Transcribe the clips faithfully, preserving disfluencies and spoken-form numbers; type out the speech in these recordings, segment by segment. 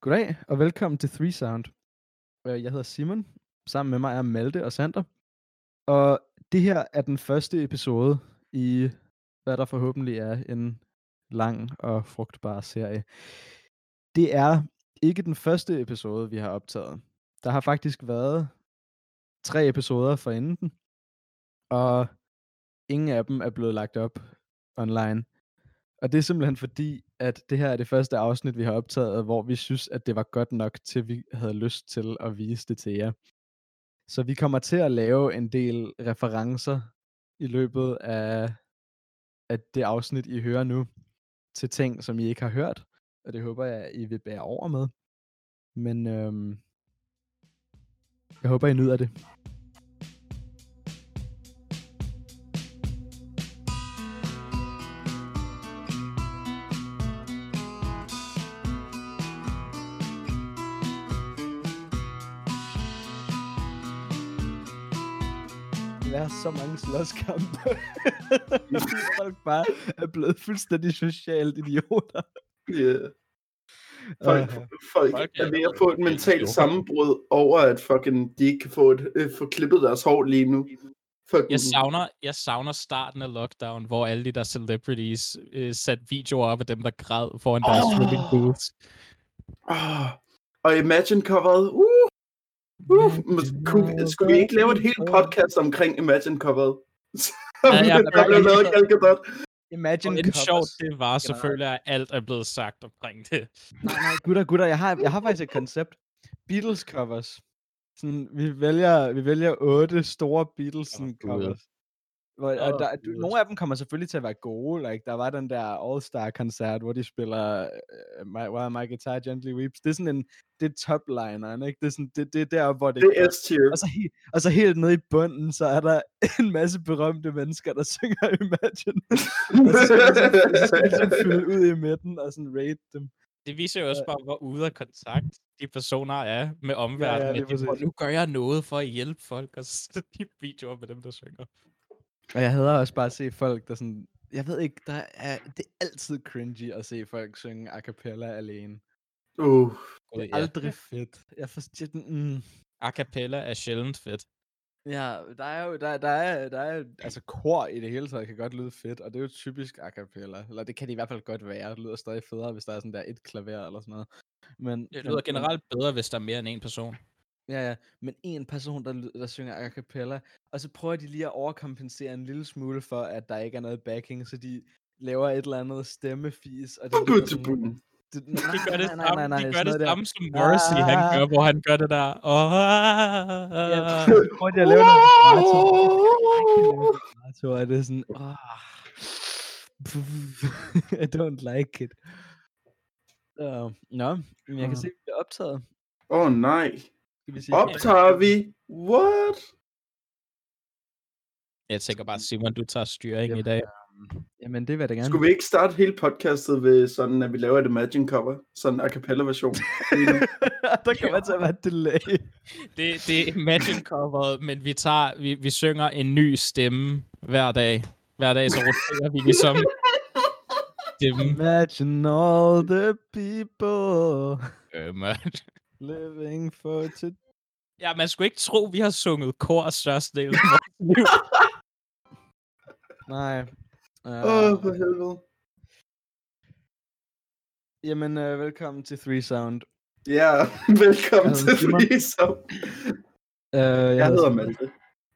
Goddag, og velkommen til Three Sound. Jeg hedder Simon. Sammen med mig er Malte og Sander. Og det her er den første episode i, hvad der forhåbentlig er en lang og frugtbar serie. Det er ikke den første episode, vi har optaget. Der har faktisk været tre episoder forinden den, og ingen af dem er blevet lagt op online. Og det er simpelthen fordi, at det her er det første afsnit, vi har optaget, hvor vi synes, at det var godt nok til, vi havde lyst til at vise det til jer. Så vi kommer til at lave en del referencer i løbet af, af det afsnit, I hører nu, til ting, som I ikke har hørt. Og det håber jeg, I vil bære over med. Men øhm, jeg håber, I nyder det. Der er så mange slåskampe. Folk bare er blevet fuldstændig socialt idioter. Yeah. Folk, uh, folk, folk er ved at få et mentalt sammenbrud over, at fucking de ikke kan få, et, øh, få klippet deres hår lige nu. Fucking... Jeg savner, jeg savner starten af lockdown, hvor alle de der celebrities øh, satte videoer op af dem, der græd foran deres oh. swimming pools. Oh. Og Imagine coveret. Uh. Uh. Skulle, skulle vi ikke lave et helt podcast omkring Imagine coveret? Ja, ja, der blev lavet kalkadot. Imagine og det sjovt, det var selvfølgelig, at alt er blevet sagt omkring det. Nej, nej, gutter, gutter, jeg har, jeg har faktisk et koncept. Beatles covers. Sådan, vi vælger, vi vælger otte store Beatles oh, covers. Hvor, oh, og der, du, nogle af dem kommer selvfølgelig til at være gode. Like, der var den der All-Star-koncert, hvor de spiller uh, my, While My Guitar Gently Weeps. Det er sådan en, det er top-lineren, ikke? Det er, sådan, det, det er der, hvor det... Det er S-tier. Og så, he, og så helt nede i bunden, så er der en masse berømte mennesker, der synger Imagine. Og så skal de så, ligesom fylde ud i midten og sådan rate dem. Det viser jo også bare, hvor ude af kontakt de personer er med omverdenen. Ja, ja, de, nu gør jeg noget for at hjælpe folk, og så de videoer med dem, der synger. Og jeg hader også bare at se folk, der sådan... Jeg ved ikke, der er, det er altid cringy at se folk synge a cappella alene. Uh, det er aldrig ja. fedt. Jeg forstår den... Mm. A cappella er sjældent fedt. Ja, der er jo... Der, der er, der er, altså, kor i det hele taget kan godt lyde fedt, og det er jo typisk a cappella. Eller det kan det i hvert fald godt være. Det lyder stadig federe, hvis der er sådan der et klaver eller sådan noget. Men, det lyder men, generelt bedre, hvis der er mere end en person. Ja, ja, men en person, der, der synger a cappella, og så prøver de lige at overkompensere en lille smule for, at der ikke er noget backing, så de laver et eller andet stemmefis, og det lyder sådan... Det, nej, de gør det nej, nej, nej, nej, de gør det samme som Morrissey, ah, han gør, hvor han gør det der... Oh, ja, så prøver de at lave noget vibrato, og det er sådan... Oh, I don't like it. Uh, Nå, men jeg kan se, at det er optaget. Åh oh, nej. Optager vi? What? Jeg tænker bare, Simon, du tager styring jamen, i dag. Jamen, det vil jeg da gerne. Skulle vi ikke starte hele podcastet ved sådan, at vi laver et Imagine cover? Sådan en a cappella version. Der kan man tage være et delay. det, det er Imagine coveret, men vi, tager, vi, vi synger en ny stemme hver dag. Hver dag så roterer vi ligesom stemme. Imagine all the people. Imagine. Living for to... Ja, man skulle ikke tro, vi har sunget kor størstedelen af vores liv. Nej. Åh, uh, oh, for helvede. Jamen, uh, velkommen til Three Sound. Ja, yeah, velkommen til Three Sound. Uh, jeg, jeg hedder Malte.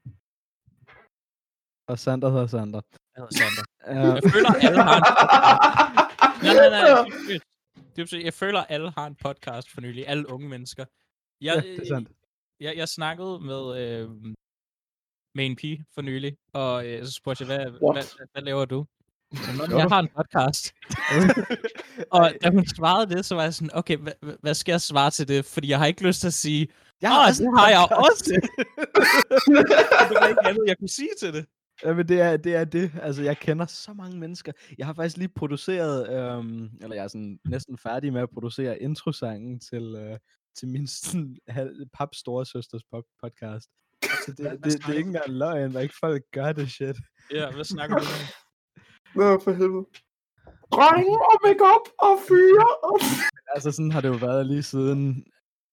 Og Sander hedder Sander. Jeg hedder Sander. Uh... Jeg føler, alle har en... nej, nej, nej. Det er, jeg føler, at alle har en podcast for nylig. Alle unge mennesker. Jeg, ja, det er sandt. Jeg, jeg snakkede med, øh, med en pige for nylig, og øh, så spurgte jeg, hvad, hvad, hvad, hvad laver du? Så, jeg har en podcast. Og da hun svarede det, så var jeg sådan, okay, hvad, hvad skal jeg svare til det? Fordi jeg har ikke lyst til at sige, ja, det har jeg også. Det var ikke andet, jeg kunne sige til det. Jamen, det er, det er det. Altså, jeg kender så mange mennesker. Jeg har faktisk lige produceret, øhm, eller jeg er sådan næsten færdig med at producere introsangen til, øh, til min sådan, pap storesøsters pop podcast. Så det, det, det, det er ikke engang løgn, der ikke folk gør det shit. Ja, hvad snakker du om? Nå, for helvede. drenge og make-up og fyre. Og... Altså, sådan har det jo været lige siden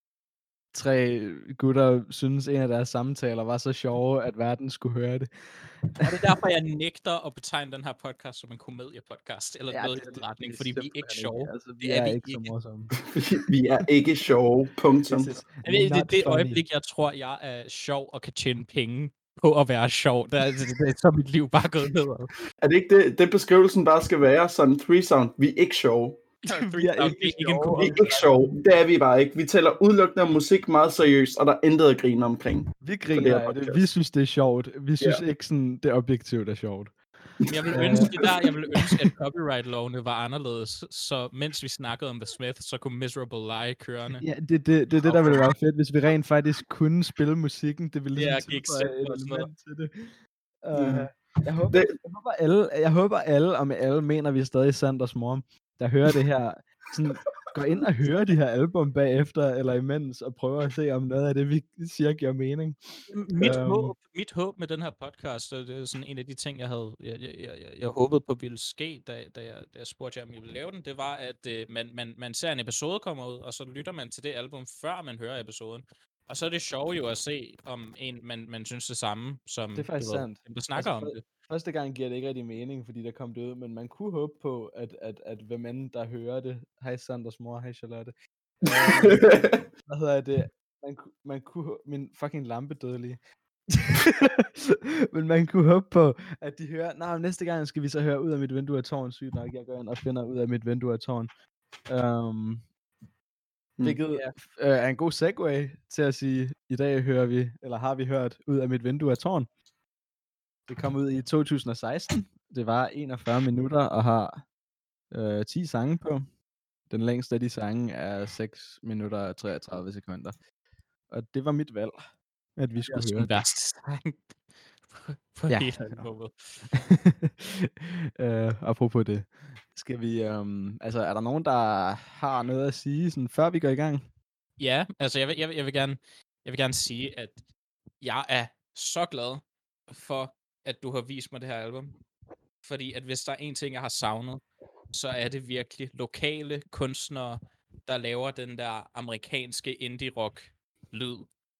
tre gutter synes, en af deres samtaler var så sjove, at verden skulle høre det. Og det er derfor, jeg nægter at betegne den her podcast som en komediepodcast, eller Ja, noget det- i den det- retning, det er fordi vi er ikke simpelthen sjove. Altså, vi Det er, er vi ikke så ikke. morsomme. Vi er ikke sjove. Punktum. This is Jeg ved, det er not det funny. øjeblik, jeg tror, jeg er sjov og kan tjene penge på at være sjov. Det er, det, det er så mit liv bare gået nedad. Er det ikke det, det beskrivelsen bare skal være? Sådan three sound. Vi er ikke sjove. Vi er Okay, ikke ikke en sjove. Vi komedie. er ikke sjove. Det er vi bare ikke. Vi tæller udelukkende om musik meget seriøst, og der er intet at grine omkring. Vi det griner her af det. podcast. Vi synes, det er sjovt. Vi synes ikke, sådan, det objektivt er sjovt. Jeg vil ønske, det der, jeg vil ønske, at copyright-lovene var anderledes, så mens vi snakkede om The Smith, så kunne Miserable Lie kørende. Ja, det er det, det, det, der ville være fedt, hvis vi rent faktisk kunne spille musikken. Det ville Ja, ligesom give tilføje eksempler et og sådan noget. element til det. Ja. Uh, jeg, håber, Det- jeg, håber alle, jeg håber alle, og med alle mener vi stadig Sanders mor, der hører det her, sådan, går ind og hører de her album bagefter, eller imens, og prøver at se, om noget af det, vi siger, giver mening. Mit, Øhm. håb, mit håb med den her podcast, og det er sådan en af de ting, jeg havde, jeg, jeg, jeg, jeg, jeg håbede på ville ske, da, da, jeg, da jeg spurgte jer, om I ville lave den, det var, at øh, man, man, man ser en episode komme ud, og så lytter man til det album, før man hører episoden. Og så er det sjovt jo at se, om en, man, man synes det samme, som Det er faktisk du ved, sandt. dem, der snakker Altså, om det. Første gang giver det ikke rigtig mening, fordi der kom det ud, men man kunne håbe på, at, at, at hvem end der hører det, hej Sanders mor, hej Charlotte, øhm, hvad hedder det, man, ku- man kunne, hå- min fucking lampe døde lige. Men man kunne håbe på, at de hører, nej, næste gang skal vi så høre ud af mit vindue af tårn, sygt nok, jeg går ind og finder ud af mit vindue af tårn. Um, hvilket øh, er en god segue til at sige, i dag hører vi, eller har vi hørt ud af mit vindue af tårn. Det kom ud i to tusind og seksten. Det var enogfyrre minutter og har øh, ti sange på. Den længste af de sange er seks minutter og treogtredive sekunder. Og det var mit valg, at vi skulle Det er høre den værste sang på, på Ja. hele albumet. øh, apropos det. Skal vi, øhm, altså er der nogen, der har noget at sige, sådan, før vi går i gang? Ja, altså jeg vil, jeg, vil, jeg, vil gerne, jeg vil gerne sige, at jeg er så glad for, at du har vist mig det her album. Fordi at hvis der er en ting, jeg har savnet, så er det virkelig lokale kunstnere, der laver den der amerikanske indie-rock-lyd.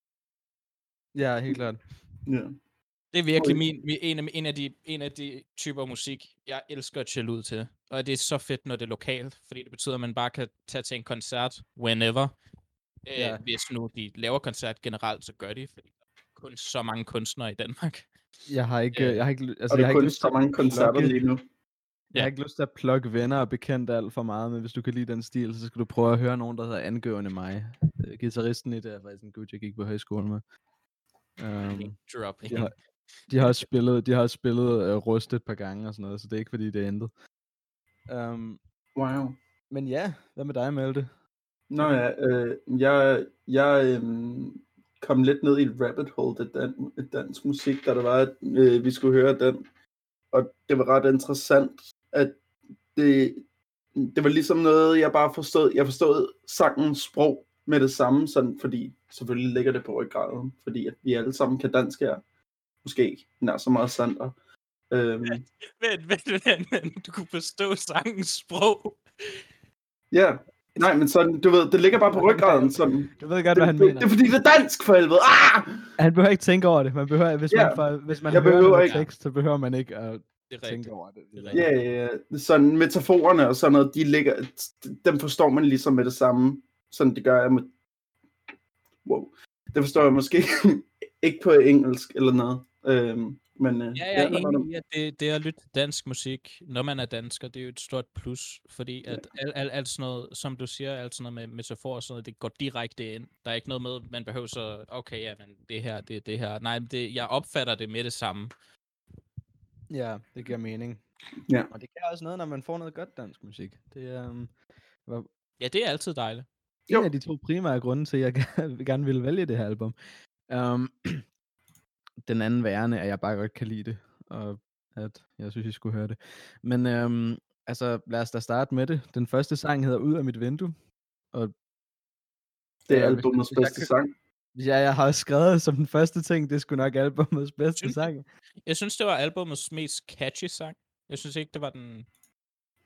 Ja, helt klart. Ja. Det er virkelig min, min, en, af, en, af de, en af de typer musik, jeg elsker at chill ud til. Og det er så fedt, når det er lokalt, fordi det betyder, at man bare kan tage til en koncert whenever. Ja. Øh, hvis nu de laver koncert generelt, så gør de, fordi der er kun så mange kunstnere i Danmark. Jeg har ikke, Øh, jeg har ikke, altså, Og jeg der har er ikke kun lyst til så at mange koncerter plukke- lige nu. Jeg har Ja. ikke lyst til at plukke venner og bekendt alt for meget, men hvis du kan lide den stil, så skal du prøve at høre nogen, der hedder Angående mig. Øh, Guitaristen i det er faktisk en gut, jeg gik på højskole med. Um, Dropping. de har, de har også spillet, de har også spillet uh, Rust et par gange og sådan noget, så det er ikke fordi, det er intet. Um, Wow. men ja, hvad med dig, Malte? Nå ja, øh, jeg, jeg øh, kom lidt ned i et rabbit hole af dan, af dansk musik, da der var, at øh, vi skulle høre den. Og det var ret interessant, at det, det var ligesom noget, jeg bare forstod. Jeg forstod sangens sprog med det samme, sådan, fordi selvfølgelig ligger det på ryggraden, fordi at vi alle sammen kan dansk her. Måske ikke nær så meget Sander. Øhm, Vent, vent, vent, vent. Du kunne forstå sangens sprog. ja, nej, men sådan, du ved, det ligger bare på ryggraden. Sådan. Du ved godt, Det, hvad han det, mener. det er fordi, det er dansk for helvede. Ah! Han behøver ikke tænke over det. Man behøver, hvis Ja, man, får, hvis man jeg hører behøver noget ikke. tekst, så behøver man ikke at Det er tænke rigtigt. over det. Det er Ja, ja, ja. Sådan metaforerne og sådan noget, de ligger, dem forstår man ligesom med det samme. Sådan det gør jeg med... Wow. Det forstår jeg måske ikke på engelsk eller noget. Øhm, men, øh, Ja, jeg er der var enig i, at det, det at lytte dansk musik, når man er dansker, det er jo et stort plus, fordi at alt, alt, alt sådan noget, som du siger, alt sådan noget med metafor og sådan noget, det går direkte ind. Der er ikke noget med, man behøver så, okay, ja, men det her, det er det her. Nej, det, jeg opfatter det med det samme. Ja, det giver mening. Ja. Og det kan også noget, når man får noget godt dansk musik. Det er um, var Ja, det er altid dejligt. en Jo. af de to primære grunde til, at jeg gerne- gerne ville vælge det her album. Um, den anden værende, at jeg bare godt kan lide det, og at jeg synes, I skulle høre det. Men um, altså, lad os da starte med det. Den første sang hedder Ud af mit vindue. Og Det er Ja, hvis- albumets hvis jeg bedste kan- sang. ja, jeg har skrevet som den første ting, det skulle nok albumets bedste Synes du? sang. Jeg synes, det var albumets mest catchy sang. Jeg synes ikke, det var den...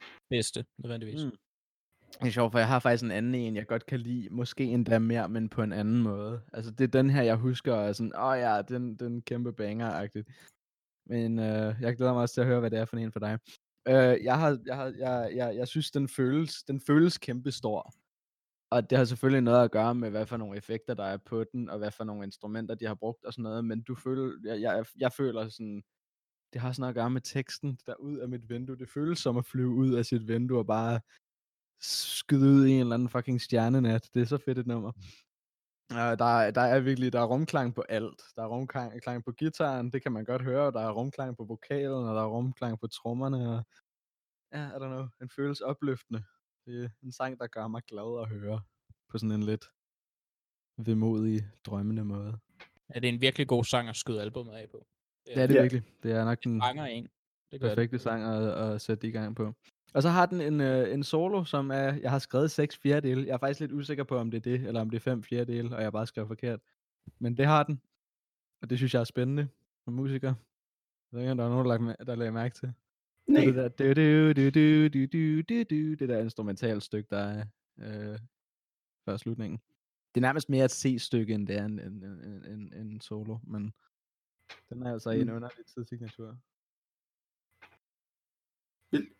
bedste, nødvendigvis. Mm. Det er sjovt, for jeg har faktisk en anden en, jeg godt kan lide. Måske endda mere, men på en anden måde. Altså, det er den her, jeg husker, og er sådan, åh oh, ja, den, den kæmpe banger-agtigt. Men øh, jeg glæder mig også til at høre, hvad det er for en for dig. Øh, jeg, har, jeg, har, jeg, jeg, jeg synes, den føles, den føles kæmpe stor. Og det har selvfølgelig noget at gøre med, hvad for nogle effekter, der er på den, og hvad for nogle instrumenter, de har brugt og sådan noget. Men du føler, jeg, jeg, jeg føler sådan, det har sådan noget at gøre med teksten, der ud af mit vindue. Det føles som at flyve ud af sit vindue og bare skyde ud i en eller anden fucking stjernenat. Det er så fedt et nummer. Uh, der, der er virkelig, der er rumklang på alt. Der er rumklang på gitaren, det kan man godt høre. Der er rumklang på vokalen, og der er rumklang på trommerne. Og ja, I don't know, den føles opløftende. Det er en sang, der gør mig glad at høre på sådan en lidt vemodig, drømmende måde. Ja, det er en virkelig god sang at skyde albumet af på. Det er det Ja. virkelig. Det er nok den Fanger en. Det gør perfekte det. sang at, at sætte det i gang på. Og så har den en, øh, en solo, som er, jeg har skrevet seks fjerdedele. Jeg er faktisk lidt usikker på, om det er det, eller om det er fem fjerdedele, og jeg bare skrev forkert. Men det har den. Og det synes jeg er spændende som musiker. Jeg ved ikke, om der er nogen, der, lagt, der lagde mærke til. Nej. Det, det der, du, du, du, du, du, du, du, det der instrumentalstykke, der er øh, før slutningen. Det er nærmest mere et C-stykke, end det er en, en, en, en, en solo, men den er altså mm. en underlig tidssignatur. Vildt.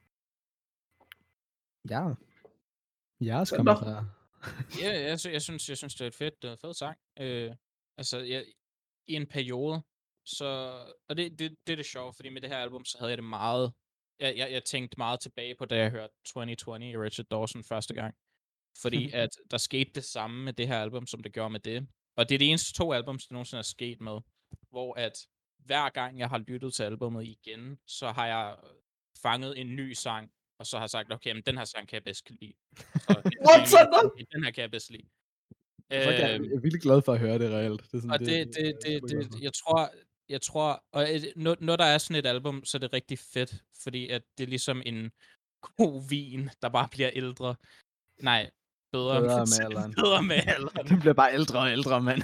Ja. Jeres kommentar. Ja, jeg, sy- jeg, synes, jeg synes, det er et fedt, det er en fed sang. Øh, altså, jeg, i en periode, så... Og det, det, det er det sjove, fordi med det her album, så havde jeg det meget... Jeg, jeg, jeg tænkte meget tilbage på, da jeg hørte tyve tyve i Richard Dawson første gang. Fordi at der skete det samme med det her album, som det gjorde med det. Og det er de eneste to albums, der nogensinde er sket med. Hvor at hver gang jeg har lyttet til albummet igen, så har jeg fanget en ny sang, og så har jeg sagt, okay, men den her sang kan jeg bedst lide. Så What, sådan? den her kan jeg bedst lide. Jeg er, jeg er virkelig glad for at høre det reelt. Det er sådan, og det, det, det, det, det, det jeg tror, jeg tror, og når, når der er sådan et album, så er det rigtig fedt, fordi at det er ligesom en god vin, der bare bliver ældre. Nej, bedre, bedre med alderen. bedre med alderen. Den bliver bare ældre og ældre, mand.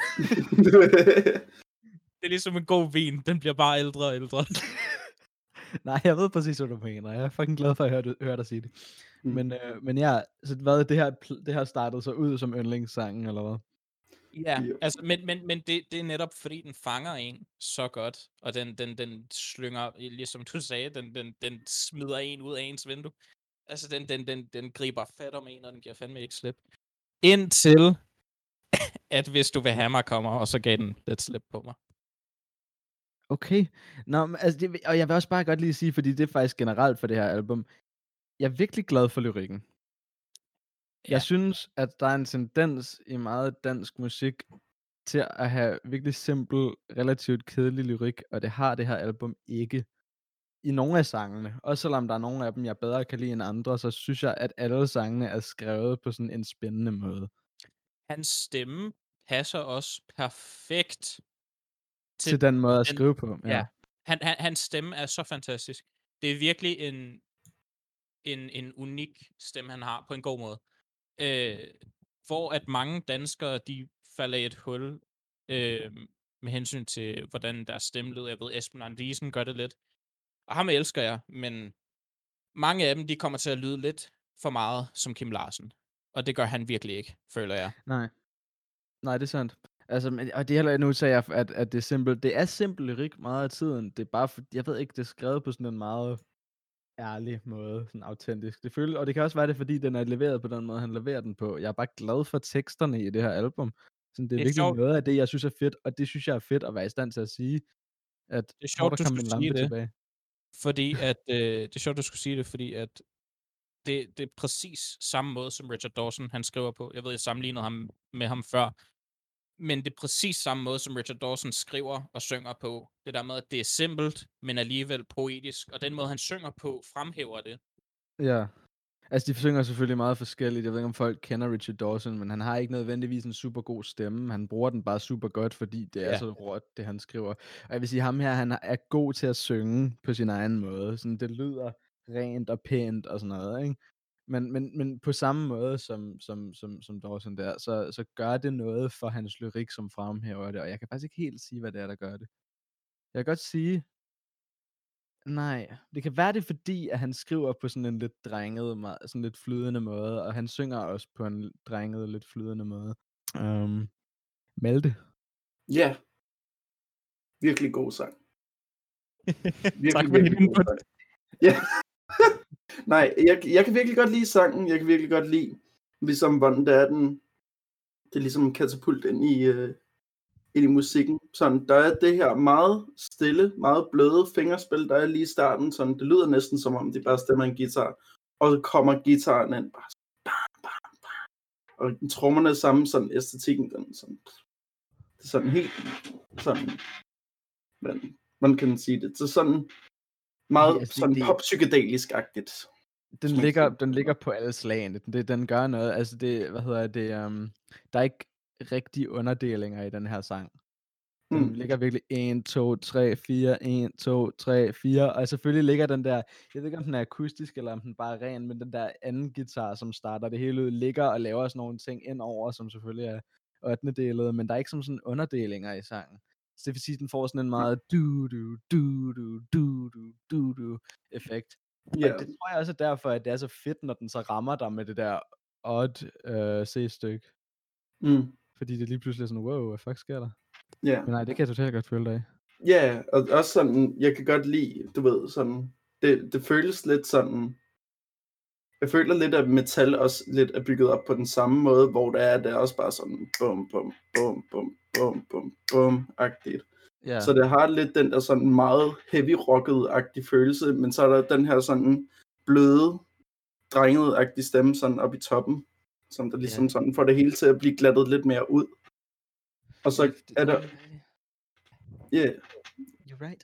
Det er ligesom en god vin, den bliver bare ældre og ældre. Nej, jeg ved præcis, hvad du mener. Jeg er fucking glad for at høre, høre dig sige det. Mm. Men, øh, men ja, så hvad, det her, det her startede så ud som yndlingssangen, eller hvad? Ja, yeah. altså, men, men, men det, det er netop, fordi den fanger en så godt, og den, den, den slynger, ligesom du sagde, den, den, den smider en ud af ens vindue. Altså, den, den, den, den griber fat om en, og den giver fandme ikke slip. Indtil, at hvis du vil have mig, kommer, og så gav den lidt slip på mig. Okay. Nå, men, altså, det, og jeg vil også bare godt lige sige, fordi det er faktisk generelt for det her album, jeg er virkelig glad for lyrikken. Ja. Jeg synes, at der er en tendens i meget dansk musik til at have virkelig simpel, relativt kedelig lyrik, og det har det her album ikke. I nogle af sangene, også selvom der er nogle af dem, jeg bedre kan lide end andre, så synes jeg, at alle sangene er skrevet på sådan en spændende måde. Hans stemme passer også perfekt til, til den måde at den, skrive på. Ja. ja. Han, han, hans stemme er så fantastisk. Det er virkelig en, en, en unik stemme, han har, på en god måde. Øh, hvor at mange danskere, de falder i et hul øh, med hensyn til, hvordan deres stemme lyder. Jeg ved, Esben Andresen gør det lidt. Og ham elsker jeg, men mange af dem, de kommer til at lyde lidt for meget som Kim Larsen. Og det gør han virkelig ikke, føler jeg. Nej. Nej, det er sandt. Altså, men, og det er heller, nu sagde jeg, at, at det er simpelt. Det er simpelt lyrik meget af tiden. Det er bare, for, jeg ved ikke, det er skrevet på sådan en meget ærlig måde, sådan autentisk. Det føles, og det kan også være det, fordi den er leveret på den måde, han leverer den på. Jeg er bare glad for teksterne i det her album. Sådan, det er, det er virkelig sjovt. Noget af det, jeg synes er fedt, og det synes jeg er fedt at være i stand til at sige, at det er sjovt, der kom min lampe det, tilbage. Fordi at, øh, det er sjovt, du skulle sige det, fordi at det, det er præcis samme måde, som Richard Dawson, han skriver på. Jeg ved, jeg sammenlignede ham med ham før. Men det er præcis samme måde, som Richard Dawson skriver og synger på. Det der med, at det er simpelt, men alligevel poetisk. Og den måde, han synger på, fremhæver det. Ja. Altså, de synger selvfølgelig meget forskelligt. Jeg ved ikke, om folk kender Richard Dawson, men han har ikke nødvendigvis en super god stemme. Han bruger den bare super godt, fordi det er ja. så råt, det han skriver. Og jeg vil sige, ham her, han er god til at synge på sin egen måde. Sådan, det lyder rent og pænt og sådan noget, ikke? Men, men, men på samme måde som, som, som, som Dawson der, så, så gør det noget for hans lyrik, som fremhæver det. Og jeg kan faktisk ikke helt sige, hvad det er, der gør det. Jeg kan godt sige, Nej, det kan være det, fordi at han skriver på sådan en lidt drenget, meget, sådan lidt flydende måde, og han synger også på en drenget, lidt flydende måde. Um, Malte. Ja. Yeah. Virkelig god sang. Virkelig, tak for virkelig din god input. sang. Ja. Nej, jeg, jeg kan virkelig godt lide sangen. Jeg kan virkelig godt lide, ligesom hvordan det er den, det er ligesom katapult ind i, uh, ind i musikken. Sådan, der er det her meget stille, meget bløde fingerspil, der er lige i starten. Sådan, det lyder næsten som om, de bare stemmer en guitar. Og så kommer guitaren ind. Bare bam, bam, bam. Og trommerne er samme, sådan æstetikken. Den, sådan, det er sådan helt, sådan, hvordan, hvordan kan man sige det? Så sådan meget Ja, altså, sådan det- pop-psykedelisk-agtigt. Den Som ligger, eksempel. den ligger på alle slagene. Den, det, den gør noget. Altså det, hvad hedder det, um, der er ikke rigtig underdelinger i den her sang. Den Mm. ligger virkelig en, to, tre, fire, en, to, tre, fire, og selvfølgelig ligger den der, jeg ved ikke om den er akustisk, eller om den bare er ren, men den der anden guitar, som starter det hele ud, ligger og laver sådan nogle ting ind over, som selvfølgelig er ottende delet, men der er ikke som sådan underdelinger i sangen. Så det vil sige, at den får sådan en meget du du du du du du du du effekt. Ja. Og det tror jeg også er derfor, at det er så fedt, når den så rammer dig med det der odd øh, C-stykke. Mm. Fordi det lige pludselig er sådan, wow, hvad fuck sker der? Ja. Men nej, det kan jeg totalt godt føle dig af. Ja, og også sådan, jeg kan godt lide, du ved, sådan, det, det føles lidt sådan, jeg føler lidt, at metal også lidt er bygget op på den samme måde, hvor det er, det er også bare sådan, bum, bum, bum, bum, bum, bum, bum-agtigt. Ja. Så det har lidt den der sådan meget heavy rocket-agtige følelse, men så er der den her sådan bløde, drenget-agtige stemme sådan op i toppen, som der ligesom Ja. sådan får det hele til at blive glattet lidt mere ud. Og så er der, yeah. You're right.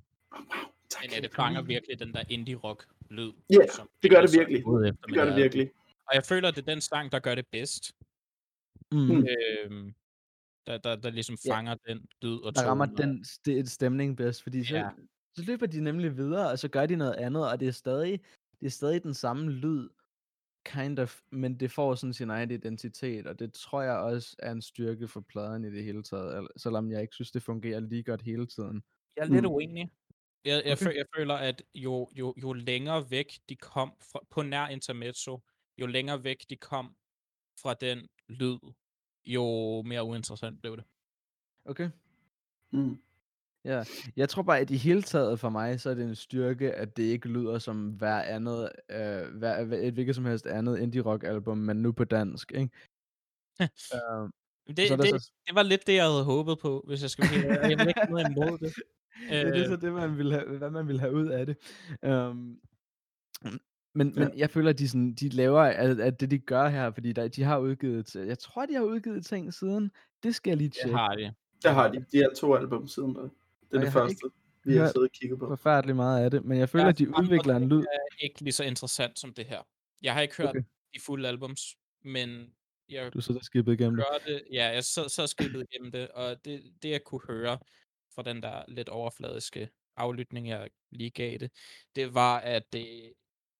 Tak. Men ja, det fanger virkelig den der indie-rock-lyd. Ja, som det gør det så virkelig. ude efter Det med gør det her. virkelig. Og jeg føler, at det er den sang, der gør det bedst. Mm. Mm. Øhm, der, der, der ligesom Ja. fanger den lyd og Der rammer tone. den st- stemning bedst, fordi så, Ja. så løber de nemlig videre, og så gør de noget andet, og det er stadig, det er stadig den samme lyd, kind of, men det får sådan sin egen identitet, og det tror jeg også er en styrke for pladen i det hele taget, al- selvom jeg ikke synes, det fungerer lige godt hele tiden. Jeg er lidt Mm. uenig. Jeg, jeg, Okay. føl, jeg føler, at jo, jo, jo længere væk de kom fra, på nær intermezzo, jo længere væk de kom fra den lyd, jo mere uinteressant blev det. Okay. Mm. Ja, jeg tror bare, at i hele taget for mig, så er det en styrke, at det ikke lyder som hver andet, øh, hver, hver- et hvilket som helst andet indie-rock-album, men nu på dansk, ikke? øh, Det, så er der det, så- det var lidt det, jeg havde håbet på, hvis jeg skal være helt ærlig. Og jeg vil ikke have noget imod det. ja, det er Øh. så det, man vil have, hvad man vil have ud af det. Um, men, Ja. men jeg føler, at de, sådan, de laver, at, at det de gør her, fordi der, de har udgivet, jeg tror, de har udgivet ting siden, det skal jeg lige Det tjekke. har de. Der har de. De er to album siden der. Det er Og det jeg har første, vi har hørt siddet og kigget på. Forfærdeligt meget af det, men jeg føler, Ja, at de andre udvikler en ting lyd. er ikke lige så interessant som det her. Jeg har ikke hørt Okay. de fulde albums, men jeg Du sidder skippet igennem det. hørte, ja, jeg så, så skippet igennem det, og det, det jeg kunne høre fra den der lidt overfladiske aflytning, jeg lige gav det, det var, at det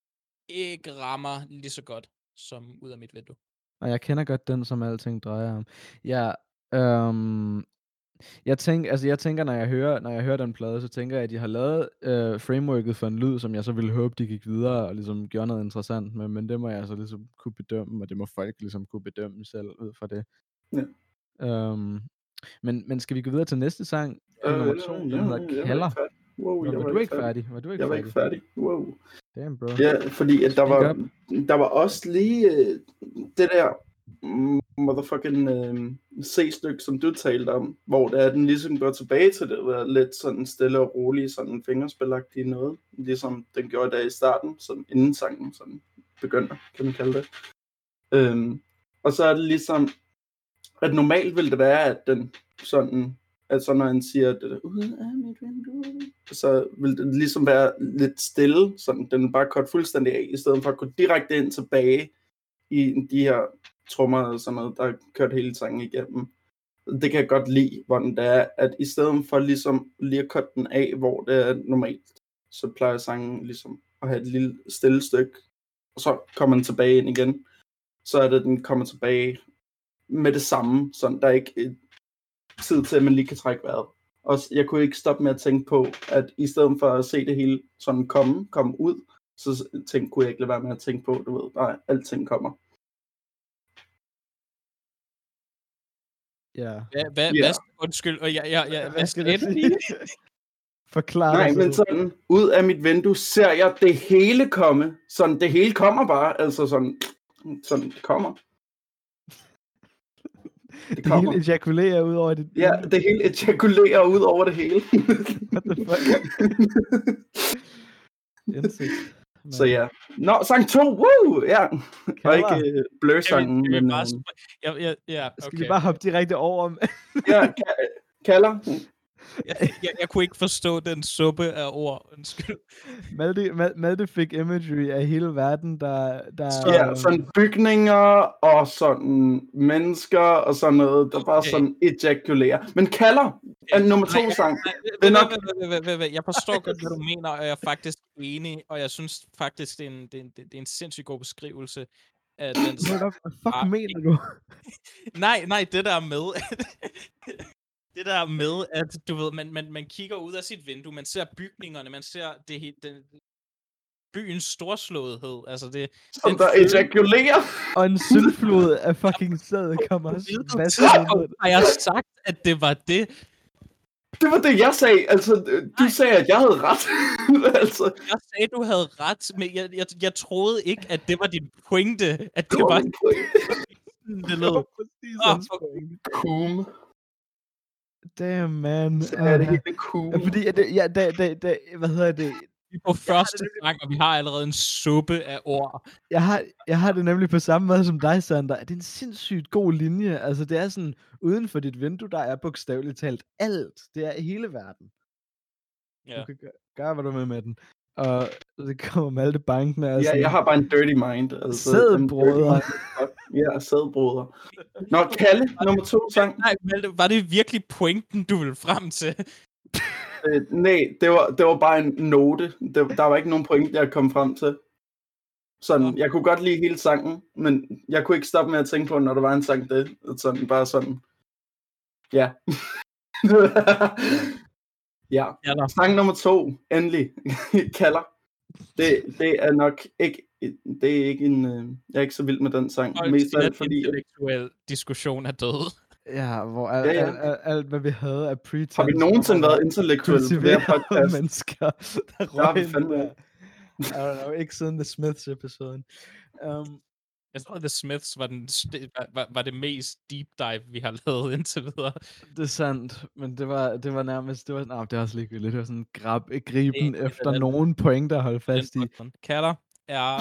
ikke rammer lige så godt som ud af mit vindue. Og jeg kender godt den, som alting drejer om. Ja, øhm, jeg, tænker, altså jeg tænker, når jeg hører, når jeg hører den plade, så tænker jeg, at de har lavet øh, frameworket for en lyd, som jeg så ville håbe, de gik videre og ligesom gjorde noget interessant med, men det må jeg så ligesom kunne bedømme, og det må folk ligesom kunne bedømme selv ud fra det. Ja. Øhm, men, men skal vi gå videre til næste sang? Øh, nummer to, den ja, hedder jeg var Kalder. ikke færdig. Wow, Var, jeg var var du ikke ikke færdig. færdig? Var du ikke Jeg var færdig? ikke færdig. Wow. Damn, bro. Ja, fordi at der Speak var, up. der var også lige øh, det der mm, motherfucking øh, C-stykke, som du talte om, hvor det er, den ligesom går tilbage til det der lidt sådan stille og rolige, sådan fingerspilagtige noget, ligesom den gjorde der i starten, sådan inden sangen sådan begynder, kan man kalde det. Øhm, og så er det ligesom, at normalt vil det være, at den sådan, at så når han siger, det der, ud af mit vindue, så vil det ligesom være lidt stille, sådan den bare kort fuldstændig af, i stedet for at gå direkte ind tilbage i de her trommer og sådan noget, der har kørt hele sangen igennem. Det kan jeg godt lide, hvordan det er, at i stedet for ligesom lige at cutte den af, hvor det er normalt, så plejer sangen ligesom at have et lille stille stykke, og så kommer den tilbage ind igen. Så er det, den kommer tilbage med det samme, så der er ikke tid til, at man lige kan trække vejret, Og jeg kunne ikke stoppe med at tænke på, at i stedet for at se det hele sådan komme, komme ud, så tænkte, kunne jeg ikke lade være med at tænke på, du ved, bare alting kommer. Ja. Hvad, hvad, Ja. hvad, undskyld, og jeg, jeg, jeg, hvad skal det sige? Forklar Nej, dig men selv. sådan, ud af mit vindue ser jeg det hele komme. Sådan, det hele kommer bare, altså sådan, sådan, det kommer. Det, Det kommer. hele ejakulerer ud over det. Ja, det hele ejakulerer ud over det hele. What the fuck? Indsigt. Så ja. Nå, sang to, woo! Ja. Og ikke uh, Blur-sangen, Skal vi men... bare Uh, spr- ja, ja, ja, okay. Skal vi bare hoppe direkte over? ja, ka- kalder. jeg, jeg, jeg kunne ikke forstå den suppe af ord, undskyld. Malte, Mal- Malte fik imagery af hele verden, der... der Ja, sådan bygninger og sådan mennesker og sådan noget, der bare Okay. sådan ejakulerer. Men kalder er nummer to Nej, sang. nej, Det er vent, nok... vent, vent, vent, vent, vent. Jeg forstår godt, hvad du mener, og jeg er faktisk enig, og jeg synes faktisk, det er en, det er en, det er en sindssygt god beskrivelse af den Hvad fuck Ah, mener du? Nej, nej, det der med, det der med, at du ved, man, man, man kigger ud af sit vindue, man ser bygningerne, man ser det, he- den, byens storslåethed, altså det... Som den der følelse- ejakulerer. Og en sølvflod af fucking sæd kommer også vasket ned. Har jeg sagt, at det var det? Det var det, jeg sagde. Altså, du Nej. sagde, at jeg havde ret. altså, Jeg sagde, du havde ret, men jeg, jeg, jeg troede ikke, at det var din pointe, at det det var min pointe. sådan, det lød. Præcis Åh, hans fuck. pointe. Coom. Damn, man. Så er det Ah. helt cool. Ja, fordi, at det, ja, da, da, da, hvad hedder det? Vi er på første gang, og vi har allerede en suppe af ord. Jeg har, jeg har det nemlig på samme måde som dig, Sander. Det er en sindssygt god linje. Altså, det er sådan, uden for dit vindue, der er bogstaveligt talt alt. Det er hele verden. Ja. Du kan gøre, gøre hvad du vil med den. Og det kommer Malte banken af. Ja, jeg har bare en dirty mind. Altså, Sædbroder. en dirty mind. Ja, sædbroder. Nå, Kalle, nummer to sang. Nej, Malte, var det virkelig pointen, du ville frem til? Øh, nej, det var, det var bare en note. Det, der var ikke nogen point, jeg kom frem til. Sådan, jeg kunne godt lide hele sangen, men jeg kunne ikke stoppe med at tænke på, når der var en sang det. Sådan, bare sådan. Ja. ja. Ja, da. Sang nummer to, endelig, kalder. Det, det er nok ikke, det er ikke en, øh, jeg er ikke så vild med den sang. Folk Mest af siger, alt at fordi, intellektuel diskussion er død. Ja, hvor alt, Ja, ja. alt, alt, alt, hvad vi havde af pretense. har vi nogensinde været intellektuelle på det her kultiverede podcast? mennesker, der Der har røg vi ind fandme der. I don't know, ikke siden The Smiths-episoden. Um, Jeg tror, The Smiths var, den, st- var, var, var det mest deep dive, vi har lavet indtil videre. det er sandt, men det var, det var nærmest, det var, nej, det var også ligegyldigt. Det var sådan grab, griben Det er efter det. nogen pointer at holde fast i. Katter er...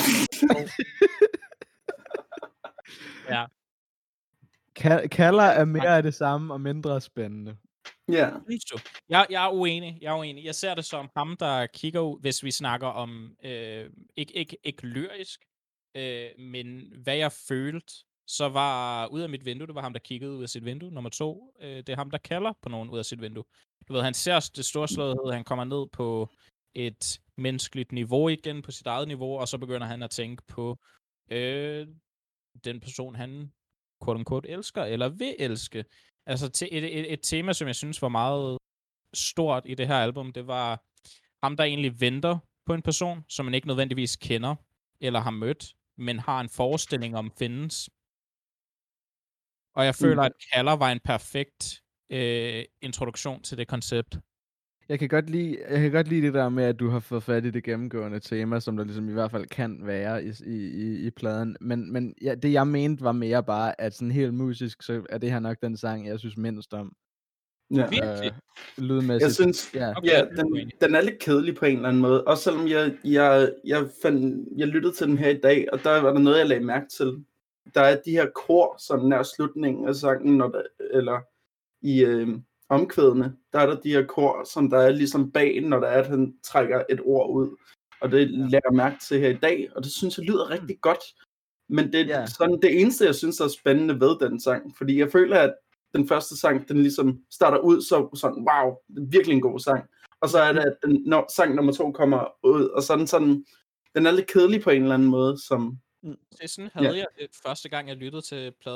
ja. Ka- Kalder er mere af det samme og mindre spændende. Ja, Synes du? Jeg, jeg er uenig. Jeg er uenig. Jeg ser det som ham, der kigger ud, hvis vi snakker om, øh, ikke, ikke, ikke lyrisk, øh, men hvad jeg følte, så var ud af mit vindue, det var ham, der kiggede ud af sit vindue. Nummer to, øh, det er ham, der kalder på nogen ud af sit vindue. Du ved, han ser det storslåede, han kommer ned på et menneskeligt niveau igen, på sit eget niveau, og så begynder han at tænke på øh, den person, han quote unquote elsker, eller vil elske. Altså te- et, et, et tema, som jeg synes var meget stort i det her album, det var ham, der egentlig venter på en person, som man ikke nødvendigvis kender, eller har mødt, men har en forestilling om findes. Og jeg føler, Mm. at Kalder var en perfekt øh, introduktion til det koncept. Jeg kan, godt lide, jeg kan godt lide det der med, at du har fået fat i det gennemgående tema, som der ligesom i hvert fald kan være i, i, i, i pladen. Men, men ja, det jeg mente var mere bare, at sådan helt musisk, så er det her nok den sang, jeg synes mindst om. ja. Virkelig? Øh, lydmæssigt. Jeg synes, Ja. Okay, ja, jeg er den, uenig. den er lidt kedelig på en eller anden måde. Også selvom jeg, jeg, jeg, fandt, jeg lyttede til den her i dag, og der var der noget, jeg lagde mærke til. Der er de her kor, sådan nær slutningen af sangen, når der, eller i øh, omkvædene, der er der de her kor, som der er ligesom bag, når der er, at han trækker et ord ud. Og det lægger jeg mærke til her i dag, og det synes jeg lyder rigtig godt. Men det er Ja. sådan det eneste, jeg synes, der er spændende ved den sang. Fordi jeg føler, at den første sang, den ligesom starter ud så sådan, wow, det er virkelig en god sang. Og så er det, at den, når sang nummer to kommer ud, og sådan sådan, den er lidt kedelig på en eller anden måde, som, Det sådan havde Ja. jeg det første gang, jeg lyttede til pladen.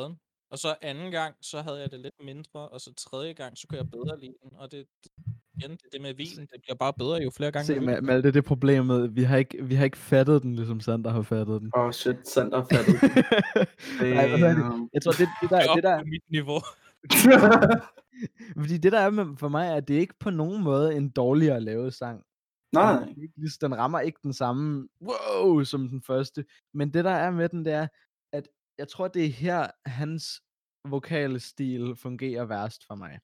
Og så anden gang, så havde jeg det lidt mindre, og så tredje gang, så kunne jeg bedre lide den. Og det, igen, det, det med vinen, det bliver bare bedre jo flere gange. Se, Ma- Malte, det er problemet. Vi har ikke, vi har ikke fattet den, ligesom Sander har fattet den. Åh oh shit, Sander har fattet den. Nej, hvad hedder det? Jeg tror, det, det der, Det er det der, på mit niveau. fordi det der er med, for mig, er det ikke på nogen måde en dårligere lavet sang. Nej. Den, er ikke lige- den rammer ikke den samme wow som den første. Men det der er med den, det er, at jeg tror, det er her, hans vokale stil fungerer værst for mig.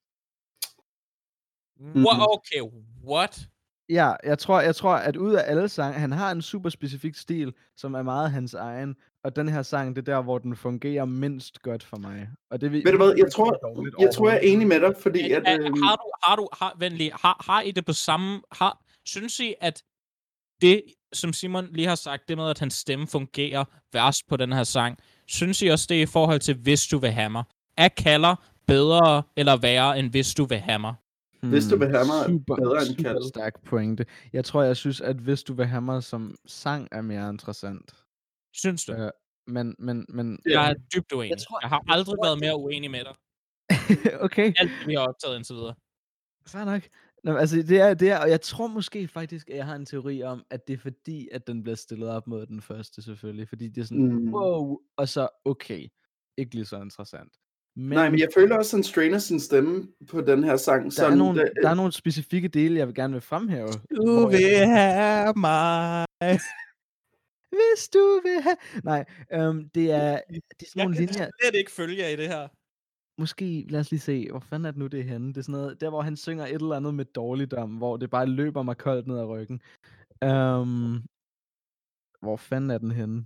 Wow, okay, what? Ja, jeg tror, jeg tror, at ud af alle sange, han har en super specifik stil, som er meget hans egen, og den her sang, det er der, hvor den fungerer mindst godt for mig. Og det, Ved du hvad, jeg tror, jeg tror, jeg er enig med dig, fordi at... Er, har du, har du, har, venlig, har, har I det på samme, har, synes I, at det, som Simon lige har sagt, det med, at hans stemme fungerer værst på den her sang, synes I også det i forhold til Hvis du vil have mig? Er Kalder bedre eller værre end Hvis du vil have mig? Hmm, Hvis du vil have mig super, bedre end super Kalder. stærk pointe. Jeg tror, jeg synes, at Hvis du vil have mig som sang er mere interessant. Synes du? Uh, men, men, men... Jeg er dybt uenig. Jeg, tror, jeg har jeg aldrig tror, været mere uenig med dig. Okay. Alt det, vi har optaget indtil videre. Fair nok. Nå, altså, det er, det er, og jeg tror måske faktisk, at jeg har en teori om, at det er fordi, at den bliver stillet op mod den første, selvfølgelig. Fordi det er sådan, Mm. wow, og så okay. Ikke lige så interessant. Men, Nej, men jeg føler også, at han strainer sin stemme på den her sang. Der, sådan, er, nogle, det, der er nogle specifikke dele, jeg vil gerne vil fremhæve. Du vil jeg... have mig. Hvis du vil have... Nej, øhm, det er, det er sådan nogle linjer... Jeg kan slet ikke følge jer i det her. Måske, lad os lige se, hvor fanden er det nu, det er henne? Det er sådan noget, der hvor han synger et eller andet med dårligdom, hvor det bare løber mig koldt ned ad ryggen. Um, hvor fanden er den henne?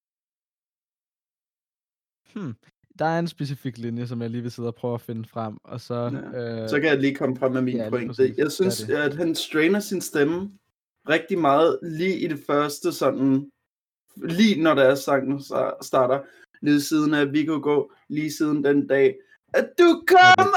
Hmm. Der er en specifik linje, som jeg lige vil sidde og prøve at finde frem, og så... Ja. Øh, så kan jeg lige komme frem med min ja, pointe. Jeg synes, det. at han strainer sin stemme rigtig meget lige i det første sådan... Lige når der er sangen starter. Lige siden af vi kunne gå, lige siden den dag, at du kom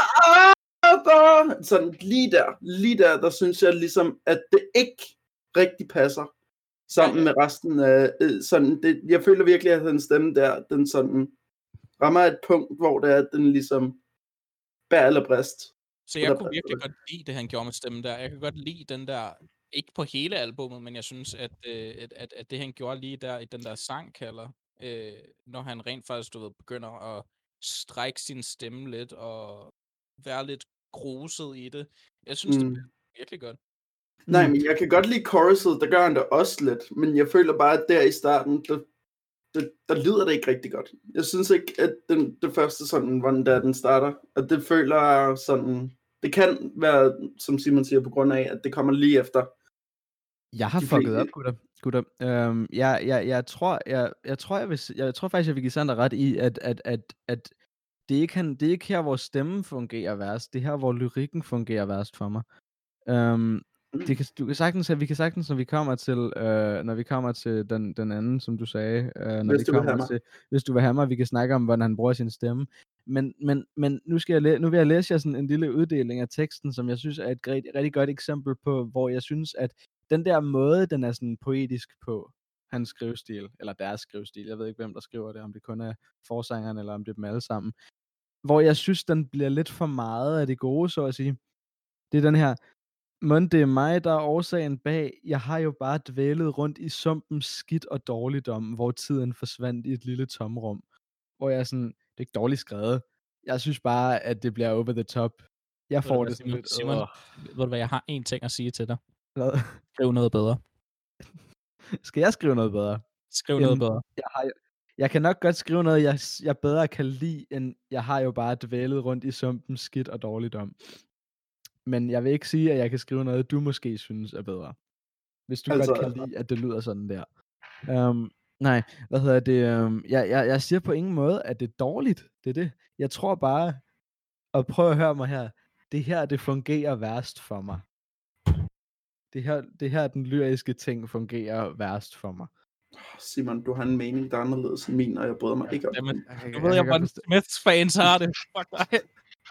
over. Sådan lige der, lige der, der synes jeg ligesom, at det ikke rigtig passer sammen med resten af, sådan, det, jeg føler virkelig, at den stemme der, den sådan, rammer et punkt, hvor det er, at den ligesom bærer eller brist. Så jeg kunne virkelig godt lide det, han gjorde med stemmen der. Jeg kan godt lide den der, ikke på hele albumet, men jeg synes, at, øh, at, at, at det han gjorde lige der i den der sang, Kalder, øh, når han rent faktisk, du ved, begynder at strække sin stemme lidt, og være lidt gruset i det. Jeg synes, mm. det bliver virkelig godt. Nej, men jeg kan godt lide choruset, der gør han det også lidt, men jeg føler bare, at der i starten, der, der, der lyder det ikke rigtig godt. Jeg synes ikke, at den, det første sådan, hvordan der den starter, og det føler sådan, det kan være, som Simon siger, på grund af, at det kommer lige efter. Jeg har fucket op, gutter. gutter. Øhm, jeg, jeg, jeg, tror, jeg, jeg, tror, jeg, vil, jeg tror faktisk, jeg vil give Sander ret i, at, at, at, at det, er ikke han, det er ikke her, hvor stemmen fungerer værst. Det er her, hvor lyrikken fungerer værst for mig. Øhm, det kan, du kan sagtens, vi kan sagtens, når vi kommer til, øh, når vi kommer til den, den anden, som du sagde, øh, når hvis vi du kommer til, hvis du vil have mig, vi kan snakke om, hvordan han bruger sin stemme. Men, men, men nu, skal jeg læ- nu vil jeg læse jer sådan en lille uddeling af teksten, som jeg synes er et rigtig, rigtig godt eksempel på, hvor jeg synes, at den der måde, den er sådan poetisk på, hans skrivestil, eller deres skrivestil, jeg ved ikke, hvem der skriver det, om det kun er forsangeren, eller om det er dem alle sammen, hvor jeg synes, den bliver lidt for meget af det gode, så at sige. Det er den her, men det er mig, der er årsagen bag, jeg har jo bare dvælet rundt i sumpen skidt og dårligdom, hvor tiden forsvandt i et lille tomrum. Hvor jeg er sådan, det er ikke dårligt skrevet, jeg synes bare, at det bliver over the top. Jeg får det sådan lidt... Simon, ved du hvad, jeg har én ting at sige til dig. Hvad? Skriv noget bedre. Skal jeg skrive noget bedre? Skriv noget end, bedre. Jeg, har, jeg kan nok godt skrive noget, jeg, jeg bedre kan lide, end jeg har jo bare dvælet rundt i sumpen skidt og dårligdom. Men jeg vil ikke sige, at jeg kan skrive noget, du måske synes er bedre. Hvis du altså, godt kan lide, at det lyder sådan der. Um, nej, hvad hedder det? Um, jeg, jeg, jeg siger på ingen måde, at det er dårligt. Det er det. Jeg tror bare, og prøv at høre mig her, det her, det fungerer værst for mig. Det her, det her, den lyriske ting fungerer værst for mig. Simon, du har en mening, der er anderledes end min, og jeg bryder mig ja, ikke om. Jamen, du ved jeg, hvordan Smiths fans har det. Fuck dig.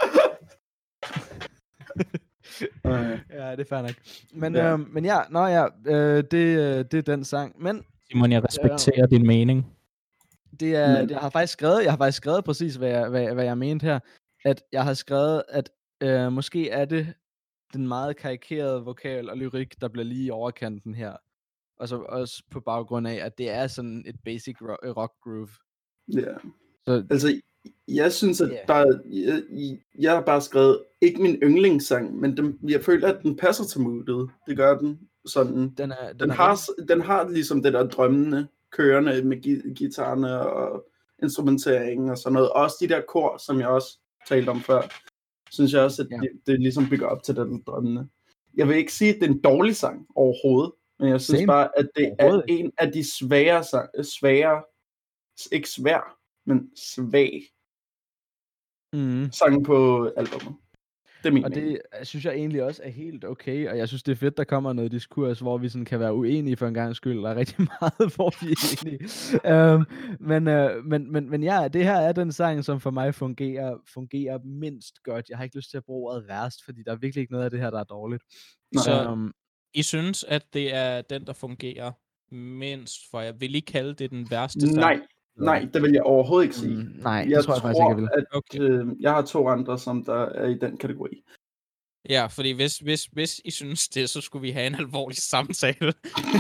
Ja, det er fair nok. Men, ja. Øh, men ja, nå ja, øh, det, øh, det er den sang. Men Simon, jeg respekterer øh, din mening. Det er, Men jeg har faktisk skrevet, jeg har faktisk skrevet præcis, hvad jeg, hvad, hvad jeg mente her. At jeg har skrevet, at øh, måske er det den meget karikerede vokal og lyrik, der bliver lige i overkanten her. Og så også på baggrund af, at det er sådan et basic rock, rock groove. ja, Så altså, jeg synes, at Ja. bare, jeg, jeg har bare skrevet, ikke min yndlingssang, men den, jeg føler, at den passer til moodet. Det gør den sådan. den er, den Den er har, rigtig- den har ligesom det der drømmende, kørende med gi- guitarerne og instrumenteringen og sådan noget. Også de der kor, som jeg også talte om før, synes jeg også, at Ja. det, det ligesom bygger op til den drømmende. Jeg vil ikke sige, at det er en dårlig sang overhovedet, men jeg synes Same. bare, at det er Overhovedet en af de svære, sang, svære, ikke svær, men svag Mhm. sange på albumet. Det er min Og mening. det øh, synes jeg egentlig også er helt okay, og jeg synes, det er fedt, der kommer noget diskurs, hvor vi sådan kan være uenige for en gang skyld. Der er rigtig meget, hvor vi er enige. um, men, uh, men, men, men ja, det her er den sang, som for mig fungerer, fungerer mindst godt. Jeg har ikke lyst til at bruge ordet værst, fordi der er virkelig ikke noget af det her, der er dårligt. Så Um, I synes, at det er den, der fungerer mindst, for jeg vil ikke kalde det den værste sang? Nej, nej, det vil jeg overhovedet ikke sige. mm, nej, det Jeg tror jeg faktisk ikke, jeg vil. at Okay. øh, jeg har to andre, som der er i den kategori. Ja, fordi hvis, hvis, hvis I synes det, så skulle vi have en alvorlig samtale.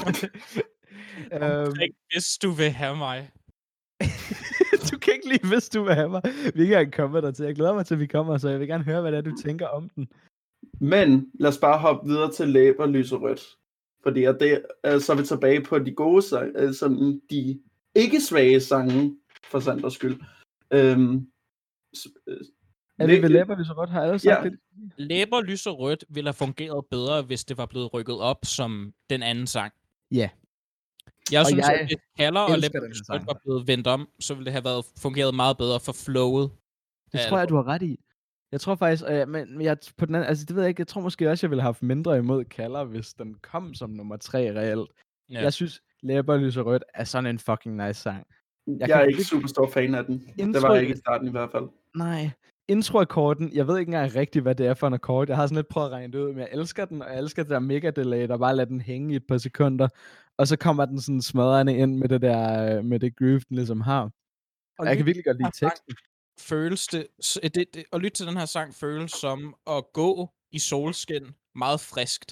um, Omkring, hvis du vil have mig. du kan ikke lide, hvis du vil have mig. Vi kan ikke engang komme der til. Jeg glæder mig til, at vi kommer, så jeg vil gerne høre, hvad det er, du tænker om den. Men lad os bare hoppe videre til Læber lyserødt. Fordi at det, øh, så er vi tilbage på de gode sange, øh, sådan de ikke svage sange, for Sanders skyld. Øhm, s- øh, Er vi læ- ved læber, vi så godt har alle sagt Ja. det? Læber lys og rødt ville have fungeret bedre, hvis det var blevet rykket op som den anden sang. Ja. Jeg Og synes, jeg at hvis Kalder og elsker Læber den lys her og rødt sang. var blevet vendt om, så ville det have været fungeret meget bedre for flowet. Det af tror jeg, albumet. du har ret i. Jeg tror faktisk, øh, men men jeg, på den anden, altså det ved jeg ikke, jeg tror måske også, jeg ville have haft mindre imod Kalder, hvis den kom som nummer tre reelt. Ja. Jeg synes, Læber lys og rødt er sådan en fucking nice sang. Jeg, Jeg jeg er kan ikke virkelig- super stor fan af den. Det var Intro- jeg ikke i starten i hvert fald. Nej. Introakkorden, jeg ved ikke engang rigtigt, hvad det er for en akkord. Jeg har sådan lidt prøvet at regne det ud, men jeg elsker den, og jeg elsker det der mega delay, der bare lader den hænge i et par sekunder. Og så kommer den sådan smadrende ind med det der, øh, med det groove, den ligesom har. Og jeg kan virkelig godt lide teksten. Føles det, s- det, det, at lytte til den her sang føles som at gå i solskin meget friskt.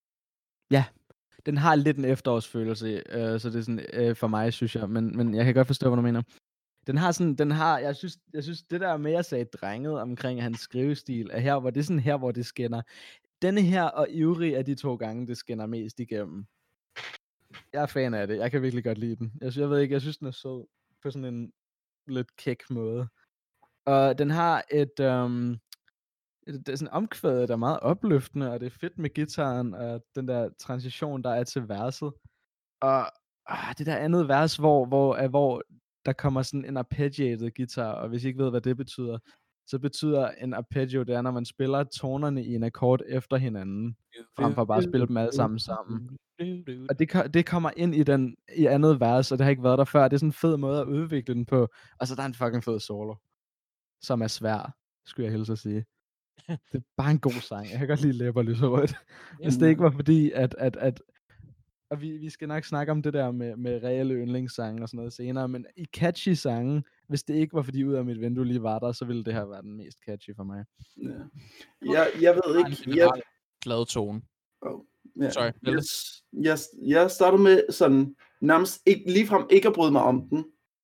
Den har lidt en efterårsfølelse, øh, så det er sådan, øh, for mig, synes jeg, men, men jeg kan godt forstå, hvad du mener. Den har sådan, den har, jeg synes, jeg synes det der med, jeg sagde drenget omkring hans skrivestil, er her, hvor det er sådan her, hvor det skinner. Denne her og ivrig er de to gange, det skinner mest igennem. Jeg er fan af det, jeg kan virkelig godt lide den. Jeg, synes, jeg ved ikke, jeg synes, den er sød på sådan en lidt kæk måde. Og den har et, øhm, et det er sådan omkvædet, der er meget opløftende, og det er fedt med gitaren, og den der transition, der er til verset. Og ah, det der andet vers, hvor, hvor, uh, hvor der kommer sådan en arpeggiated guitar, og hvis I ikke ved, hvad det betyder, så betyder en arpeggio, det er, når man spiller tonerne i en akkord efter hinanden, frem for bare at spille dem alle sammen sammen. Og det, ko- det kommer ind i den i andet vers, og det har ikke været der før. Det er sådan en fed måde at udvikle den på. Og så der er en fucking fed solo, som er svær, skulle jeg helst at sige. Det er bare en god sang. Jeg kan godt lide Læber lys og rødt. Hvis det ikke var fordi, at, at, at og vi, vi skal nok snakke om det der med, med reelle yndlingssange og sådan noget senere, men i catchy sange, hvis det ikke var fordi ud af mit vindue lige var der, så ville det her være den mest catchy for mig. Ja. Jeg, jeg ved En ikke. Jeg, generelt glad tone. ja. Sorry, jeg, Helle. jeg, jeg startede med sådan, nærmest ikke, ligefrem ikke at bryde mig om den,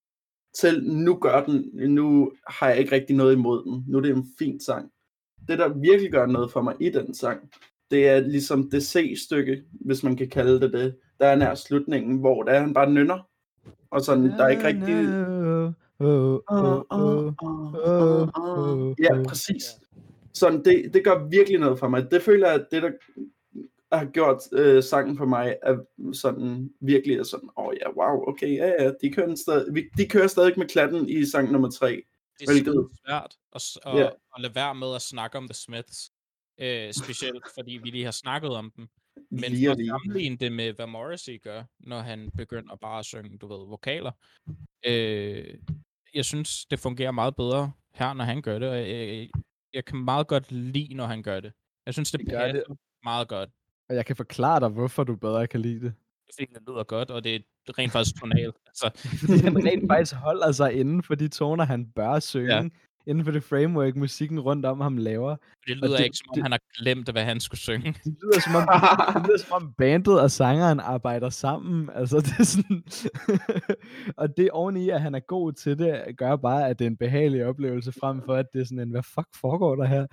til nu gør den, nu har jeg ikke rigtig noget imod den. Nu er det en fin sang. Det, der virkelig gør noget for mig i den sang, det er ligesom det C-stykke, hvis man kan kalde det det, der er nær slutningen, hvor der er han bare nynner. Og sådan, der er ikke rigtig... Oh, oh, oh, oh, oh, Ja, præcis. Sådan, det, det gør virkelig noget for mig. Det føler jeg, at det, der har gjort øh, sangen for mig, er sådan virkelig er sådan, åh oh, ja, wow, okay, ja, ja, de kører, stadig, vi- de kører stadig med klatten i sang nummer tre. Det er Hvilket- skide svært at, s- at, Ja. at lade være med at snakke om The Smiths. Øh, specielt fordi vi lige har snakket om dem. Men Lige for og at lige. sammenligne det med, hvad Morrissey gør, når han begynder bare at synge, du ved, vokaler. Øh, jeg synes, det fungerer meget bedre her, når han gør det. Og jeg, jeg kan meget godt lide, når han gør det. Jeg synes, det, Det gør passer det. meget godt. Og jeg kan forklare dig, hvorfor du bedre kan lide det. fordi det lyder godt, og det er rent faktisk tonal. Altså. Fordi han rent faktisk holder sig inden for de toner, han bør synge, ja. Inden for det framework, musikken rundt om ham laver. Det lyder det, ikke, som om det, han har glemt, hvad han skulle synge. Det lyder, som om, det lyder som om bandet og sangeren arbejder sammen. Altså, det er sådan og det oveni, at han er god til det, gør bare, at det er en behagelig oplevelse, frem for at det er sådan en, hvad fuck foregår der her?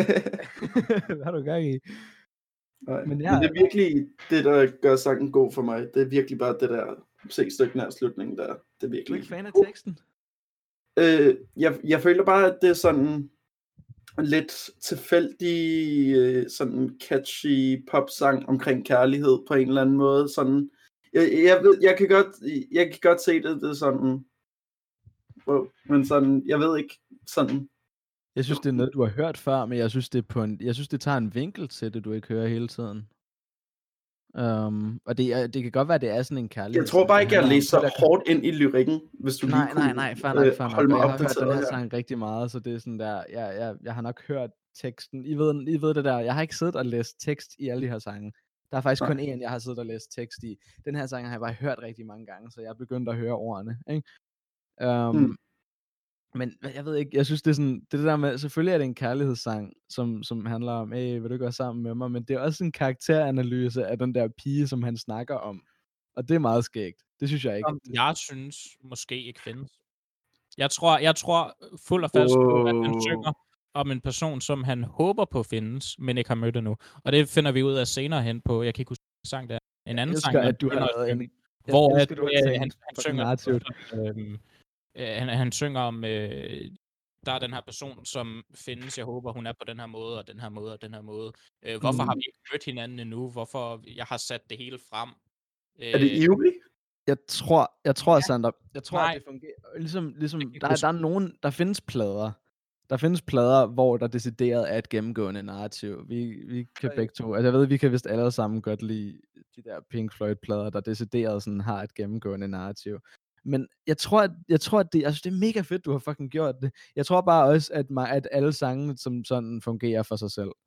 Hvad har du gang i? Nej, men, ja, men det er virkelig det, der gør sangen god for mig. Det er virkelig bare det der C-stykke nær slutningen der. Det er virkelig. Du er ikke fan af teksten? Øh, jeg, jeg føler bare, at det er sådan lidt tilfældig, øh, sådan catchy popsang omkring kærlighed på en eller anden måde. Sådan, jeg, jeg, ved, jeg, kan godt, jeg kan godt se det, det er sådan, wow, men sådan, jeg ved ikke, sådan. Jeg synes, det er noget, du har hørt før, men jeg synes, det, er på en, jeg synes, det tager en vinkel til det, du ikke hører hele tiden. Um, og det, det kan godt være, at det er sådan en kærlighed. Jeg tror bare ikke, jeg læser så hårdt ind i lyrikken, hvis du nej, lige kunne nej, nej, fair nok, fair nok. holde mig jeg har hørt den her her. sang rigtig meget, så det er sådan der, jeg, jeg, jeg har nok hørt teksten. I ved, I ved det der, jeg har ikke siddet og læst tekst i alle de her sange. Der er faktisk nej. kun én, jeg har siddet og læst tekst i. Den her sang har jeg bare hørt rigtig mange gange, så jeg er begyndt at høre ordene. Ikke? Um, hmm. Men jeg ved ikke, jeg synes det er sådan, det, det der med, selvfølgelig er det en kærlighedssang, som, som handler om, hey, vil du gå sammen med mig, men det er også en karakteranalyse af den der pige, som han snakker om, og det er meget skægt, det synes jeg ikke. Som jeg synes måske ikke findes. Jeg tror, jeg tror fuld og fast på, at han synger om en person, som han håber på findes, men ikke har mødt endnu, og det finder vi ud af senere hen på, jeg kan ikke huske sang der, en anden jeg elsker, sang, at du har lavet en, hvor jeg elsker, at, du har han, han, han synger øhm, Han, han synger om, øh, der er den her person, som findes, jeg håber, hun er på den her måde, og den her måde, og den her måde. Øh, hvorfor mm. har vi ikke mødt hinanden endnu? Hvorfor jeg har sat det hele frem? Øh, er det Ivy? Jeg tror, jeg tror, ja. Sander, jeg tror, Nej. at det fungerer. Ligesom, ligesom der, der er nogen, der findes plader. Der findes plader, hvor der decideret er et gennemgående narrativ. Vi, vi kan begge to, altså jeg ved, vi kan vist alle sammen godt lide de der Pink Floyd-plader, der decideret sådan har et gennemgående narrativ. Men jeg tror, at, jeg tror, at det, altså det er mega fedt, du har fucking gjort det. Jeg tror bare også, at, mig, at alle sangene som sådan fungerer for sig selv.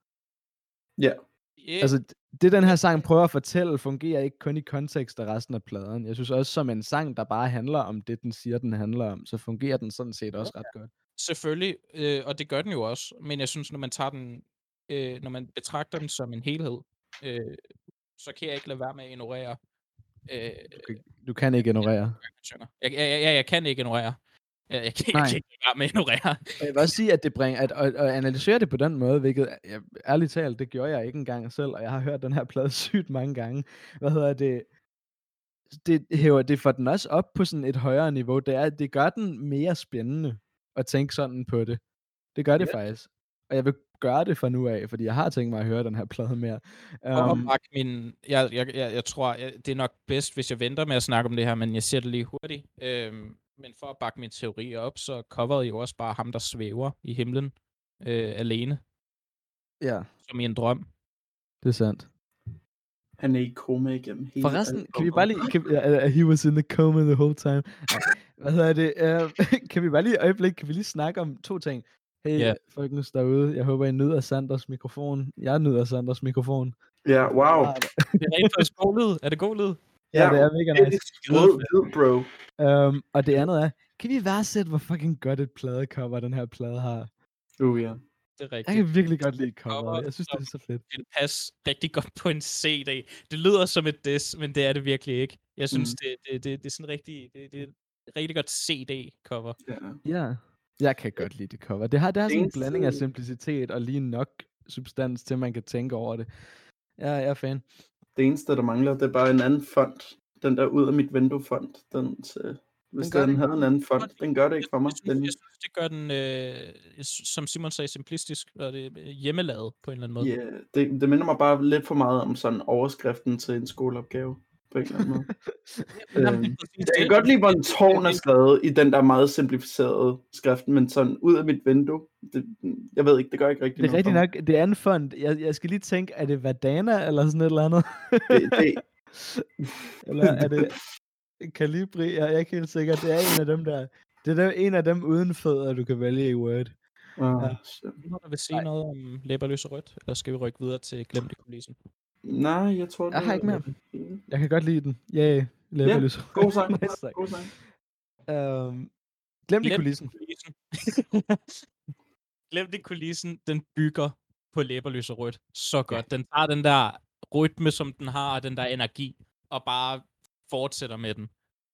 Ja. Yeah. Yeah. Altså, det den her sang prøver at fortælle, fungerer ikke kun i kontekst af resten af pladen. Jeg synes også, som en sang, der bare handler om det, den siger, den handler om, så fungerer den sådan set også ret godt. Selvfølgelig, øh, og det gør den jo også. Men jeg synes, når man tager den, øh, når man betragter den som en helhed, øh, så kan jeg ikke lade være med at ignorere. Øh, du, kan, du kan ikke ignorere. Jeg, jeg, jeg, jeg kan ikke ignorere. Jeg, jeg, kan, jeg kan ikke lade være med at ignorere. Jeg vil også sige, at det bringer, at, at, at analysere det på den måde, hvilket, jeg, ærligt talt, det gjorde jeg ikke engang selv, og jeg har hørt den her plade sygt mange gange. Hvad hedder det? Det hæver det for den også op på sådan et højere niveau. Det, er, det gør den mere spændende at tænke sådan på det. Det gør det yeah. faktisk. Og jeg vil gøre det fra nu af, fordi jeg har tænkt mig at høre den her plade mere. Um, og min, jeg, jeg, jeg, jeg tror, jeg, det er nok bedst, hvis jeg venter med at snakke om det her, men jeg siger det lige hurtigt. Øhm, men for at bakke min teori op, så coverede jo også bare ham, der svæver i himlen øh, alene. Ja. Som i en drøm. Det er sandt. Han er i koma igennem hele... Forresten, kan vi bare lige... Kan, uh, he was in the coma the whole time. Hvad hedder det? Uh, kan vi bare lige et øjeblik, kan vi lige snakke om to ting? Hey, yeah. folkens derude, jeg håber, I nyder Sanders mikrofon. Jeg nyder Sanders mikrofon. Ja, yeah, wow. Det er rent faktisk god lyd. Er det god lyd? Ja, ja, det er mega nice. Det er bro. Um, og det andet er, kan vi værdsætte, hvor fucking godt et pladecover den her plade har? Uh, ja. Det er rigtigt. Jeg kan virkelig godt lide coveret. Jeg synes, det er så fedt. Det passer rigtig godt på en C D. Det lyder som et diss, men det er det virkelig ikke. Jeg synes, mm. det, det, det, det er sådan rigtig, det, det er et rigtig godt C D-cover. Ja. ja. Jeg kan godt lide det cover. Det har, det har sådan en blanding af simplicitet og lige nok substans til, man kan tænke over det. Ja, jeg er fan. Det eneste, der mangler, det er bare en anden font. Den der ud af mit vindue-font. Den, så, hvis den, den havde en anden font, den gør det ikke for mig. Jeg synes, jeg synes det gør den, øh, som Simon sagde, simplistisk, og det er hjemmelavet på en eller anden måde. Ja, yeah, det, det minder mig bare lidt for meget om sådan overskriften til en skoleopgave. På en eller anden måde. øhm, jeg kan godt lide, hvor en tårn er skrevet i den der meget simplificerede skrift, men sådan ud af mit vindue, det, jeg ved ikke, det gør ikke rigtig noget. Det er rigtig nok, det er en font. Jeg, jeg skal lige tænke, er det Verdana eller sådan et eller andet? det, det... eller er det Calibri? Jeg er ikke helt sikker. Det er en af dem der. Det er en af dem uden fødder, du kan vælge i Word. Uh, ja. Vil sige noget om læberløs og rødt, eller skal vi rykke videre til glemt i kulissen? Nej, jeg tror, Jeg det har ikke mere. er... Jeg kan godt lide den. Yay. Læberlys. Ja, god sang. Nice sang. God sang. Øhm, glem det i kulissen. kulissen. Glem det kulissen. Den bygger på læberlys og rødt. Så godt. Ja. Den tager den der rytme, som den har, og den der energi, og bare fortsætter med den.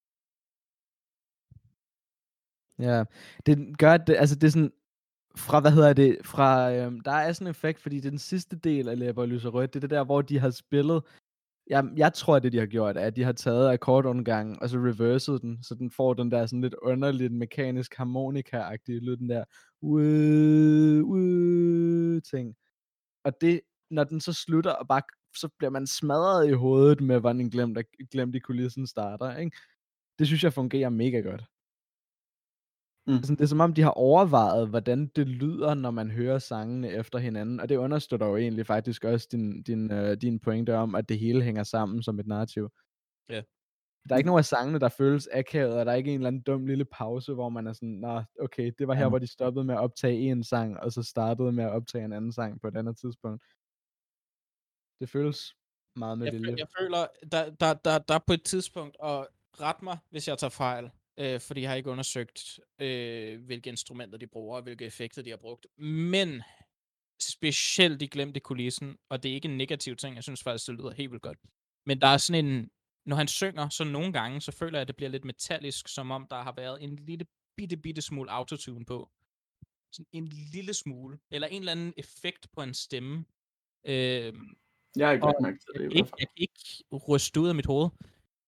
Ja, det gør det, altså det er sådan, fra, hvad hedder det, fra, øhm, der er sådan en effekt, fordi det er den sidste del af Læberlys og Rødt, det er det der, hvor de har spillet, jeg, jeg tror, det de har gjort, er, at de har taget akkordundgangen, og så reverset den, så den får den der sådan lidt underligt mekanisk harmonika-agtige lyd, den der, ude, ude, ting. Og det, når den så slutter, og bare, så bliver man smadret i hovedet med, hvordan en glemt, glemt i kulissen starter, ikke? Det synes jeg fungerer mega godt. Mm. Altså, det er som om, de har overvejet, hvordan det lyder, når man hører sangene efter hinanden, og det understøtter jo egentlig faktisk også din, din, øh, din pointe om, at det hele hænger sammen som et narrativ. Ja. Der er ikke nogen af sangene, der føles akavet, og der er ikke en eller anden dum lille pause, hvor man er sådan, nå, okay, det var her, hvor de stoppede med at optage en sang, og så startede med at optage en anden sang på et andet tidspunkt. Det føles meget med Jeg, vilje. føl- jeg føler, der, der, der, der er på et tidspunkt, og ret mig, hvis jeg tager fejl, øh, fordi jeg har ikke undersøgt, øh, hvilke instrumenter de bruger, og hvilke effekter de har brugt. Men specielt de glemte kulissen, og det er ikke en negativ ting, jeg synes faktisk, det lyder helt vildt godt. Men der er sådan en, når han synger, så nogle gange, så føler jeg, at det bliver lidt metallisk, som om der har været en lille bitte, bitte smule autotune på. Sådan en lille smule, eller en eller anden effekt på en stemme. Øh, Jeg har ikke lagt og mærke til det i jeg, kan hvert ikke, fald. jeg kan ikke ryste ud af mit hoved.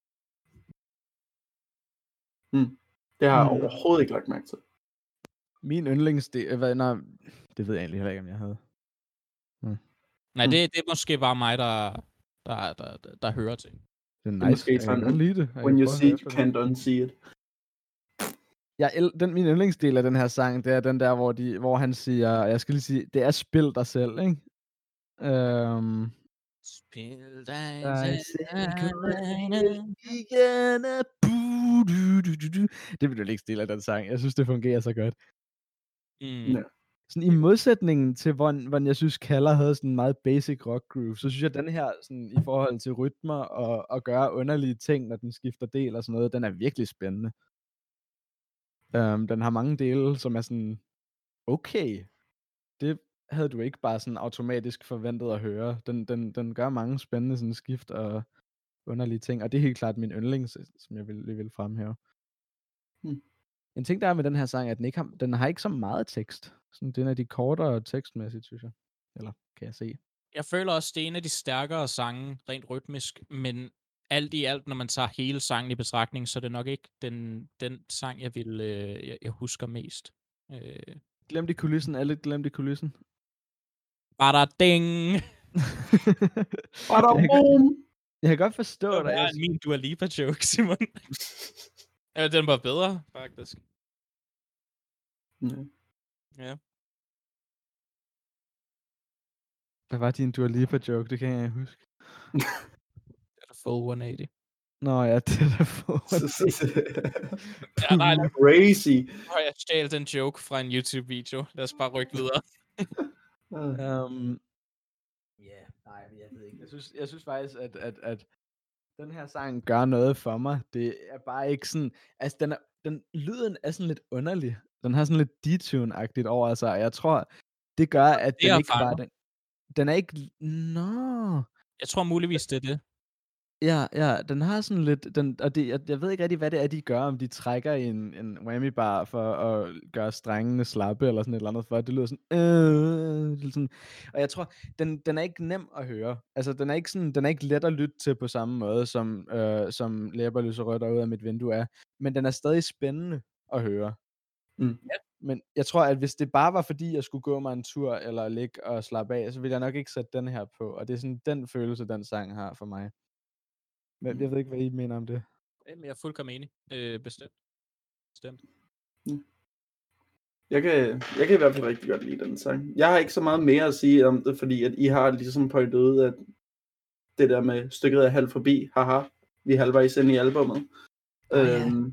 Mm. Det har jeg Mm. overhovedet ikke lagt mærke til. Min yndlingsdel, hvad, nej, det ved jeg egentlig heller ikke, om jeg havde. Nej, Mm. det, det er måske bare mig, der, der, der, der, der hører ting. Det er Det er nice, måske jeg kan sådan, godt lide det. Jeg when kan you prøve at see høre it, you efter det. can't unsee it. Ja, el- den, min yndlingsdel af den her sang, det er den der, hvor, de, hvor han siger, jeg skal lige sige, det er spil dig selv, ikke? Øhm, Spil dig dig selv. selv igen, bu, du, du, du, du. Det er min yndlingsdel af den sang. Jeg synes, det fungerer så godt. Mm. Ja. Sådan i modsætningen til, hvordan, hvordan jeg synes, Kaller havde sådan en meget basic rock groove, så synes jeg, at den her, sådan, i forhold til rytmer og, og gøre underlige ting, når den skifter del og sådan noget, den er virkelig spændende. Um, den har mange dele, som er sådan, okay, det havde du ikke bare sådan automatisk forventet at høre. Den, den, den gør mange spændende sådan skift og underlige ting, og det er helt klart min yndlings, som jeg vil, lige vil fremhæve. Hmm. En ting, der er med den her sang, at den, ikke har, den har ikke så meget tekst. Sådan, den er de kortere tekstmæssigt, synes jeg. Eller kan jeg se. Jeg føler også, det er en af de stærkere sange, rent rytmisk, men alt i alt, når man tager hele sangen i betragtning, så er det nok ikke den, den sang, jeg vil øh, jeg, jeg husker mest. Øh. Glemt i kulissen, alle glemt i kulissen. Bare der ding! Bada jeg, kan, boom! jeg kan godt forstå Det dig. var min Dua Lipa joke, Simon. Ja, den var bedre, faktisk. Ja. Ja. Hvad var din Dua Lipa joke? Det kan jeg ikke huske. Det er der full et hundrede og otte. Nå ja, det er da for. Ja, nej, nej. Crazy. Nu har jeg stjælet den joke fra en YouTube-video. Lad os bare rykke videre. um, yeah, nej, jeg ved ikke. Jeg synes, jeg synes faktisk, at, at, at den her sang gør noget for mig. Det er bare ikke sådan, altså den, er, den lyden er sådan lidt underlig. Den har sådan lidt detune-agtigt over sig, og jeg tror, det gør, at Det er den ikke fanger. bare, den, den er ikke, nå. Jeg tror muligvis, det er det. Ja, ja, den har sådan lidt, den, og det, jeg, jeg ved ikke rigtig, hvad det er, de gør, om de trækker i en, en whammy bar for at gøre strengene slappe, eller sådan et eller andet, for det lyder sådan, øh, sådan, og jeg tror, den, den er ikke nem at høre, altså den er ikke sådan, den er ikke let at lytte til på samme måde, som, øh, som Læberlys og Rødt ud af mit vindue er, men den er stadig spændende at høre. Mm. Ja. Men jeg tror, at hvis det bare var fordi, jeg skulle gå mig en tur, eller ligge og slappe af, så ville jeg nok ikke sætte den her på, og det er sådan den følelse, den sang har for mig. Men jeg ved ikke, hvad I mener om det. Jamen, jeg er fuldkommen enig. Øh, bestemt. Bestemt. Mm. Jeg kan, jeg kan i hvert fald rigtig godt lide den sang. Jeg har ikke så meget mere at sige om det, fordi at I har ligesom pointet ud, at det der med stykket er halvt forbi, haha, vi er halvvejs inde i albummet. Oh, ja. øhm,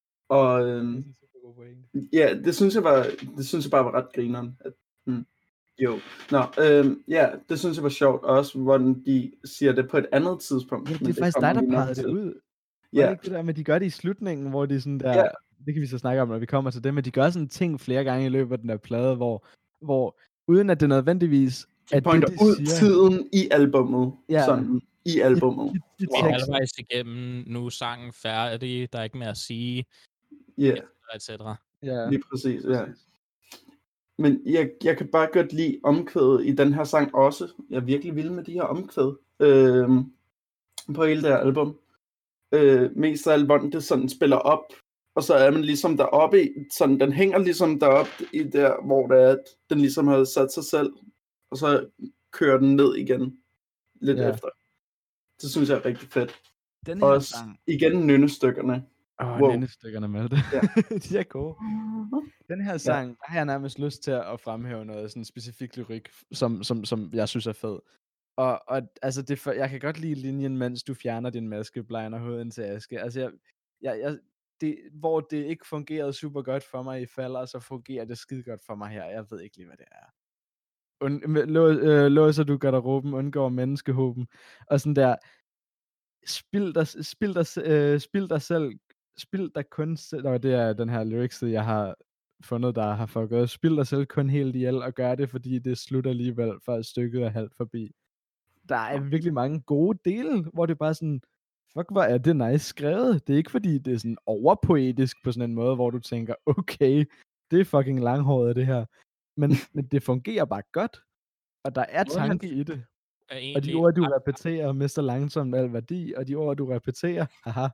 og øhm, ja, det synes jeg var, det synes jeg bare var ret grineren. At, mm, Jo. Nå, øhm, ja, det synes jeg var sjovt også, hvordan de siger det på et andet tidspunkt. Ja, det men er faktisk kommer dig, der vi nok pegede det til. ud. Var det Ja, ikke det der med, at de gør det i slutningen, hvor de sådan der... Ja. Det kan vi så snakke om, når vi kommer til det, men de gør sådan en ting flere gange i løbet af den der plade, hvor, hvor uden at det nødvendigvis de er pointer det, de ud siger... tiden i albummet. Ja. Sådan, i albummet. I, i, i Vi er teksten. halvvejs igennem, nu er sangen færdig, der er ikke mere at sige, Ja, et cetera. Ja, lige præcis, ja. præcis. Men jeg, jeg kan bare godt lide omkvædet i den her sang også. Jeg er virkelig vild med de her omkvæd øh, på hele det her album. Øh, mest af alt, hvordan det sådan spiller op, og så er man ligesom deroppe i, sådan, den hænger ligesom deroppe i der, hvor det er, at den ligesom har sat sig selv, og så kører den ned igen lidt Ja. efter. Det synes jeg er rigtig fedt. Den her Også sang... igen nynnestykkerne. Åh, oh, Wow. nynnestykkerne med det. Ja. De er gode. Den her sang, der har jeg nærmest lyst til at fremhæve noget sådan specifik lyrik, som, som, som jeg synes er fed. Og, og altså, det for, jeg kan godt lide linjen, mens du fjerner din maske, blegner hovedet til aske. Altså, jeg, jeg, jeg, det, hvor det ikke fungerede super godt for mig i falder, så fungerer det skide godt for mig her. Jeg ved ikke lige, hvad det er. Und, lå, øh, låser du garderoben, undgår menneskehåben. Og sådan der, spil dig, spil dig, øh, spil dig selv, spil dig kun selv, og det er den her lyrics, jeg har fundet, der har fucket. Spil dig selv kun helt ihjel, og gør det, fordi det slutter alligevel, før stykket er halvt forbi. Der er virkelig mange gode dele, hvor det er bare sådan, fuck, hvor er det nice skrevet. Det er ikke fordi, det er sådan overpoetisk på sådan en måde, hvor du tænker, okay, det er fucking langhåret det her. Men, men det fungerer bare godt, og der er tanke i det. Og de ord, du repeterer, mister langsomt al værdi, og de ord, du repeterer, haha.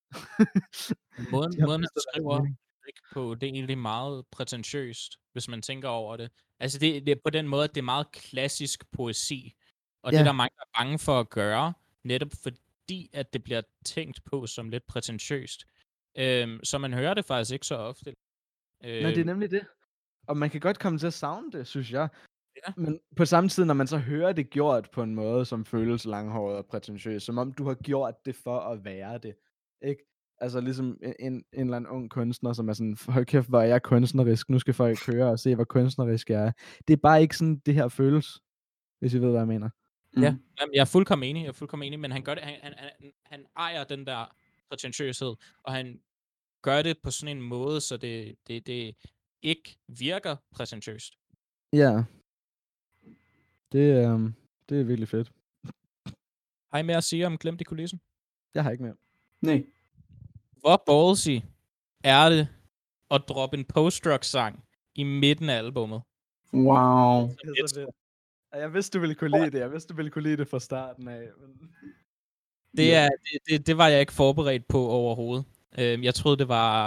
Måden, De har måden han mistet deres skriver mening. ikke på, det er egentlig meget prætentiøst, hvis man tænker over det. Altså det, det er på den måde, at det er meget klassisk poesi, og Ja. det er der mange, der er bange for at gøre, netop fordi, at det bliver tænkt på som lidt prætentiøst. Øhm, så man hører det faktisk ikke så ofte. Øhm, Nej, det er nemlig det. Og man kan godt komme til at savne det, synes jeg. Ja. Men på samme tid, når man så hører det gjort på en måde, som føles langhåret og prætentiøs, som om du har gjort det for at være det. Ikke? Altså ligesom en, en eller anden ung kunstner, som er sådan, hold kæft, hvor er jeg kunstnerisk, nu skal folk høre og se, hvor kunstnerisk jeg er. Det er bare ikke sådan, det her føles, hvis I ved, hvad jeg mener. Ja, jamen, jeg er fuldkommen enig, jeg er fuldkommen enig, men han gør det, han, han, han, han ejer den der prætentiøshed, og han gør det på sådan en måde, så det, det, det ikke virker prætentiøst. Ja. Det, øhm, det er virkelig fedt. Har I mere at sige om Glemt i kulissen? Jeg har ikke mere. Nej. Hvor ballsy er det at droppe en post-rock-sang i midten af albummet? Wow. Det er så fedt. Jeg vidste, du ville kunne lide det. Jeg vidste, du ville kunne lide det fra starten af. Men... Det, er, det, det, det var jeg ikke forberedt på overhovedet. Øhm, jeg troede, det var...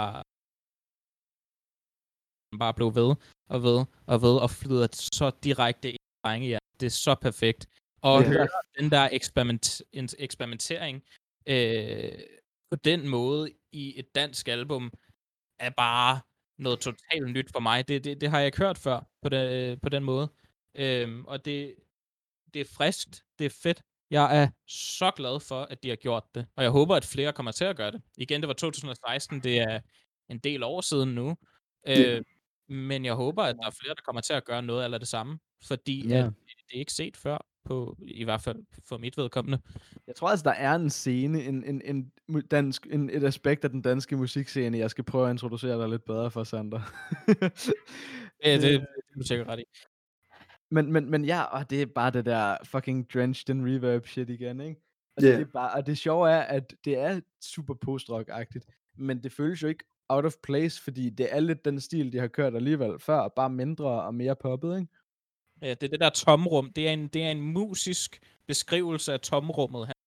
bare blev ved og ved og ved og flyder så direkte ind i drenge. Ja, det er så perfekt. Og Ja. høre den der eksperiment, eksperimentering øh, på den måde i et dansk album er bare noget totalt nyt for mig. Det, det, det har jeg ikke hørt før på, det, på den måde. Øhm, og det, det er friskt, det er fedt. Jeg er så glad for, at de har gjort det. Og jeg håber, at flere kommer til at gøre det. Igen, det var to tusind og seksten, det er en del år siden nu. Ja. Øh, men jeg håber, at der er flere, der kommer til at gøre noget eller det samme. Fordi Ja. at det er ikke set før, på, i hvert fald for mit vedkommende. Jeg tror altså, der er en scene, en, en, en dansk, en, et aspekt af den danske musikscene, jeg skal prøve at introducere dig lidt bedre for, Sander. Ja, det, det, det er du sikkert ret i. Men, men, men ja, og det er bare det der fucking drenched in reverb shit igen, ikke? Og, Yeah. det er bare, og det sjove er, at det er super post-rock-agtigt, men det føles jo ikke out of place, fordi det er lidt den stil, de har kørt alligevel før, bare mindre og mere poppet, ikke? Ja, det er det der tomrum. Det er en, det er en musisk beskrivelse af tomrummet her.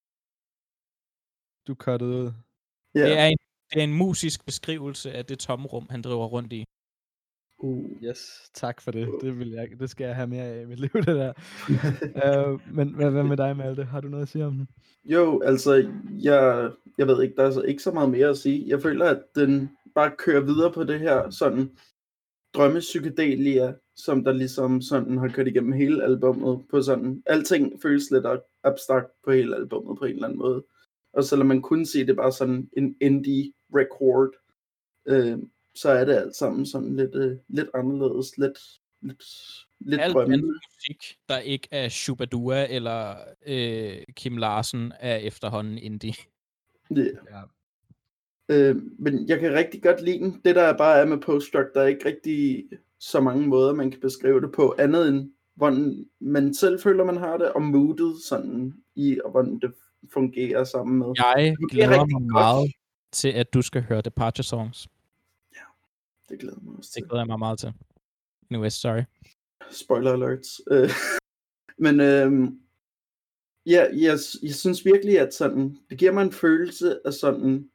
Du cuttede ud. Yeah. Det, er en, det er en musisk beskrivelse af det tomrum, han driver rundt i. Uh. Yes, tak for det. Det, vil jeg, det skal jeg have mere af i mit liv, det der. uh, men hvad, hvad med dig, Malte? Har du noget at sige om den? Jo, altså, jeg, jeg ved ikke, der er så ikke så meget mere at sige. Jeg føler, at den bare kører videre på det her sådan drømmepsykedelia, som der ligesom sådan har kørt igennem hele albummet på sådan. Alting føles lidt abstrakt på hele albummet på en eller anden måde. Og selvom man kunne se det bare sådan en indie record, øh, så er det alt sammen sådan lidt, øh, lidt anderledes, lidt, lidt, lidt Alt drømmende. andet musik, der ikke er Shubadua eller øh, Kim Larsen, er efterhånden indie. Yeah. Ja. Øh, men jeg kan rigtig godt lide den. Det der bare er med post-rock, der er ikke rigtig så mange måder, man kan beskrive det på, andet end hvordan man selv føler, man har det, og moodet sådan i, og hvordan det fungerer sammen med. Jeg Det glæder rigtig mig godt. meget til, at du skal høre Departure Songs. Det glæder mig også til. Det glæder jeg mig meget til. Anyways, sorry. Spoiler alerts. Øh, men øhm, ja, jeg, jeg synes virkelig, at sådan, det giver mig en følelse af sådan,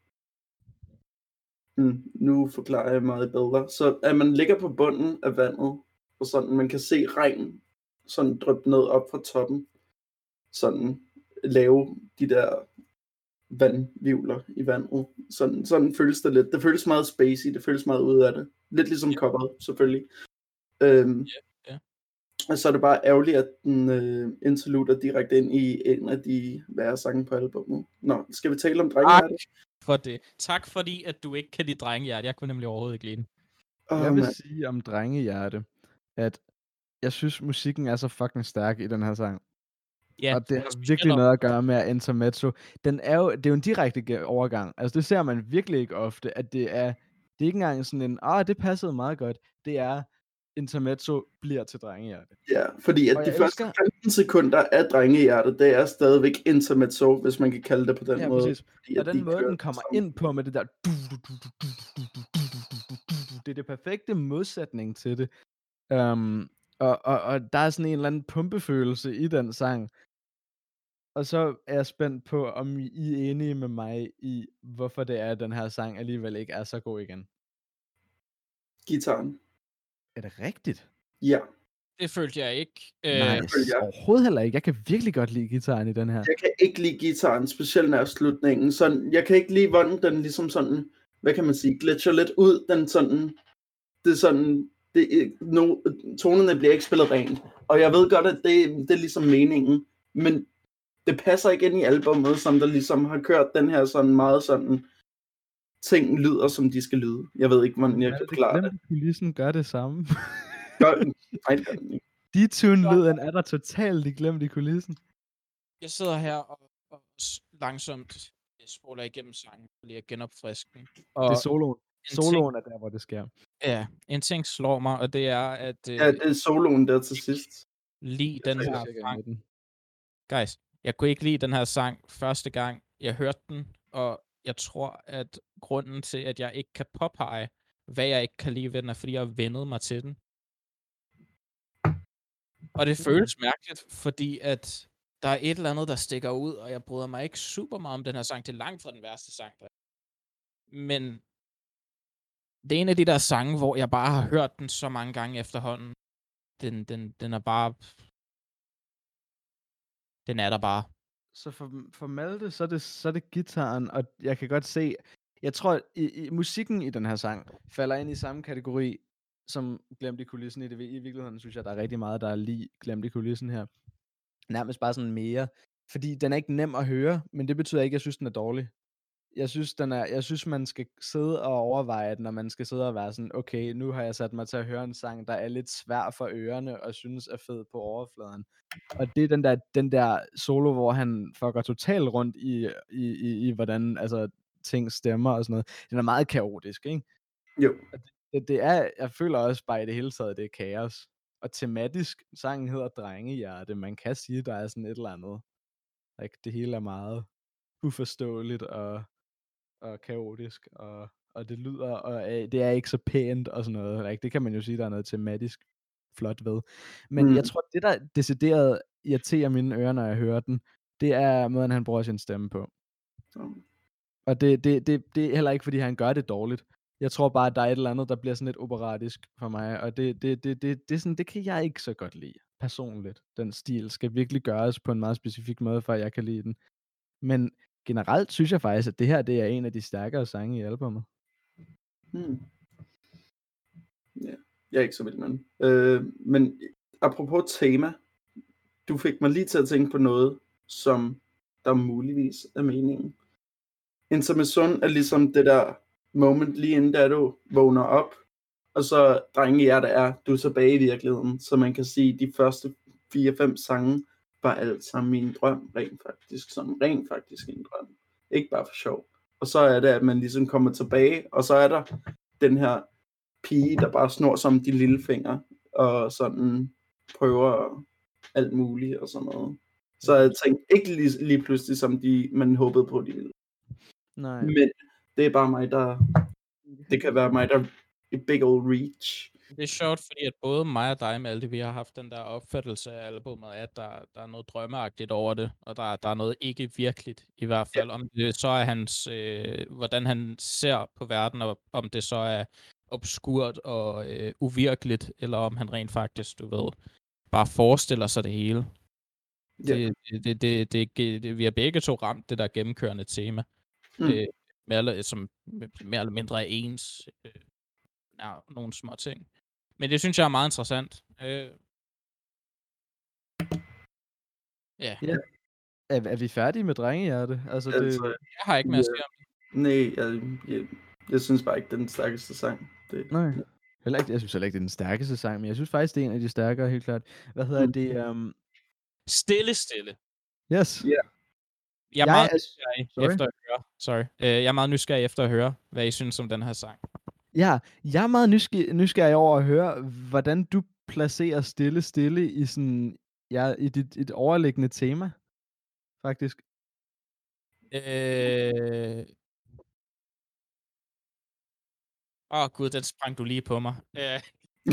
mm, nu forklarer jeg meget bedre, så at man ligger på bunden af vandet, og sådan, man kan se regn sådan dryppe ned op fra toppen, sådan lave de der vandvivler i vandet. Sådan, sådan føles det lidt. Det føles meget spacey, det føles meget ud af det. Lidt ligesom Ja. Copper, selvfølgelig. Øhm, Ja, ja. Og så er det bare ærgerligt, at den øh, interluder direkte ind i en af de værre sange på albumet. Nå, skal vi tale om drengehjerte? For det. Tak fordi, at du ikke kan lide drengehjerte. Jeg kunne nemlig overhovedet ikke lide den. Oh, Jeg vil man. sige om drengehjerte, at jeg synes, musikken er så fucking stærk i den her sang. Ja, Og det den er har speciel virkelig op- noget at gøre med intermezzo. Den er jo, det er jo en direkte ge- overgang. Altså det ser man virkelig ikke ofte, at det er, det er ikke engang sådan en, ah, det passede meget godt. Det er, intermezzo bliver til drengehjerte. Ja, fordi at Og de jeg første elsker- femten sekunder af drengehjerte, det er stadigvæk intermezzo, hvis man kan kalde det på den Ja, måde. præcis. Fordi, Og at den de måde, kører den kommer sammen. ind på med det der, du, du, du, du, du, du, du, du, du, du, du, du. Det er det perfekte modsætning til det. Um, og, og, og der er sådan en eller anden pumpefølelse i den sang. Og så er jeg spændt på, om I er enige med mig i, hvorfor det er, at den her sang alligevel ikke er så god igen. Gitaren. Er det rigtigt? Ja. Det følte jeg ikke. Øh, Nej, følger jeg. overhovedet heller ikke. Jeg kan virkelig godt lide gitaren i den her. Jeg kan ikke lide gitaren, specielt nær slutningen. Sådan, jeg kan ikke lide, hvordan den ligesom sådan, hvad kan man sige, glitcher lidt ud. Den sådan, det er sådan, det, no, tonerne bliver ikke spillet rent. Og jeg ved godt, at det, det er ligesom meningen, men det passer ikke ind i albummet, som der ligesom har kørt den her sådan meget sådan, ting lyder, som de skal lyde. Jeg ved ikke, hvordan jeg kan forklare det. Kulissen gør det samme. Gør den. Nej, det gør den ikke. Detune-lyden er der totalt i glemt i kulissen. Jeg sidder her og, og s- langsomt spoler igennem sangen, for lige at genopfriske den. Og Det er soloen. en Soloen er der, hvor det sker. Ja, en ting slår mig, og det er, at øh, Ja, det er soloen der til sidst. lige den Jeg her Cirka i sang. midten. Guys, jeg kunne ikke lide den her sang første gang, jeg hørte den, og jeg tror, at grunden til, at jeg ikke kan påpege, hvad jeg ikke kan lide ved den, er, fordi jeg har vendet mig til den. Og det føles mærkeligt, fordi at der er et eller andet, der stikker ud, og jeg bryder mig ikke super meget om den her sang. Det er langt fra den værste sang. Der. Men det er en af de der sange, hvor jeg bare har hørt den så mange gange efterhånden. Den, den, den er bare... Den er der bare. Så for, for Malte, så er, det, så er det gitaren, og jeg kan godt se, jeg tror, i, i musikken i den her sang falder ind i samme kategori, som Glemt i kulissen i det. I virkeligheden synes jeg, der er rigtig meget, der er lige Glemt i kulissen her. Nærmest bare sådan mere, fordi den er ikke nem at høre, men det betyder ikke, at jeg synes, den er dårlig. Jeg synes, den er, jeg synes, man skal sidde og overveje den, når man skal sidde og være sådan, okay, nu har jeg sat mig til at høre en sang, der er lidt svær for ørerne, og synes er fed på overfladen. Og det er den der, den der solo, hvor han fucker totalt rundt i, i, i, i hvordan altså, ting stemmer og sådan noget. Den er meget kaotisk, ikke? Jo. Det, det er, jeg føler også bare i det hele taget, det er kaos. Og tematisk, sangen hedder Drengehjerte. Man kan sige, der er sådan et eller andet. Like, det hele er meget uforståeligt og, og kaotisk, og, og det lyder, og øh, det er ikke så pænt og sådan noget. Like, det kan man jo sige, der er noget tematisk flot ved. Men Mm. jeg tror, det der decideret irriterer mine ører, når jeg hører den, det er måden, han bruger sin stemme på. Mm. Og det, det, det, det er heller ikke, fordi han gør det dårligt. Jeg tror bare, at der er et eller andet, der bliver sådan lidt operatisk for mig, og det, det, det, det, det, er sådan, det kan jeg ikke så godt lide, personligt. Den stil skal virkelig gøres på en meget specifik måde, for at jeg kan lide den. Men generelt synes jeg faktisk, at det her, det er en af de stærkere sange i albumet. Hmm. Ja, jeg er ikke så vild med den. Øh, men apropos tema, du fik mig lige til at tænke på noget, som der muligvis er meningen. Intermission er ligesom det der moment lige inden, da du vågner op, Og så Drengehjerte er Du er tilbage i virkeligheden, så man kan sige, de første fire fem sange var alt sammen en drøm, rent faktisk, som rent faktisk en drøm. Ikke bare for sjov. Og så er det, at man ligesom kommer tilbage, og så er der den her pige, der bare snor som de lille fingre, og sådan prøver alt muligt og sådan noget. Så jeg tænkte ikke lige, lige pludselig, som de, man håbede på, de ville. Nej. Men det er bare mig, der... Det kan være mig, der... Et big old reach. Det er sjovt, fordi at både mig og dig, Malte, vi har haft den der opfattelse af albumet, at der, der er noget drømmeagtigt over det, og der, der er noget ikke virkeligt, i hvert fald. Ja. Om det så er hans, øh, hvordan han ser på verden, og om det så er obskurt og øh, uvirkeligt, eller om han rent faktisk, du ved, bare forestiller sig det hele. Ja. Det, det, det, det, det, det, vi har begge to ramt det der gennemkørende tema, mm. øh, mere, som mere eller mindre er ens. Øh, Ja, nogle små ting. Men det synes jeg er meget interessant. Øh... Ja. ja. Er, er vi færdige med Drengehjerte? Altså, det... altså, jeg har ikke mere at sige om det. Nej, jeg, jeg, jeg synes bare ikke, det er den stærkeste sang. Det... Nej. Heller ikke, jeg synes heller ikke, det er den stærkeste sang, men jeg synes faktisk, det er en af de stærkere, helt klart. Hvad hedder mm. det? Um... Stille, stille. Yes. Yeah. Jeg er jeg meget er... nysgerrig Sorry? efter at høre. Sorry. Uh, jeg er meget nysgerrig efter at høre, hvad I synes om den her sang. Ja, jeg er meget nysgerrig, nysgerrig over at høre, hvordan du placerer Stille Stille i sådan, ja, i dit et overliggende tema, faktisk. Øh... Åh oh, gud, den sprang du lige på mig. Øh...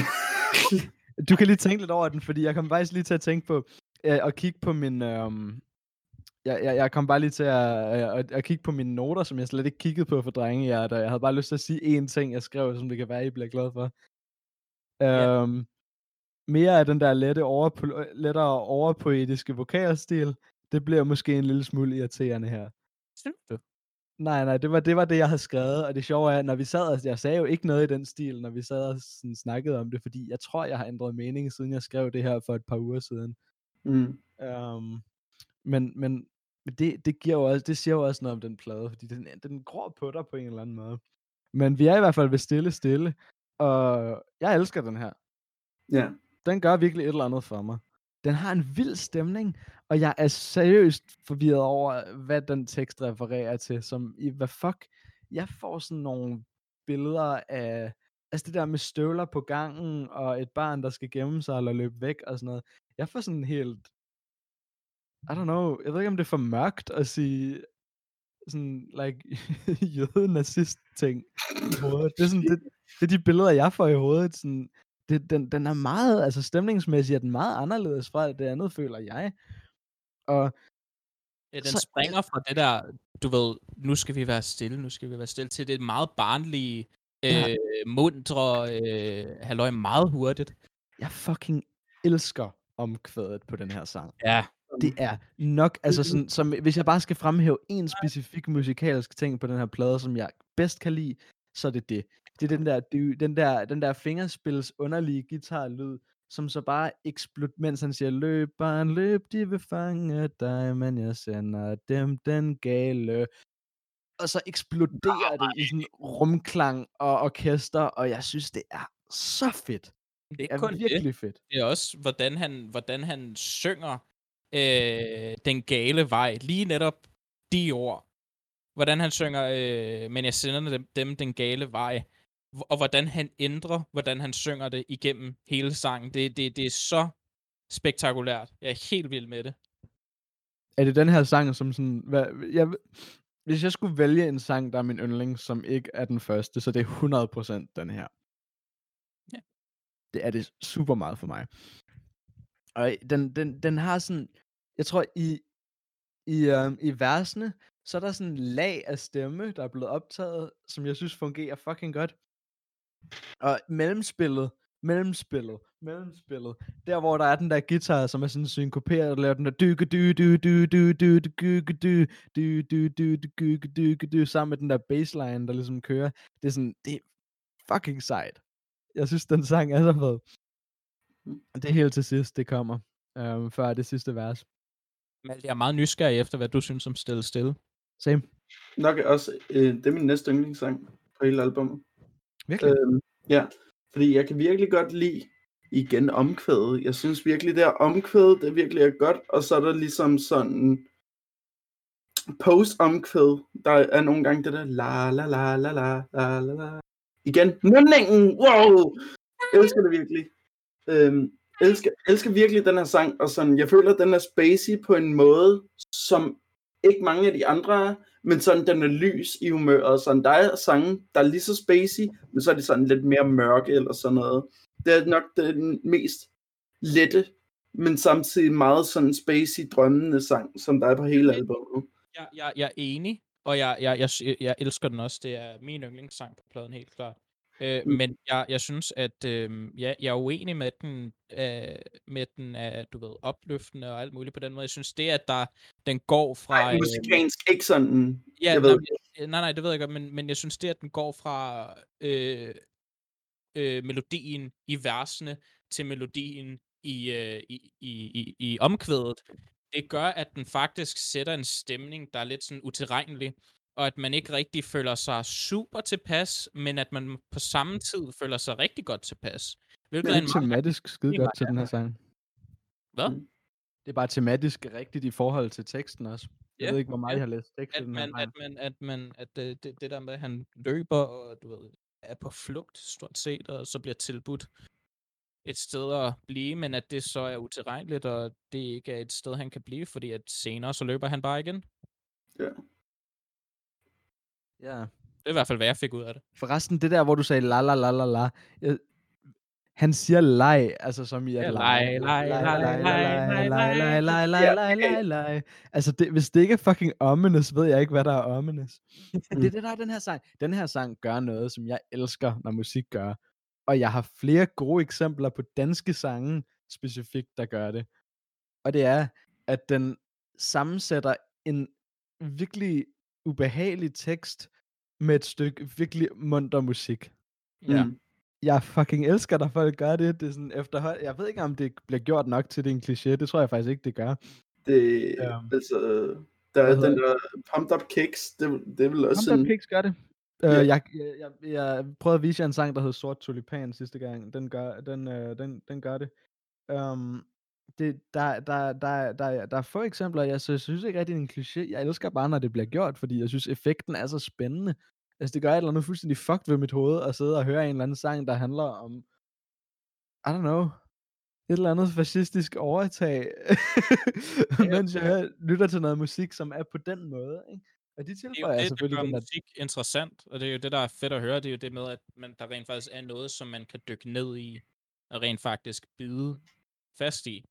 Du kan lige tænke lidt over den, fordi jeg kom faktisk lige til at tænke på, øh, at kigge på min, øh, jeg, jeg, jeg kom bare lige til at, øh, at, at kigge på mine noter, som jeg slet ikke kiggede på for Drengehjerte. Jeg havde bare lyst til at sige én ting, jeg skrev, som det kan være, I bliver glad for. Ja. Um, mere af den der lette overpo- lettere overpoetiske vokalstil, det bliver måske en lille smule irriterende her. Synes du? Nej, nej, det var, det var det, jeg havde skrevet, og det sjove er, når vi sad, og jeg sagde jo ikke noget i den stil, når vi sad og sådan snakkede om det, fordi jeg tror, jeg har ændret mening, siden jeg skrev det her for et par uger siden. Mm. Um, men men det, det, giver jo også, det siger jo også noget om den plade, fordi den, den gror på dig på en eller anden måde. Men vi er i hvert fald ved Stille Stille, og jeg elsker den her. Ja. Yeah. Den gør virkelig et eller andet for mig. Den har en vild stemning, og jeg er seriøst forvirret over, hvad den tekst refererer til, som i, hvad fuck, jeg får sådan nogle billeder af, altså det der med støvler på gangen, og et barn, der skal gemme sig, eller løbe væk, og sådan noget. Jeg får sådan helt, I don't know, jeg ved ikke, om det er for mørkt at sige, sådan, like, jøde-nazist-ting i hovedet. Det er sådan, det, det er de billeder, jeg får i hovedet, sådan, Det, den, den er meget, altså stemningsmæssigt er den meget anderledes fra det andet, føler jeg. Og ja, den så, springer fra det der, du ved, nu skal vi være stille, nu skal vi være stille, til det meget barnlige, ja. øh, mundre, øh, halløj, meget hurtigt. Jeg fucking elsker omkvædet på den her sang. Ja. Det er nok, altså sådan, som, hvis jeg bare skal fremhæve en specifik musikalsk ting på den her plade, som jeg bedst kan lide, så er det det. Det er den der, den der, den der fingerspils underlige guitarlyd, som så bare eksploderer, mens han siger, løb barn, løb, de vil fange dig, men jeg sender dem den gale. Og så eksploderer det i sådan rumklang og orkester, og jeg synes, det er så fedt. Det er, er kun virkelig det. fedt. Det er også, hvordan han, hvordan han synger øh, den gale vej. Lige netop de ord. Hvordan han synger, øh, men jeg sender dem, dem den gale vej. Og hvordan han ændrer, hvordan han synger det igennem hele sangen. Det, det, det er så spektakulært. Jeg er helt vild med det. Er det den her sang, som sådan... Hvad, jeg, hvis jeg skulle vælge en sang, der er min yndling, som ikke er den første, så det er hundrede procent den her. Ja. Det er det super meget for mig. Og den, den, den har sådan... Jeg tror, i, i, øh, i versene, så er der sådan en lag af stemme, der er blevet optaget, som jeg synes fungerer fucking godt. Og mellemspillet, mellemspillet, mellemspillet, der hvor der er den der guitar, som er sådan synkoperet, og laver den der dykke dy dy dy dy dy dy dy dy dy dy dy dy dy sammen med den der bassline, der ligesom kører. Det er sådan, det er fucking sejt. Jeg synes, den sang er så fed. Det er helt til sidst, det kommer, um, før det sidste vers. Malte, jeg er meget nysgerrig efter, hvad du synes om Stille Stille. Same. Nok også, øh, det er min næste yndlingssang på hele albumet. Virkelig? Øhm, ja, Fordi jeg kan virkelig godt lide, igen, omkvædet. Jeg synes virkelig, det er omkvædet, det virkelig er godt. Og så er der ligesom sådan post-omkvæd. Der er nogle gange det der la la la la la la la la. Igen, mundingen, wow! Jeg elsker det virkelig. Øhm, elsker, elsker virkelig den her sang, og sådan, jeg føler, at den er spacey på en måde, som ikke mange af de andre er, men sådan, den er lys i humøret. Sådan, der er sange, der er lige så spacey, men så er de sådan lidt mere mørke, eller sådan noget. Det er nok den mest lette, men samtidig meget sådan spacey, drømmende sang, som der er på hele albumet. Jeg, jeg, jeg er enig, og jeg, jeg, jeg, jeg elsker den også. Det er min yndlingssang på pladen, helt klart. Øh, mm. Men jeg, jeg synes, at øh, ja, jeg er uenig med den, øh, med den er, du ved, opløftende og alt muligt på den måde. Jeg synes, det at der, den går fra... Nej, musikalsk, øh, ikke sådan... Ja, jeg nej, ved. nej, nej, det ved jeg godt, men, men jeg synes, det at den går fra øh, øh, melodien i versene til melodien i, øh, i, i, i, i omkvædet, det gør, at den faktisk sætter en stemning, der er lidt sådan utilregnelig, og at man ikke rigtig føler sig super tilpas, men at man på samme tid føler sig rigtig godt tilpas. Hvilket det er, er tematisk skide godt til den her sang. Hvad? Det er bare tematisk rigtigt i forhold til teksten også. Jeg ja, ved ikke, hvor meget ja. jeg har læst tekst at i den her man, sang. At man, at man, at det, det, det der med, at han løber, og du ved, er på flugt stort set, og så bliver tilbudt et sted at blive, men at det så er utilregneligt, og det ikke er et sted, han kan blive, fordi at senere så løber han bare igen. Ja. Ja. Det er i hvert fald, hvad jeg fik ud af det. Forresten, det der, hvor du sagde la la la la la, jeg, han siger leg, altså som i at lege, lege, lege, lege, lege, lege, lege, lege, lege, lege, lege. Altså, det, hvis det ikke er fucking ominous, ved jeg ikke, hvad der er ominous. Men det er det, der er den her sang. Den her sang gør noget, som jeg elsker, når musik gør. Og jeg har flere gode eksempler på danske sange, specifikt, der gør det. Og det er, at den sammensætter en virkelig ubehagelig tekst med et stykke virkelig munter musik. Ja. Mm. Jeg fucking elsker, når folk gør det. Det er sådan efterhånden. Jeg ved ikke, om det bliver gjort nok til det en kliché. Det tror jeg faktisk ikke, det gør. Det, um, altså, der er den der Pumped Up Kicks, det, det er vel også Pumped en... Up Kicks gør det. Yeah. Uh, jeg, jeg, jeg, jeg prøvede at vise jer en sang, der hed Sort Tulipan sidste gang. Den gør, den, uh, den, den gør det. Um, det der, der, der, der, der er få eksempler. Jeg synes, jeg synes ikke rigtig, det er en kliché. Jeg elsker bare, når det bliver gjort, fordi jeg synes, effekten er så spændende. Altså, det gør et eller andet fuldstændig fucked ved mit hoved, at sidde og høre en eller anden sang, der handler om, I don't know, et eller andet fascistisk overtag, mens jeg hører, lytter til noget musik, som er på den måde, ikke? Og de tilføjer det er jo det, selvfølgelig der gør den der... musik interessant, og det er jo det, der er fedt at høre. Det er jo det med, at man, der rent faktisk er noget, som man kan dykke ned i, og rent faktisk bide fast i.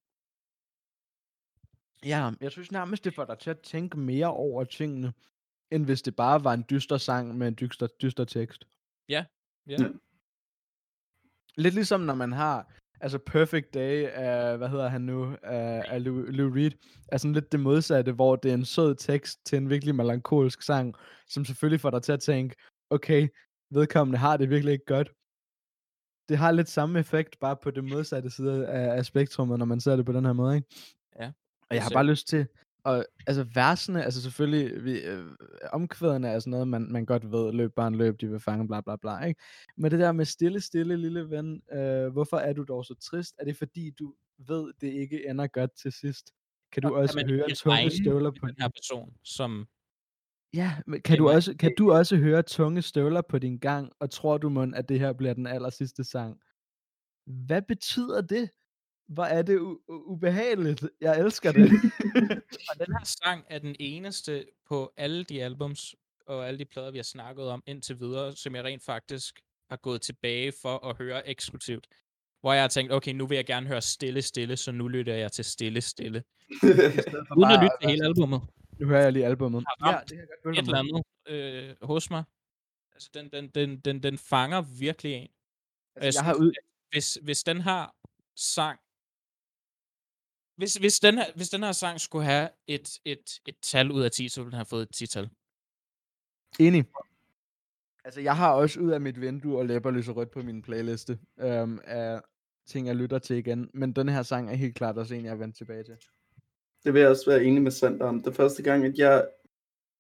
Ja, jeg synes nærmest, det får dig til at tænke mere over tingene, end hvis det bare var en dyster sang med en dyster, dyster tekst. Ja, ja. Ja. Lidt ligesom når man har, altså Perfect Day af, hvad hedder han nu, af, af Lou, Lou Reed, er sådan lidt det modsatte, hvor det er en sød tekst til en virkelig melankolsk sang, som selvfølgelig får dig til at tænke, okay, vedkommende har det virkelig ikke godt. Det har lidt samme effekt, bare på det modsatte side af, af spektrummet, når man ser det på den her måde, ikke? Ja. Og jeg har bare lyst til, og altså versene, altså selvfølgelig, vi, øh, omkvædene er sådan noget, man, man godt ved, løb bare en løb, de vil fange, bla bla bla, ikke? Men det der med stille, stille, lille ven, øh, hvorfor er du dog så trist? Er det fordi, du ved, det ikke ender godt til sidst? Kan du og også kan høre tunge støvler på den her person, som... Ja, men kan, du også, kan du også høre tunge støvler på din gang, og tror du, mon, at det her bliver den aller sidste sang? Hvad betyder det? Hvor er det u- u- ubehageligt. Jeg elsker det. Og den her sang er den eneste på alle de albums og alle de plader, vi har snakket om indtil videre, som jeg rent faktisk har gået tilbage for at høre eksklusivt. Hvor jeg har tænkt, okay, nu vil jeg gerne høre stille, stille, så nu lytter jeg til stille, stille. Uden at lytte til hele albummet. Nu hører jeg lige albummet. Ja, det kan godt et eller andet øh, hos mig. Altså, den, den, den, den, den fanger virkelig en. Altså, jeg, jeg har ud... hvis, hvis den her sang Hvis, hvis, den her, hvis den her sang skulle have et, et, et tal ud af ti, så ville den have fået et ti-tal. Enig. Altså, jeg har også ud af mit vindue og læber lyser rødt på min playliste øhm, af ting, jeg lytter til igen. Men den her sang er helt klart også en, jeg er vendt tilbage til. Det vil jeg også være enig med Sander om. Det første gang, at jeg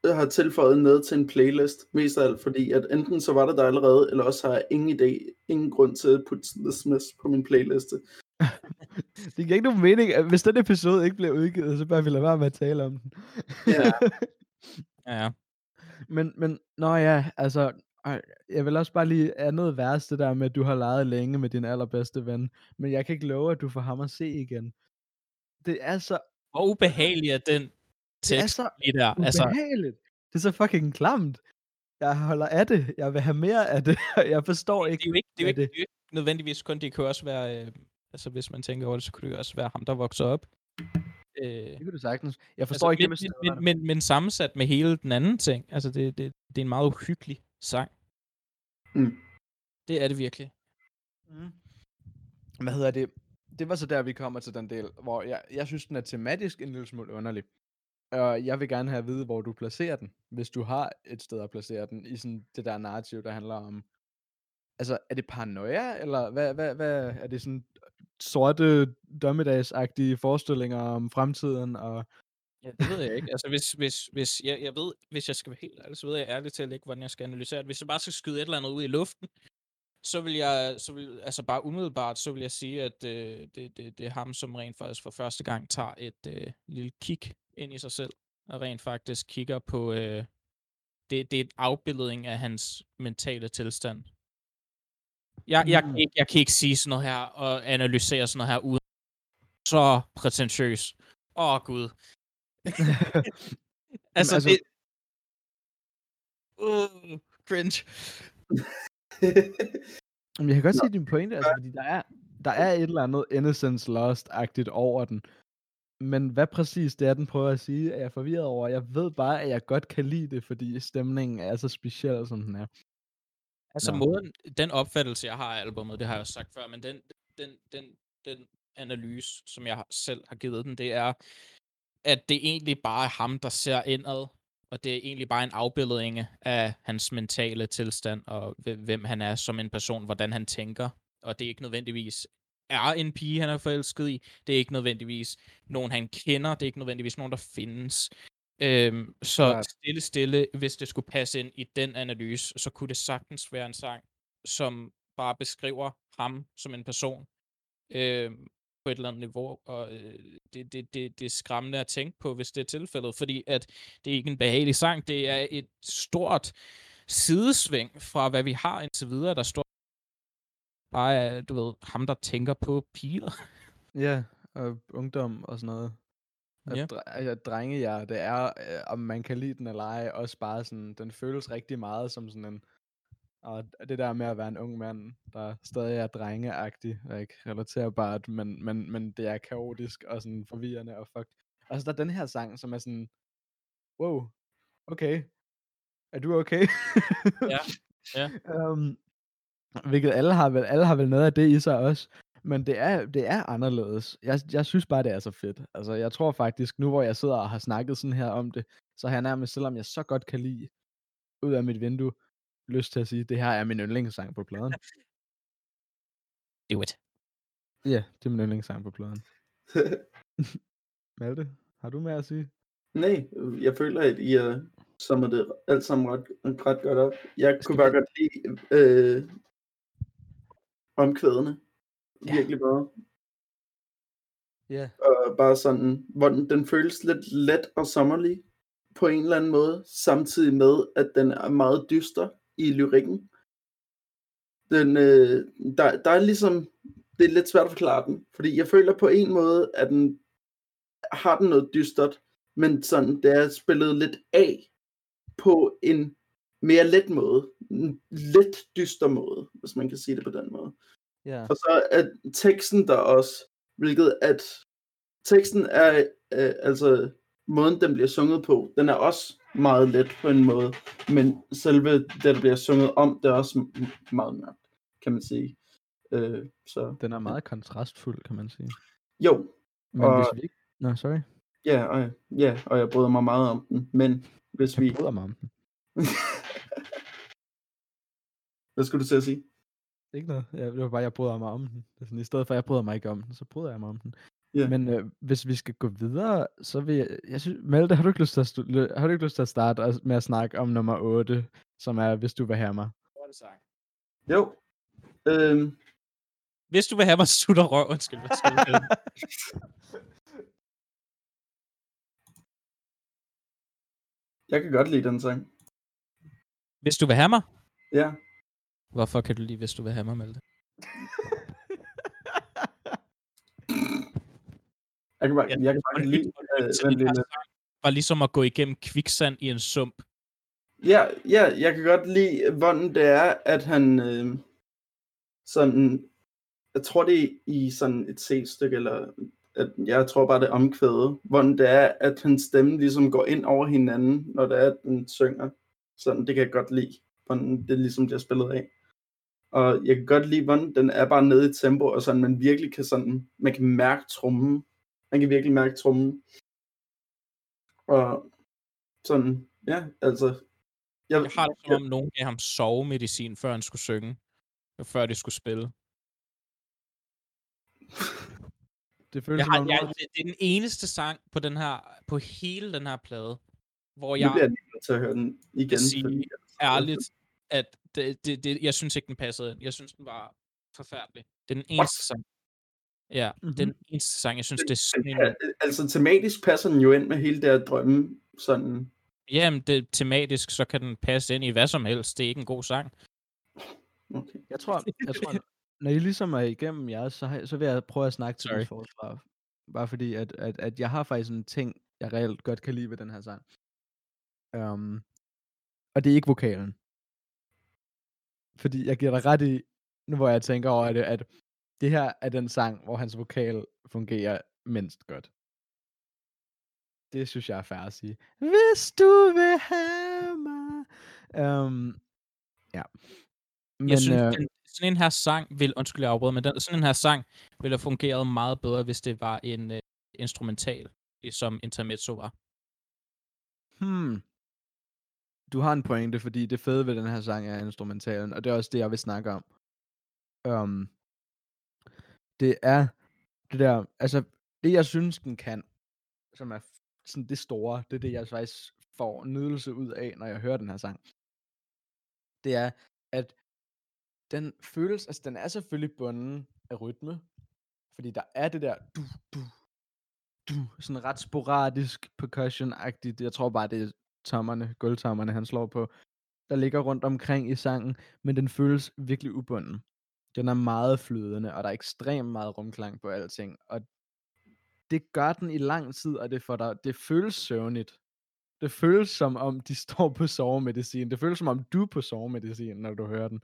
har tilføjet noget til en playlist, mest af alt, fordi at enten så var det der allerede, eller også har jeg ingen idé, ingen grund til at putte The Smiths på min playliste. Det giver ikke nogen mening, at hvis den episode ikke bliver udgivet, så bør vi lade være med at tale om den. Ja. Ja. Men, men, nå ja, altså, ej, jeg vil også bare lige er noget værst det der med, at du har leget længe med din allerbedste ven, men jeg kan ikke love, at du får ham at se igen. Det er så Hvor ubehagelig er den det er tekst så lige der. Altså, ubehageligt. Det er så fucking klamt. Jeg holder af det. Jeg vil have mere af det. Jeg forstår det, ikke, er jo ikke, det, er jo hvad ikke, det er jo ikke nødvendigvis kun, det kan jo også være, øh, altså hvis man tænker over det, så kunne det jo også være ham, der vokser op. Øh, Det kunne du sagtens. Jeg forstår altså, ikke men, det med men, men, men, men sammensat med hele den anden ting. Altså, det, det, det er en meget uhyggelig sang. Mm. Det er det virkelig. Mm. Hvad hedder det? Det var så der, vi kommer til den del, hvor jeg, jeg synes, den er tematisk en lille smule underlig. Og jeg vil gerne have at vide, hvor du placerer den, hvis du har et sted at placere den, i sådan det der narrativ, der handler om... Altså, er det paranoia, eller hvad, hvad, hvad er det sådan sorte, dommedagsagtige forestillinger om fremtiden, og... Ja, det ved jeg ikke. Altså, hvis, hvis, hvis, jeg, jeg ved, hvis jeg skal være helt ærlig, så ved jeg ærligt talt ikke, hvordan jeg skal analysere det. Hvis jeg bare skal skyde et eller andet ud i luften, så vil jeg, så vil, altså bare umiddelbart, så vil jeg sige, at øh, det, det, det er ham, som rent faktisk for første gang tager et øh, lille kig ind i sig selv, og rent faktisk kigger på, øh, det, det er et afbildning af hans mentale tilstand. Jeg, jeg, Mm. kan ikke, jeg kan ikke sige sådan noget her, og analysere sådan noget her uden så prætentiøs. Åh, oh, Gud. altså, altså- det... Uh, cringe. Men jeg kan godt Nå. se din pointe, altså, fordi der er, der er et eller andet Innocence Lost-agtigt over den. Men hvad præcis det er, den prøver at sige, er jeg forvirret over. Jeg ved bare, at jeg godt kan lide det, fordi stemningen er så speciel, som den er. Altså, Nå. måden, den opfattelse, jeg har af albumet, det har jeg også sagt før, men den, den, den, den analyse, som jeg selv har givet den, det er, at det egentlig bare er ham, der ser indad, og det er egentlig bare en afbildning af hans mentale tilstand, og hvem han er som en person, hvordan han tænker. Og det er ikke nødvendigvis er en pige, han er forelsket i. Det er ikke nødvendigvis nogen, han kender. Det er ikke nødvendigvis nogen, der findes. Øhm, så Klart. stille, stille, hvis det skulle passe ind i den analyse, så kunne det sagtens være en sang, som bare beskriver ham som en person. Øhm, på et eller andet niveau, og øh, det, det, det, det er skræmmende at tænke på, hvis det er tilfældet, fordi at det er ikke en behagelig sang, det er et stort sidesving fra, hvad vi har indtil videre, der står bare, du ved, ham, der tænker på piger. Ja, og ungdom og sådan noget. Og Ja. dre- altså, drengehjerte er, øh, om man kan lide den eller ej, også bare sådan, den føles rigtig meget som sådan en, og det der med at være en ung mand, der stadig er drengeagtig, er ikke relaterbart, men, men, men det er kaotisk og sådan forvirrende og fuck. Og så der er den her sang, som er sådan, wow, okay, er du okay? Ja, ja. um, hvilket alle har vel, alle har vel noget af det i sig også. Men det er, det er anderledes. Jeg, jeg synes bare, det er så fedt. Altså, jeg tror faktisk, nu hvor jeg sidder og har snakket sådan her om det, så har jeg nærmest, selvom jeg så godt kan lide ud af mit vindue, lyst til at sige, det her er min yndlingssang på pladen. Do it. Ja, det er min yndlingssang på pladen. Malte, har du mere at sige? Nej, jeg føler, at I har summet det alt sammen ret, ret godt op. Jeg Skal kunne vi- bare godt lide øh, omkvædene. Ja. Virkelig meget. Ja. Og bare sådan, hvor den, den føles lidt let og sommerlig på en eller anden måde, samtidig med, at den er meget dyster i lyrikken. Den, øh, der, der er ligesom, det er lidt svært at forklare den, fordi jeg føler på en måde, at den har den noget dystert, men sådan, det er spillet lidt af på en mere let måde, en let dyster måde, hvis man kan sige det på den måde. Ja. Og så er teksten der også, hvilket at teksten er, øh, altså måden den bliver sunget på, den er også meget let på en måde, men selve det, der bliver sunget om, det er også m- meget mørkt, kan man sige. Øh, så Den er meget kontrastfuld, kan man sige. jo, Men Og- hvis vi ikke... Nå, sorry. ja, og, ja, og jeg bryder mig meget om den, men hvis vi... Jeg bryder mig om den. Hvad skulle du til at sige? Ikke noget. Jeg, det var bare, jeg bryder mig om den. Det er sådan, i stedet for, at jeg bryder mig ikke om den, så bryder jeg mig om den. Ja. Men øh, hvis vi skal gå videre, så vil jeg... jeg synes, Malte, har du ikke lyst til at, stu- har du ikke lyst til at starte og- med at snakke om nummer otte, som er Hvis du vil have mig? Jo. Øhm, Hvis du vil have mig, sutter røv. Undskyld, hvad skal du kalde det? jeg kan godt lide den sang. Hvis du vil have mig? Ja. Hvorfor kan du lide, hvis du vil have mig, Malte? Jeg kan bare, Ja, jeg kan bare lide... Øh, vent lige lidt. var ligesom at gå igennem kviksand i en sump. Ja, ja, jeg kan godt lide, hvordan det er, at han øh, sådan, jeg tror det er i sådan et C-stykke, eller at, jeg tror bare det er omkvædet, hvordan det er, at hans stemme ligesom går ind over hinanden, når det er, at den synger. Sådan, det kan jeg godt lide, hvordan det ligesom bliver spillet af. Og jeg kan godt lide, hvordan den er bare nede i tempo, og sådan, man virkelig kan sådan, man kan mærke trommen. Man kan virkelig mærke trommen. Og sådan, ja, altså, Jeg har det som om nogen gav ham sovemedicin, før han skulle synge. Og før de skulle spille. Det føles Jeg som har, om... jeg, det, det er den eneste sang på den her, på hele den her plade, hvor nu jeg bliver jeg nødt til at høre den igen. vil sige fordi- ærligt, at det, det, det, jeg synes ikke, den passede ind. Jeg synes, den var forfærdelig. Det er den eneste sang. Ja, Mhm. det er den eneste sang. Jeg synes, det er sådan en... Ja, altså tematisk passer den jo ind med hele det her drømme, sådan, Jamen, det er tematisk, så kan den passe ind i hvad som helst. Det er ikke en god sang. okay. Jeg tror, jeg tror, når I ligesom er igennem jeres, så, har- så vil jeg prøve at snakke til Sorry. mit forsvar. Bare fordi, at, at, at jeg har faktisk en ting, jeg reelt godt kan lide ved den her sang. Um, og det er ikke vokalen. Fordi jeg giver dig ret i, nu hvor jeg tænker over det, at det her er den sang, hvor hans vokal fungerer mindst godt. Det synes jeg er fair at sige. Hvis du vil have mig. Um, ja. Men, Jeg synes, øh, den, sådan en her sang vil, undskyld jeg afbryder, men den, sådan en her sang ville have fungeret meget bedre, hvis det var en uh, instrumental, som Intermezzo var. Hmm. Du har en pointe, fordi det fede ved den her sang er instrumentalen, og det er også det, jeg vil snakke om. Um, det er det der, altså det jeg synes, den kan, som er sådan det store, det er det, jeg faktisk får nydelse ud af, når jeg hører den her sang. Det er, at den føles, altså den er selvfølgelig bunden af rytme, fordi der er det der du, du, du, sådan ret sporadisk percussion-agtigt. Jeg tror bare, det er tommerne, gulvtommerne, han slår på, der ligger rundt omkring i sangen, men den føles virkelig ubunden. Den er meget flydende, og der er ekstremt meget rumklang på alting, og det gør den i lang tid, og det, får dig, det føles søvnigt. Det føles som om, de står på sovemedicin. Det føles som om, du er på sovemedicin, når du hører den.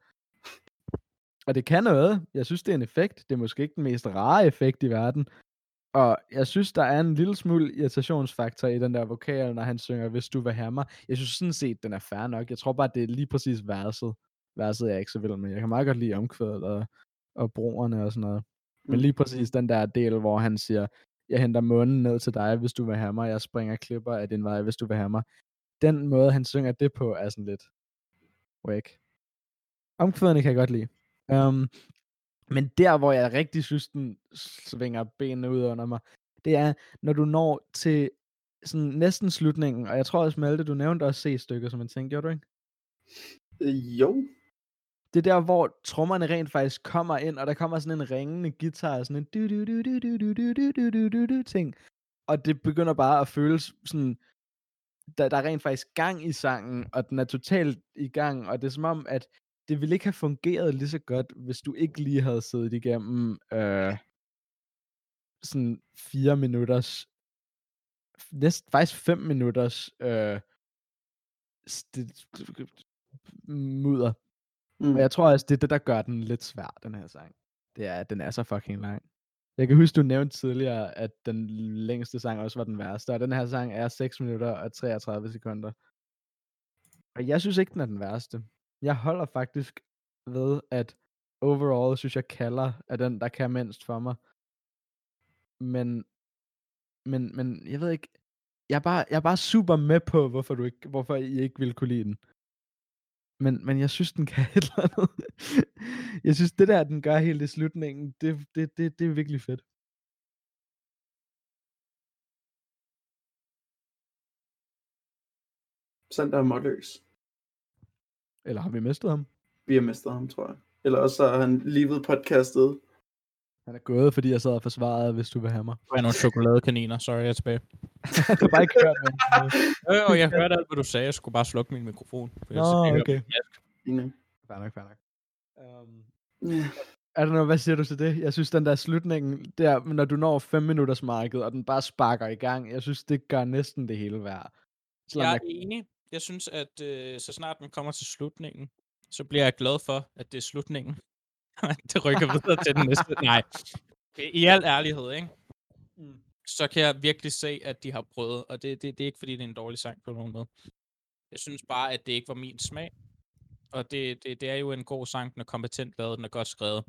Og det kan noget. Jeg synes, det er en effekt. Det er måske ikke den mest rare effekt i verden. Og jeg synes, der er en lille smule irritationsfaktor i den der vokal, når han synger, hvis du vil have mig. Jeg synes sådan set, den er fair nok. Jeg tror bare, det er lige præcis verset. Verset er jeg ikke så vild med. Jeg kan meget godt lide omkvædet og, og broerne og sådan noget. Men lige præcis den der del, hvor han siger, jeg henter månen ned til dig, hvis du vil have mig. Jeg springer klipper af din vej, hvis du vil have mig. Den måde, han synger det på, er sådan lidt whack. Omkvædene kan jeg godt lide. Um, men der, hvor jeg rigtig synes, den svinger benene ud under mig, det er, når du når til sådan næsten slutningen, og jeg tror også, Malte, du nævnte også C-stykker som en ting, gjorde du ikke? Øh, jo. Det er der, hvor trommerne rent faktisk kommer ind, og der kommer sådan en ringende guitar, sådan en du du du du du du du du du du du ting, og det begynder bare at føles sådan, der, der er rent faktisk gang i sangen, og den er totalt i gang, og det er som om, at det ville ikke have fungeret lige så godt, hvis du ikke lige havde siddet igennem øh, sådan fire minutters, næsten faktisk fem minutters øh, st- mudder. Mm. Og jeg tror også, det er det, der gør den lidt svær, den her sang. Det er, at den er så fucking lang. Jeg kan huske, du nævnte tidligere, at den længste sang også var den værste, og den her sang er seks minutter og treogtredive sekunder. Og jeg synes ikke, den er den værste. Jeg holder faktisk ved, at overall, synes jeg, Kalder er den, der kan mindst for mig. Men, men, men jeg ved ikke, jeg er bare, jeg er bare super med på, hvorfor, du ikke, hvorfor I ikke ville kunne lide den. Men, men jeg synes, den kan et eller andet. Jeg synes, det der, den gør helt i slutningen, det, det, det, det er virkelig fedt. Sander er målløs. Eller har vi mistet ham? Vi har mistet ham, tror jeg. Eller også har han livet podcastet. Han er gået, fordi jeg sad og forsvarede, hvis du vil have mig. Jeg er nogle chokoladekaniner, sorry, jeg er tilbage. Du har bare ikke hørt, hvad jeg Øh, og jeg hørte alt, hvad du sagde. Jeg skulle bare slukke min mikrofon. Nå, okay. Fair nok, fair nok. Um, yeah. Er der noget, hvad siger du til det? Jeg synes, den der slutningen, der, når du når fem minutters marked, og den bare sparker i gang, jeg synes, det gør næsten det hele værd. Jeg er enig. Jeg synes, at øh, så snart den kommer til slutningen, så bliver jeg glad for, at det er slutningen. Det rykker videre til den næste. Nej. Okay, i al ærlighed, ikke? Mm. Så kan jeg virkelig se, at de har prøvet, og det, det, det er ikke, fordi det er en dårlig sang på nogen måde. Jeg synes bare, at det ikke var min smag. Og det, det, det er jo en god sang, den er kompetent lavet, den er godt skrevet.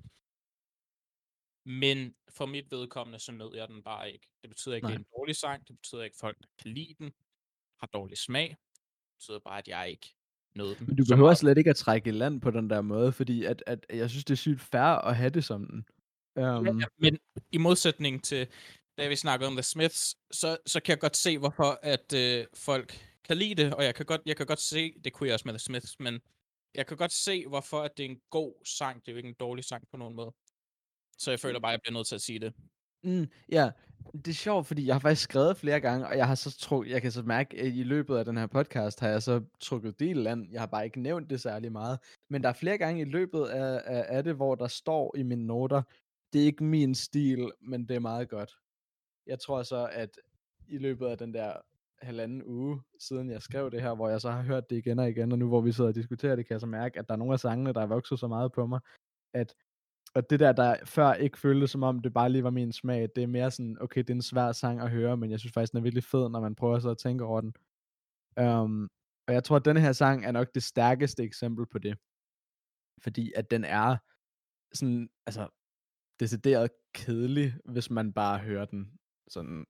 Men for mit vedkommende, så nød jeg den bare ikke. Det betyder ikke, at det er en dårlig sang. Det betyder ikke, at folk kan lide den, har dårlig smag. Det betyder bare, at jeg ikke nød den. Men du behøver slet ikke at trække i land på den der måde, fordi at, at jeg synes, det er sygt fair at have det som den. Um... Ja, men i modsætning til, da vi snakkede om The Smiths, så, så kan jeg godt se, hvorfor at øh, folk kan lide det, og jeg kan, godt, jeg kan godt se, det kunne jeg også med The Smiths, men jeg kan godt se, hvorfor at det er en god sang. Det er jo ikke en dårlig sang på nogen måde. Så jeg føler bare, at jeg bliver nødt til at sige det. Mm, ja, det er sjovt, fordi jeg har faktisk skrevet flere gange, og jeg har så trukket, jeg kan så mærke, at i løbet af den her podcast, har jeg så trukket del land. Jeg har bare ikke nævnt det særlig meget. Men der er flere gange i løbet af, af, af det, hvor der står i mine noter, det er ikke min stil, men det er meget godt. Jeg tror så, at i løbet af den der halvanden uge, siden jeg skrev det her, hvor jeg så har hørt det igen og igen, og nu hvor vi sidder og diskuterer det, kan jeg så mærke, at der er nogle af sangene, der er vokset så meget på mig, at Og det der, der før ikke føltes som om, det bare lige var min smag, det er mere sådan, okay, det er en svær sang at høre, men jeg synes faktisk, den er virkelig fed, når man prøver så at tænke over den. Um, og jeg tror, at denne her sang er nok det stærkeste eksempel på det. Fordi at den er sådan, altså, decideret kedelig, hvis man bare hører den sådan,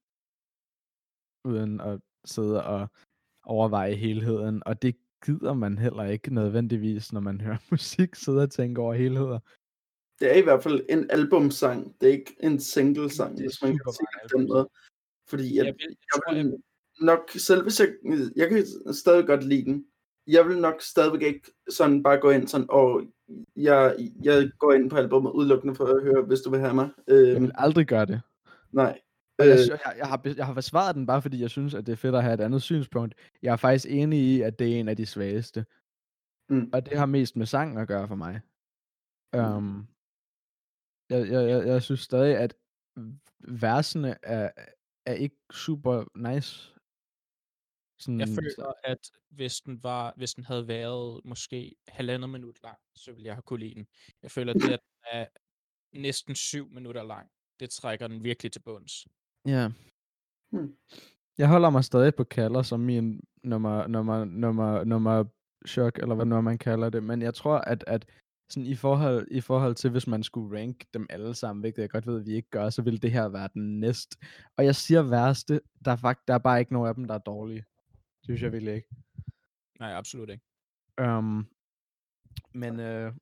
uden at sidde og overveje helheden. Og det gider man heller ikke nødvendigvis, når man hører musik, sidde og tænke over helheder. Det er i hvert fald en albumsang. Det er ikke en single-sang, hvis man kan sige det på den måde. Fordi jeg, jeg, vil, jeg, jeg vil nok, selv hvis jeg, jeg kan stadig godt lide den, jeg vil nok stadigvæk ikke sådan bare gå ind sådan, og jeg, jeg går ind på albumet udelukkende for at høre, hvis du vil have mig. Jeg vil aldrig gøre det. Nej. Jeg, jeg, jeg, har, jeg har forsvaret den bare, fordi jeg synes, at det er fedt at have et andet synspunkt. Jeg er faktisk enig i, at det er en af de svageste. Mm. Og det har mest med sangen at gøre for mig. Um, mm. Jeg, jeg, jeg, jeg synes stadig, at versene er, er ikke super nice. Sådan, jeg føler, at hvis den, var, hvis den havde været måske halvandet minut lang, så ville jeg have kunne lide den. Jeg føler, at det, at den er næsten syv minutter lang, det trækker den virkelig til bunds. Ja. Hmm. Jeg holder mig stadig på Kalder som min nummer, nummer, nummer, nummer chok, eller hvad nu man kalder det. Men jeg tror, at, at sådan i forhold, i forhold til, hvis man skulle rank dem alle sammen, hvilket jeg godt ved, at vi ikke gør, så ville det her være den næste. Og jeg siger værste, der er, faktisk, der er bare ikke nogen af dem, der er dårlige. Det synes jeg virkelig ikke. Nej, absolut ikke. Um, men... Øh,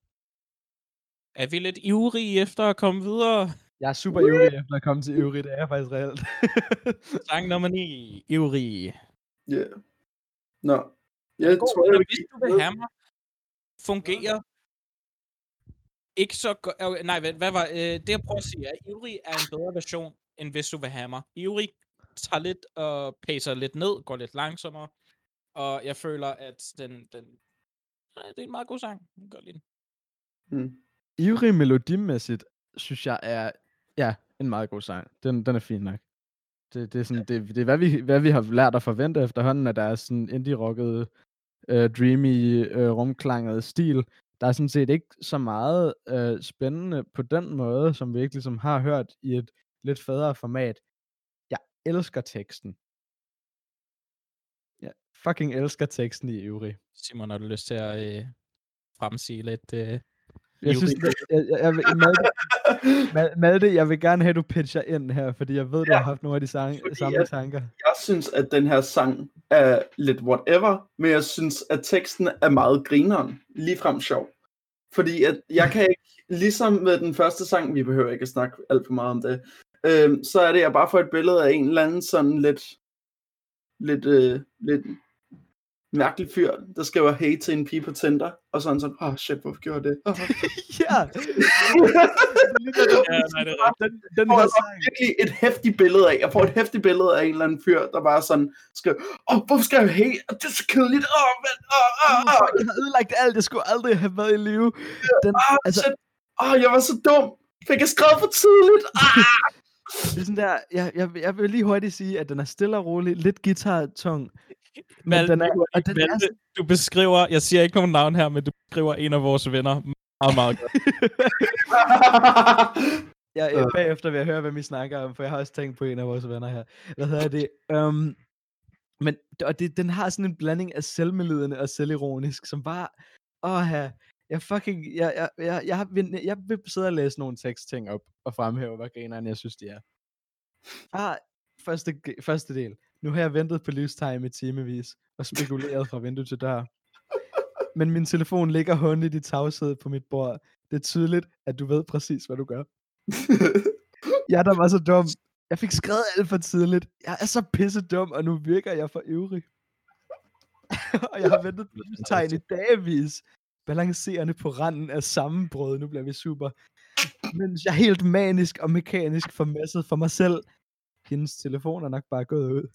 er vi lidt ivrige efter at komme videre? Jeg er super ivrig efter at komme til ivrig, det er faktisk reelt. Sang nummer ni, ivrig. Ja. Yeah. Nå. No. Jeg God, tror, jeg hvis du vil have mig, fungerer ikke så godt. Nej, hvad, hvad var øh, det, jeg prøver at sige, at ivrig er en bedre version, end hvis du vil have mig. Ivrig tager lidt og pacer lidt ned, går lidt langsommere, og jeg føler, at den, den det er en meget god sang. Jeg kan godt lide den. Hmm. Ivrig melodimæssigt, synes jeg er, ja, en meget god sang. Den, den er fin nok. Det, det er sådan, det, det er hvad vi, hvad vi har lært at forvente efterhånden, at der er sådan indie-rocket, øh, dreamy, øh, rumklanget stil. Der er sådan set ikke så meget øh, spændende på den måde, som vi ikke ligesom har hørt i et lidt federe format. Jeg elsker teksten. Jeg fucking elsker teksten i Ivrig. Simon, har du lyst til at øh, fremsige lidt... Øh Jeg synes, jeg, jeg, jeg, jeg, Malte, Malte, jeg vil gerne have, at du pitcher ind her, fordi jeg ved, du ja, har haft nogle af de sang, samme jeg, tanker. Jeg synes, at den her sang er lidt whatever, men jeg synes, at teksten er meget grineren, ligefrem sjov. Fordi at jeg kan ikke, ligesom med den første sang, vi behøver ikke at snakke alt for meget om det, øh, så er det, jeg bare får et billede af en eller anden sådan lidt, lidt, øh, lidt mærkelig fyr, der skriver hey til en pige på Tinder, og så er han sådan, åh oh, shit, hvorfor gjorde jeg det? Oh. Ja! Ja, nej, det er rigtigt. Den, den Jeg her får sang. virkelig et hæftigt billede af, jeg får et hæftigt billede af en eller anden fyr, der bare sådan, skriver, åh, oh, hvorfor skal jeg hey? Det er så kedeligt, åh, oh, men, åh, åh, åh. Jeg har ødelagt alt, jeg skulle aldrig have været i live. Den, Åh, altså, shit, åh, oh, jeg var så dum. Fik jeg skrevet for tidligt? Ah! det er sådan der, jeg, jeg, jeg vil lige hurtigt sige, at den er stille og rolig, lidt guitar-tung. Men Malte, den er, og den er Malte, du beskriver, jeg siger ikke nogen navn her, men du beskriver en af vores venner meget, meget godt. Jeg er bagefter vil jeg høre, hvad vi snakker om, for jeg har også tænkt på en af vores venner her. Hvad hedder det? Um, men og det, den har sådan en blanding af selvmedlidende og selvironisk, som bare, åh ja, jeg fucking, jeg, jeg, jeg, jeg, vil, jeg vil sidde og læse nogle tekstting op og fremhæve, hvad grineren jeg synes, de er. Ah, første, første del. Nu har jeg ventet på livstegn i timevis og spekuleret fra vindue til dør. Men min telefon ligger håndligt i tavshed på mit bord. Det er tydeligt, at du ved præcis, hvad du gør. Jeg der var så dum. Jeg fik skrevet alt for tidligt. Jeg er så pisse dum, og nu virker jeg for ivrig. Og jeg har ventet på livstegn i dagevis. Balancerende på randen af sammenbrud. Nu bliver vi super. Mens jeg helt manisk og mekanisk formesset for mig selv. Hendes telefon er nok bare gået ud.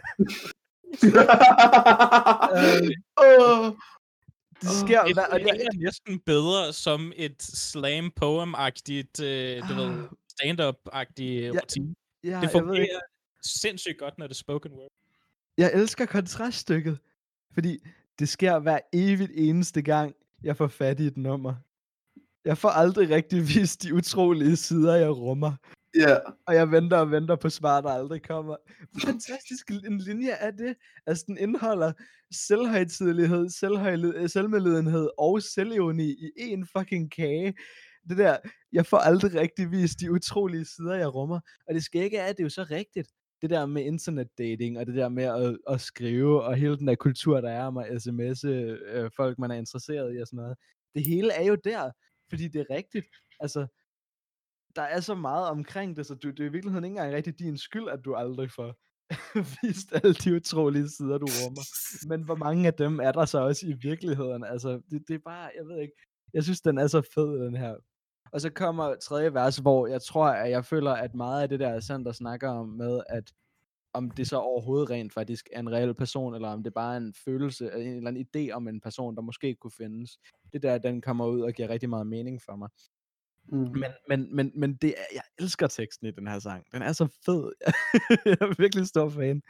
uh, Det sker, Det hvad, og det, er næsten bedre som et slam poem-agtigt, øh, du ved, stand-up-agtigt Ja, rutine. ja, Det jeg ved fungerer ikke. sindssygt godt, når det er spoken word. Jeg elsker kontraststykket, fordi det sker hver evigt eneste gang, jeg får fat i et nummer. Jeg får aldrig rigtig vist de utrolige sider, jeg rummer. Ja. Yeah. Og jeg venter og venter på svar, der aldrig kommer. Hvor fantastisk en linje er det. Altså, den indeholder selvhøjtidelighed, selvhøjlid- selvmedlidenhed og selvironi i en fucking kage. Det der, jeg får aldrig rigtig vist de utrolige sider, jeg rummer. Og det skal ikke er, det er jo så rigtigt. Det der med internetdating, og det der med at, at skrive, og hele den der kultur, der er om at sms'e øh, folk, man er interesseret i og sådan noget. Det hele er jo der, fordi det er rigtigt. Altså, der er så meget omkring det, så du, det er i virkeligheden ikke engang rigtig din skyld, at du aldrig får vist alle de utrolige sider, du rummer. Men hvor mange af dem er der så også i virkeligheden? Altså, det, det er bare, jeg ved ikke, jeg synes, den er så fed, den her. Og så kommer tredje vers, hvor jeg tror, at jeg føler, at meget af det der Sander snakker om med, at om det så overhovedet rent faktisk er en reel person, eller om det bare er en følelse, en eller anden idé om en person, der måske kunne findes. Det der, den kommer ud og giver rigtig meget mening for mig. Mm. Men, men, men, men det er, jeg elsker teksten i den her sang. Den er så fed. Jeg er virkelig stor fan.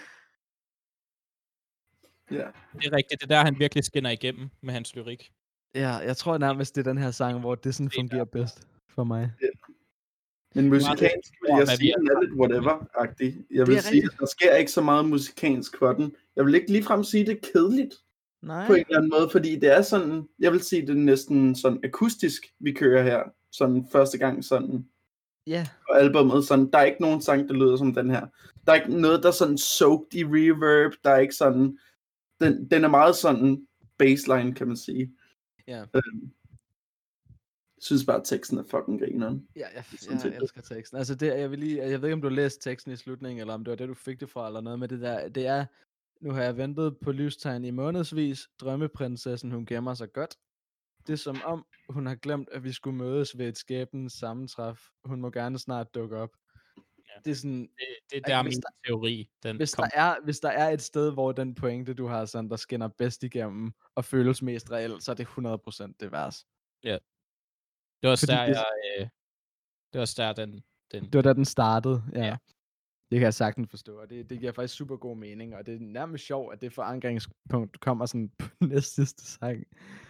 Ja. Yeah. Det er rigtigt. Det er der, han virkelig skinner igennem med hans lyrik. Ja, jeg tror nærmest, det er den her sang, hvor det sådan fungerer bedst for mig. Yeah. Men musikalsk vil jeg sige, den er lidt whatever-agtig. Jeg vil sige, at der sker ikke så meget musikalsk for den. Jeg vil ikke ligefrem sige, det er kedeligt. Nej. På en eller anden måde, fordi det er sådan, jeg vil sige, det er næsten sådan akustisk, vi kører her. Sådan første gang sådan. Ja. Yeah. Og albumet, sådan, der er ikke nogen sang, der lyder som den her. Der er ikke noget, der er sådan soaked i reverb. Der er ikke sådan, den, den er meget sådan baseline, kan man sige. Ja. Yeah. Øhm, Jeg synes bare, at teksten er fucking grineren. Ja, jeg, jeg, jeg elsker teksten. Altså, det, jeg, vil lige, jeg ved ikke, om du læste teksten i slutningen, eller om det var det, du fik det fra, eller noget med det der. Det er, nu har jeg ventet på livstegn i månedsvis. Drømmeprinsessen, hun gemmer sig godt. Det er som om, hun har glemt, at vi skulle mødes ved et skæbnens sammentræf. Hun må gerne snart dukke op. Ja. Det er sådan... Det, det er der min der, teori. Den hvis, der er, hvis der er et sted, hvor den pointe, du har, sådan, der skinner bedst igennem, og føles mest reelt, så er det hundrede procent det vers. Ja. Det var også der, det, jeg, øh, det var også der, den, den... Det var da den startede, ja. ja. Det kan jeg sagtens forstå, og det, det giver faktisk super god mening, og det er nærmest sjovt, at det forankringspunkt kommer sådan på næste sidste sang.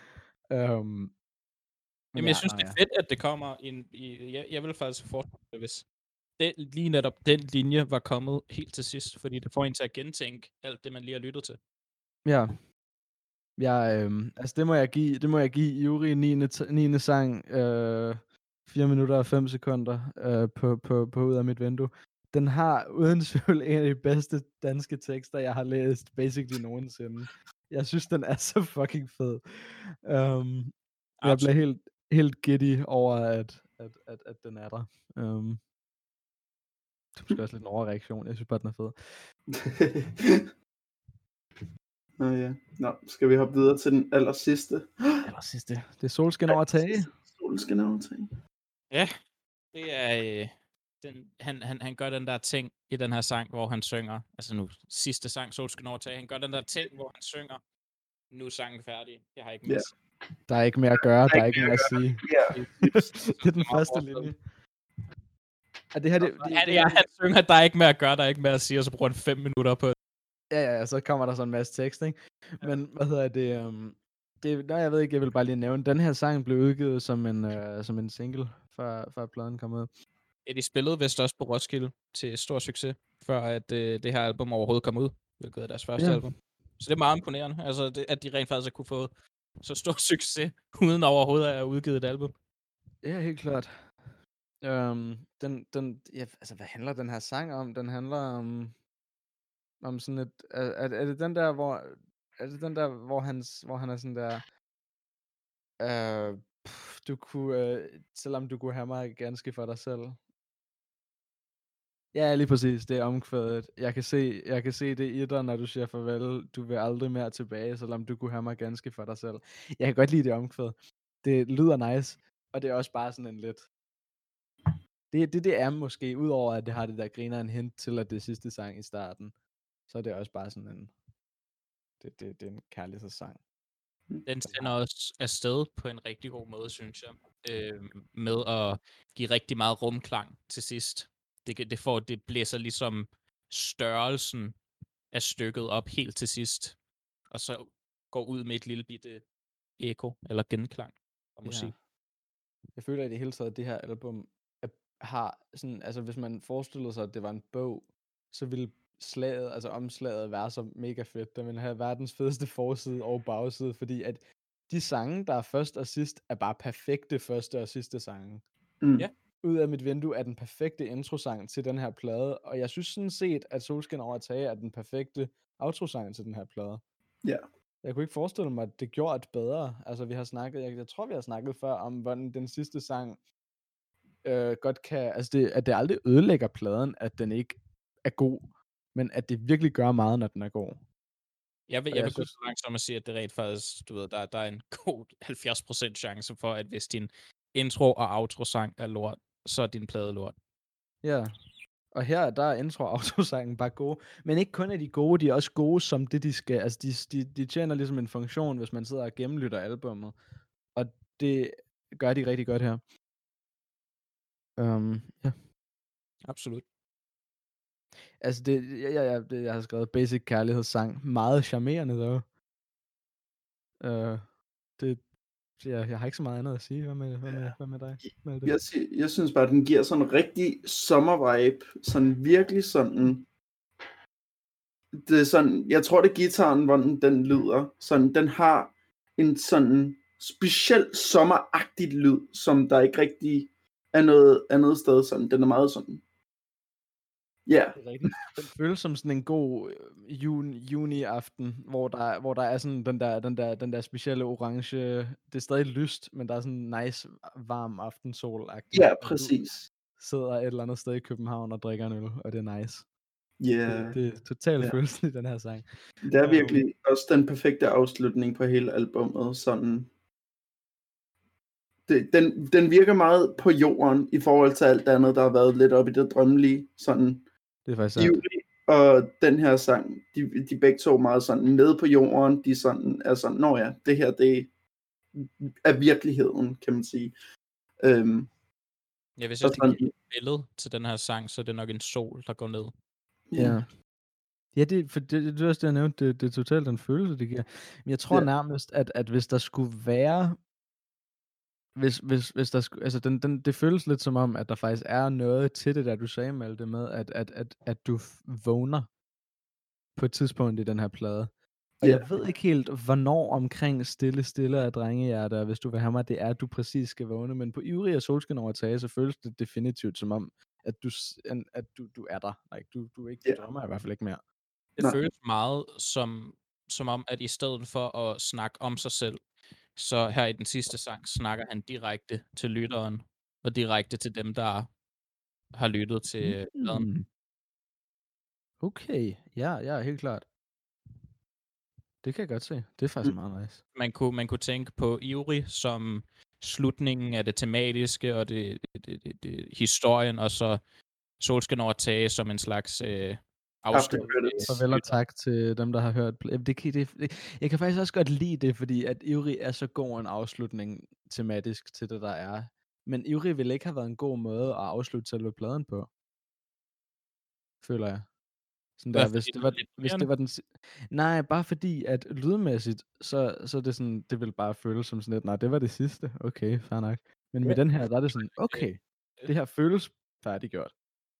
Um, Jamen, ja, jeg synes, ja. det er fedt, at det kommer ind i... Jeg, jeg vil faktisk fortsætte, hvis det, lige netop den linje var kommet helt til sidst, fordi det får en til at gentænke alt det, man lige har lyttet til. Ja. Jeg, øhm, altså det må jeg give, det må jeg give Yuri niende sang, øh, fire minutter og fem sekunder øh, på, på, på ud af mit vindue. Den har uden tvivl en af de bedste danske tekster, jeg har læst basically nogensinde. Jeg synes, den er så fucking fed. Um, jeg bliver helt, helt giddy over, at, at, at, at den er der. Um, det er måske også lidt en overreaktion. Jeg synes bare, den er fed. Nå ja. Nå, skal vi hoppe videre til den aller sidste? Aller sidste. Det er solskin over tage. Solskin over tage. Ja, det er... Øh, den, han, han, han gør den der ting i den her sang, hvor han synger, altså nu sidste sang, Solskin over tage, han gør den der ting, hvor han synger, nu er sangen færdig, jeg har ikke mere. Ja. Der er ikke mere at gøre, der er ikke mere at sige. Ja. Det er den første linje. Er det her, det, det, Han, det, ja, han synger, der er ikke mere at gøre, der er ikke mere at sige, og så bruger han fem minutter på det. Ja, ja, så kommer der sådan en masse tekst, ikke? Men hvad hedder det? Um, det nej, jeg ved ikke, jeg vil bare lige nævne. Den her sang blev udgivet som en, uh, som en single, før, før pladen kom ud. Ja, de spillede vist også på Roskilde til stor succes, før at uh, det her album overhovedet kom ud, hvilket er deres første Ja. album. Så det er meget imponerende, altså, det, at de rent faktisk har kunne få så stor succes, uden overhovedet at have udgivet et album. Ja, helt klart. Um, den, den, ja, altså, hvad handler den her sang om? Den handler om, om sådan et, er, er, er det den der, hvor, er det den der, hvor han, hvor han er sådan der, uh, pff, du kunne, uh, selvom du kunne have mig ganske for dig selv. Ja, lige præcis. Det er omkvædet. Jeg kan se, jeg kan se det i dig, når du siger farvel. Du vil aldrig mere tilbage, selvom du kunne have mig ganske for dig selv. Jeg kan godt lide det omkvæd. Det lyder nice, og det er også bare sådan en lidt... Det, det, det er måske, udover at det har det der griner en hint til, at det er sidste sang i starten, så er det også bare sådan en... Det, det, det er en kærlighedssang. Den sender os afsted på en rigtig god måde, synes jeg. Øh, med at give rigtig meget rumklang til sidst. Det, det, får, det blæser ligesom størrelsen af stykket op helt til sidst. Og så går ud med et lille bitte eko eller genklang af musik. Ja. Jeg føler i det hele taget, at det her album er, har sådan, altså hvis man forestillede sig, at det var en bog, så ville slaget, altså omslaget være så mega fedt. Den ville have verdens fedeste forside og bagside, fordi at de sange, der er først og sidst, er bare perfekte første og sidste sange. Mm. Ja. Ud af mit vindue er den perfekte introsang til den her plade, og jeg synes sådan set, at Solskin over tage er den perfekte outrosang til den her plade. Ja. Jeg kunne ikke forestille mig, at det gjorde det bedre. Altså, vi har snakket, jeg, jeg tror, vi har snakket før om, hvordan den sidste sang øh, godt kan, altså det, at det aldrig ødelægger pladen, at den ikke er god, men at det virkelig gør meget, når den er god. Jeg vil, Og jeg jeg vil gå synes- så langt som at sige, at det rent faktisk, du ved, der, der er en god halvfjerds procent chance for, at hvis din intro og outro sang er lort, så er din plade lort. Ja, og her der er intro og autosangen bare gode, men ikke kun er de gode, de er også gode som det, de skal, altså de, de, de tjener ligesom en funktion, hvis man sidder og gennemlytter albummet, og det gør de rigtig godt her. Um, ja. Absolut. Altså, det, ja, ja, ja, det, jeg har skrevet basic kærlighedssang. Meget charmerende, dog. Uh, det, jeg, jeg har ikke så meget andet at sige. Hvad med, hvad med, hvad med dig? Hvad er det? Jeg, sy- jeg synes bare, at den giver sådan en rigtig sommervibe. Sådan virkelig sådan... Det er sådan... Jeg tror, det er gitaren, hvor den, den lyder. Sådan, den har en sådan speciel sommeragtigt lyd, som der ikke rigtig er noget andet sted. Sådan. Den er meget sådan... Ja. Yeah. Det er rigtigt. Den føles som sådan en god øh, juni, juni-aften, hvor der, hvor der er sådan den der, den, der, den der specielle orange... Det er stadig lyst, men der er sådan en nice, varm aftensol-agtig. Ja, og du præcis. sidder et eller andet sted i København og drikker en øl, og det er nice. Ja. Yeah. Det, det er totalt Ja. følelsen i den her sang. Det er virkelig um, også den perfekte afslutning på hele albummet. Sådan... Det, den, den virker meget på jorden i forhold til alt andet, der har været lidt op i det drømmelige. Sådan... Det er faktisk sandt. Yuri og den her sang, de, de begge to meget sådan nede på jorden, de sådan er sådan, nå ja, det her, det er virkeligheden, kan man sige. Øhm, Ja, hvis og jeg skal sådan, give et billede til den her sang, så er det nok en sol, der går ned. Ja. Ja, det, for det, det er også det, jeg nævnte. Det, det er totalt den følelse, det giver. Men jeg tror Ja. nærmest, at, at hvis der skulle være... Hvis, hvis, hvis der skulle, altså den, den, det føles lidt som om, at der faktisk er noget til det, der du sagde, Malte, med, at, at, at, at du f- vågner på et tidspunkt i den her plade. Og Ja. jeg ved ikke helt, hvornår omkring stille, stille af drengehjerter, hvis du vil have mig, det er, at du præcis skal vågne. Men på ivrig og solskin over tage, så føles det definitivt som om, at du, s- en- at du, du er der. Like, du, du, er ikke, du Ja. drømmer i hvert fald ikke mere. Det Nej. føles meget som, som om, at i stedet for at snakke om sig selv, så her i den sidste sang snakker han direkte til lytteren, og direkte til dem, der har lyttet til pladen. Mm. Okay, ja, ja, helt klart. Det kan jeg godt se. Det er faktisk mm. meget nice. Man kunne, man kunne tænke på Ivry som slutningen af det tematiske og det, det, det, det, det historien, og så Solskin over Tage som en slags øh, afslutning. Farvel og tak til dem, der har hørt. Det, det, det, jeg kan faktisk også godt lide det, fordi at Ivry er så god en afslutning tematisk til det, der er. Men Ivry ville ikke have været en god måde at afslutte selve pladen på. Føler jeg. Sådan der, hvis det, var, hvis det var den... Nej, bare fordi, at lydmæssigt, så, så er det sådan, det vil bare føles som sådan lidt, nej, det var det sidste. Okay, fair nok. Men med ja. den her, der er det sådan, okay, det her føles færdiggjort.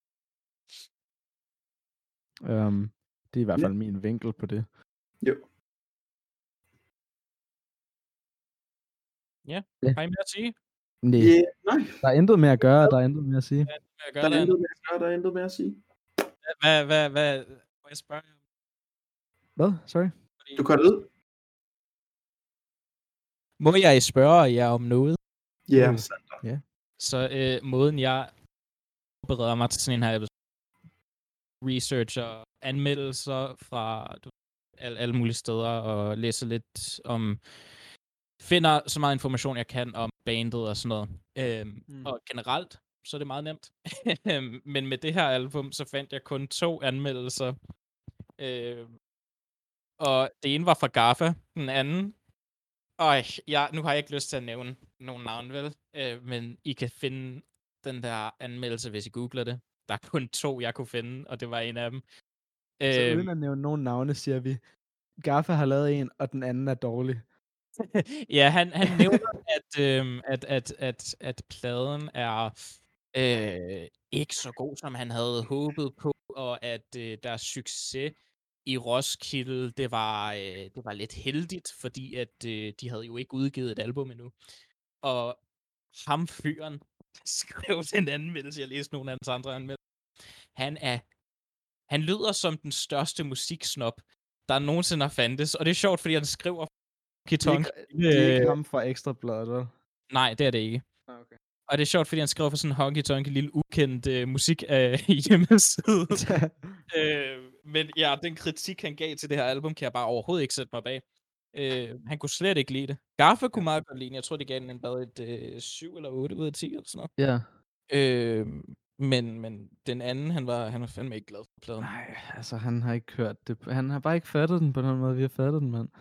Um, det er i hvert fald ja. min vinkel på det. Jo. Ja, ja. Har I mere at sige? Nej. Yeah, nej. Der er intet mere at gøre, der er intet mere at sige. Der er intet mere at gøre, der er intet mere at sige. Hvad, hvad, hvad, må jeg spørge? Hvad? Sorry? Du kan ud. Må jeg spørge jer om noget? Ja, yeah. yeah. Så øh, måden jeg forbereder mig til sådan en her episode, researcher anmeldelser fra du, alle, alle mulige steder, og læser lidt om, finder så meget information jeg kan om bandet og sådan noget. Øhm, mm. Og generelt, så er det meget nemt. Men med det her album, så fandt jeg kun to anmeldelser. Øhm, og det ene var fra Gaffa, den anden. Øj, jeg, nu har jeg ikke lyst til at nævne nogen navn, vel? Øh, men I kan finde den der anmeldelse, hvis I googler det. Der er kun to, jeg kunne finde, og det var en af dem. Så øh, uden at nævne nogen navne, siger vi, Gaffa har lavet en, og den anden er dårlig. Ja, han, han nævner, at, øh, at, at, at, at pladen er øh, ikke så god, som han havde håbet på, og at øh, deres succes i Roskilde, det var, øh, det var lidt heldigt, fordi at øh, de havde jo ikke udgivet et album endnu. Og ham fyren skrev den anmeldelse, jeg læste nogle af hans andre anmeldelser. Han er, han lyder som den største musiksnop, der nogensinde har fandtes, og det er sjovt, fordi han skriver Tonk. Det, det er ikke ham fra Ekstra Bladet, vel? Nej, det er det ikke. Ah, okay. Og det er sjovt, fordi han skriver for sådan en honky-tonk lille ukendt øh, musik af hjemmeside. øh, men ja, den kritik, han gav til det her album, kan jeg bare overhovedet ikke sætte mig bag. Øh, han kunne slet ikke lide det. Gaffa kunne meget godt lide. Jeg tror, det gav den en bare et øh, syv eller otte ud af ti eller sådan noget. Ja. Øh, men, men den anden, han var, han var fandme ikke glad for pladen. Nej, altså han har ikke hørt det. Han har bare ikke fattet den på den måde, vi har fattet den, mand.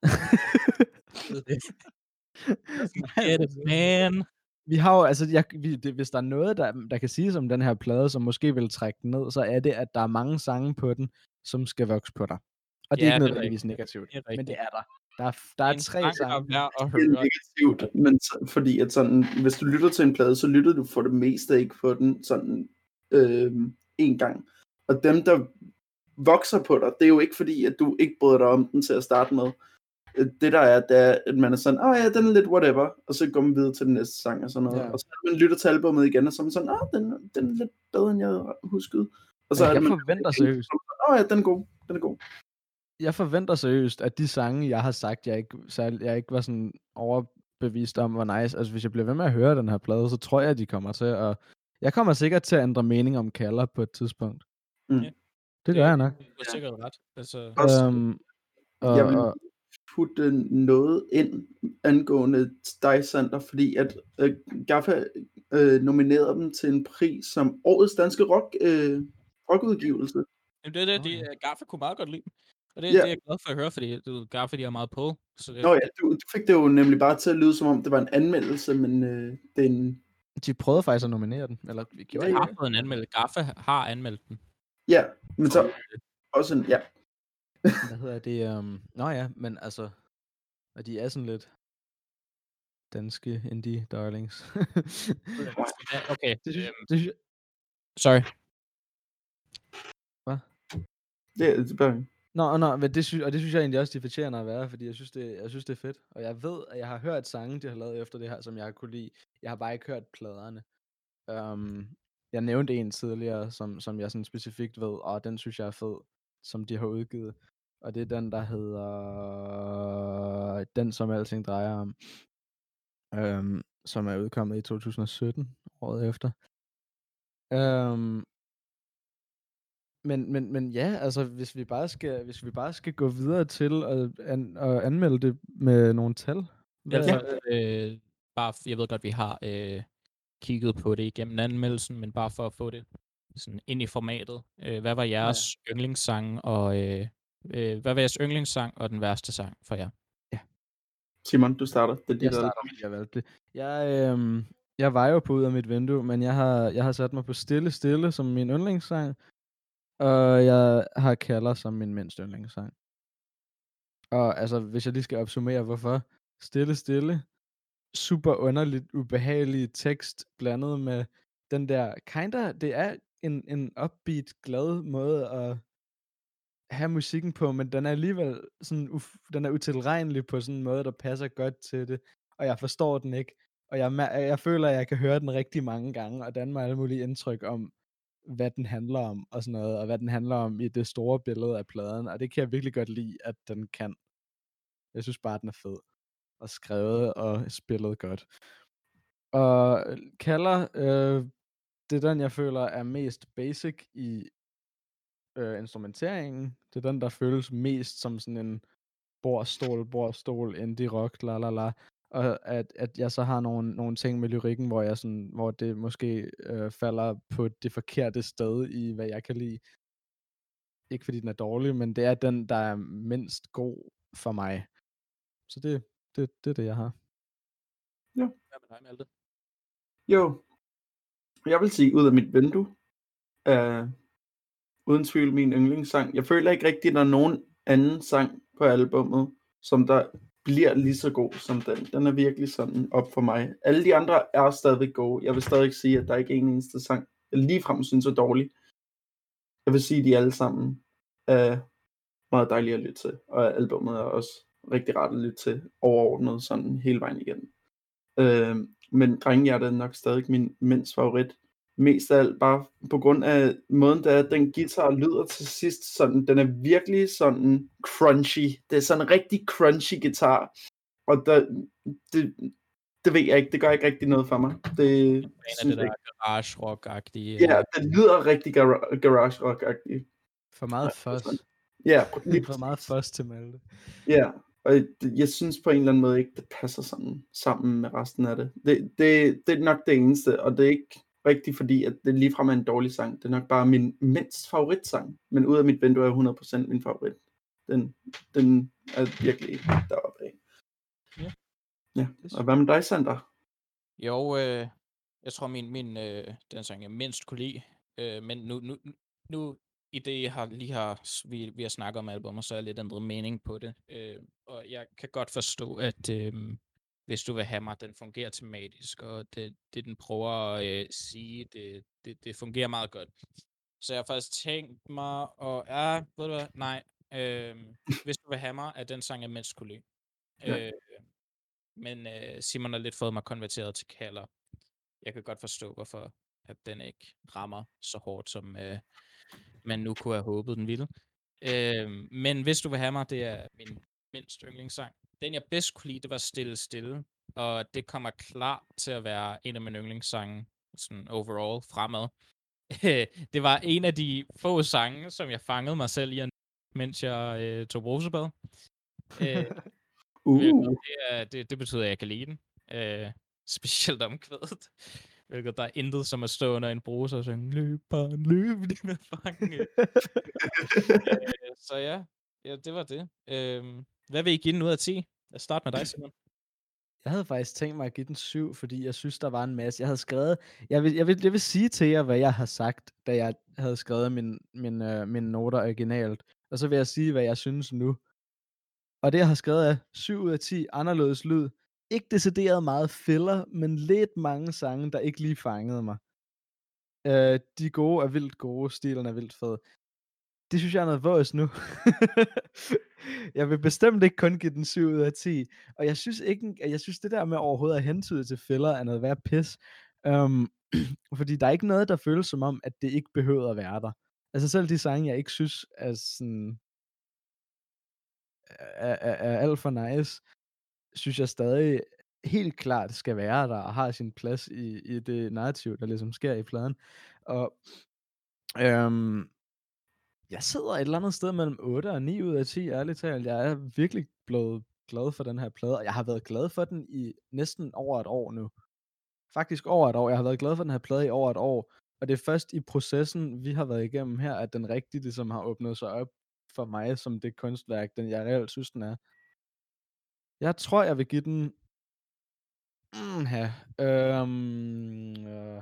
Get it, man. Vi har jo, altså, jeg, vi, det, hvis der er noget, der, der kan siges om den her plade, som måske vil trække den ned, så er det, at der er mange sange på den, som skal vokse på dig. Og det ja, er ikke nødvendigvis negativt, det men det er der. Der er, der er tre sange. Der er det er negativt, men så, fordi at sådan, hvis du lytter til en plade, så lytter du for det meste ikke på den sådan øh, en gang. Og dem, der vokser på dig, det er jo ikke fordi, at du ikke bryder dig om den til at starte med. Det der er, det er, at man er sådan, åh ja, den er lidt whatever, og så går man videre til den næste sang og sådan noget. Ja. Og så er man lytter til albumet igen, og så er man sådan, åh, den, den er lidt bedre, end jeg havde husket. Og så ja, er jeg det, man, forventer seriøst. Åh ja, den er god, den er god. Jeg forventer seriøst, at de sange, jeg har sagt, jeg ikke, særlig, jeg ikke var sådan overbevist om, var nice. Altså, hvis jeg bliver ved med at høre den her plade, så tror jeg, at de kommer til at... Jeg kommer sikkert til at ændre mening om Kaller på et tidspunkt. Mm. Det, det gør jeg nok. Du er sikkert ret. Altså... Um, og, jeg vil putte noget ind angående dig, Sander, fordi at uh, Gaffa uh, nominerede dem til en pris som årets danske rock, uh, rockudgivelse. Jamen det er det, de, Gaffa kunne meget godt lide. Og det, ja. det er jeg glad for at høre, fordi du, Gaffa, de er meget på. Så det... Nå ja, du, du fik det jo nemlig bare til at lyde, som om det var en anmeldelse, men uh, det er en... De prøvede faktisk at nominere den, eller vi gjorde ja, har fået en anmeldelse. Gaffa har anmeldt den. Ja, men så også en, ja. Hvad hedder det? Um... Nå ja, men altså, og de er sådan lidt danske indie darlings. okay. Det synes, det synes... Sorry. Hvad? Det, det er bare... Nå, nå, men det synes, og det synes jeg egentlig også, de fortjener at være, fordi jeg synes, det, jeg synes, det er fedt. Og jeg ved, at jeg har hørt sange, de har lavet efter det her, som jeg kunne lide. Jeg har bare ikke hørt pladerne. Um, jeg nævnte en tidligere, som, som jeg sådan specifikt ved, og den synes jeg er fed, som de har udgivet. Og det er den, der hedder Den, som alting drejer om. Um, som er udkommet i to tusind og sytten, året efter. Um, Men, men, men ja, altså hvis vi bare skal, hvis vi bare skal gå videre til at, an, at anmelde det med nogle tal. Vel, Hvad, så, øh, bare, f- jeg ved godt, vi har øh, kigget på det igennem anmeldelsen, men bare for at få det sådan ind i formatet. Øh, hvad var jeres ja. yndlingssang, og øh, øh, hvad var jeres yndlingssang og den værste sang for jer? Simon, du starter. Det er dit jeg album. starter, fordi jeg valgte det. Jeg, øhm, jeg var jo på ud af mit vindue, men jeg har, jeg har sat mig på Stille Stille som min yndlingssang, og jeg har Kalder som min mindste yndlingssang. Og altså, hvis jeg lige skal opsummere, hvorfor. Stille Stille, super underligt, ubehagelig tekst, blandet med den der, kinda, det er en, en upbeat, glad måde at have musikken på, men den er alligevel sådan, uf, den er utilregnelig på sådan en måde, der passer godt til det, og jeg forstår den ikke, og jeg, mær- jeg føler, at jeg kan høre den rigtig mange gange, og danne mig alle mulige indtryk om, hvad den handler om, og sådan noget, og hvad den handler om i det store billede af pladen, og det kan jeg virkelig godt lide, at den kan. Jeg synes bare, den er fed, og skrevet og spillet godt. Og Kalder, øh, det er den, jeg føler er mest basic i øh, instrumenteringen. Det er den, der føles mest som sådan en bordstol, bordstol, indie rock, la la la. Og at, at jeg så har nogle, nogle ting med lyrikken, hvor jeg sådan, hvor det måske øh, falder på det forkerte sted i, hvad jeg kan lide. Ikke fordi den er dårlig, men det er den, der er mindst god for mig. Så det, det, det er det, jeg har. Ja. Hvad med dig, Malte? Jo, jeg vil sige, ud af mit vindue, er uden tvivl min yndlingssang. Jeg føler ikke rigtigt, at der er nogen anden sang på albummet, som der bliver lige så god som den. Den er virkelig sådan op for mig. Alle de andre er stadigvæk gode. Jeg vil stadig sige, at der ikke er en eneste sang, jeg ligefrem synes er dårlig. Jeg vil sige, at de alle sammen er meget dejlige at lytte til, og albumet er også rigtig rart at lytte til overordnet sådan hele vejen igennem. Øh, men Drengehjerte er nok stadig min mindst favorit. Mest af alt bare på grund af måden, der den guitar lyder til sidst. Sådan, den er virkelig sådan crunchy. Det er sådan en rigtig crunchy guitar. Og der, det, det ved jeg ikke. Det gør ikke rigtig noget for mig. Det, En af det der garage rock-agtige. Ja, det lyder rigtig gar- garage rock-agtigt. For meget fuzz. Ja, for meget fuzz til Malte. Ja, og jeg synes på en eller anden måde ikke, det passer sådan sammen med resten af det. Det, det, det er nok det eneste, og det er ikke rigtigt fordi, at det ligefrem er en dårlig sang. Det er nok bare min mindst favoritsang, men ud af mit vindue er hundrede procent min favorit. Den, den er virkelig deroppe af. Ja. Ja, og hvad med dig, Sander? Jo, øh, jeg tror min, min øh, den sang jeg mindst kunne lide, øh, men nu, nu, nu i det jeg har, lige har, vi, vi har snakket om albumet, så er jeg lidt ændret mening på det, øh, og jeg kan godt forstå, at øh, hvis du vil have mig, den fungerer tematisk, og det, det den prøver at øh, sige, det, det, det fungerer meget godt. Så jeg har faktisk tænkt mig, og ja, ved du hvad, nej, øh, hvis du vil have mig, er den sang jeg mindst kunne lide. Ja. Øh, men øh, Simon har lidt fået mig konverteret til Kalder. Jeg kan godt forstå, hvorfor at den ikke rammer så hårdt, som øh, man nu kunne have håbet, den ville. Øh, men hvis du vil have mig, det er min mindst yndlingssang. Den jeg bedst kunne lide, det var Stille Stille, og det kommer klart til at være en af mine yndlingssange, sådan overall fremad. Det var en af de få sange, som jeg fangede mig selv i, mens jeg øh, tog brusebad. Øh, uh. det, er, det, det betyder, at jeg kan lide den. Øh, specielt omkvædet. Hvilket der er intet, som at stå under en bruser og synge, løb barn, løb, det med fange. øh, så ja, ja, det var det. Øh, hvad vil I give den ud af ti? Lad os starte med dig, Simon. Jeg havde faktisk tænkt mig at give den syv, fordi jeg synes, der var en masse. Jeg havde skrevet, jeg vil, jeg vil, jeg vil sige til jer, hvad jeg har sagt, da jeg havde skrevet min, min, øh, mine noter originalt. Og så vil jeg sige, hvad jeg synes nu. Og det, jeg har skrevet, er syv ud af ti, anderledes lyd. Ikke decideret meget filler, men lidt mange sange, der ikke lige fangede mig. Øh, de gode er vildt gode, stilen er vildt fed. Det synes jeg er noget vås nu. Jeg vil bestemt ikke kun give den syv ud af ti. Og jeg synes ikke, jeg synes det der med overhovedet at hentyde til filler er noget værd pis. Um, fordi der er ikke noget, der føles som om, at det ikke behøver at være der. Altså selv de sange, jeg ikke synes er sådan er, er, er alt for nice, synes jeg stadig helt klart skal være der og har sin plads i, i det narrativ, der ligesom sker i pladen. Og øhm, jeg sidder et eller andet sted mellem otte og ni ud af ti, ærligt talt. Jeg er virkelig blevet glad for den her plade, og jeg har været glad for den i næsten over et år nu. Faktisk over et år. Jeg har været glad for den her plade i over et år, og det er først i processen, vi har været igennem her, at den rigtige ligesom har åbnet sig op for mig, som det kunstværk, den jeg reelt synes, den er. Jeg tror, jeg vil give den... Mm, her. Øhm, øh,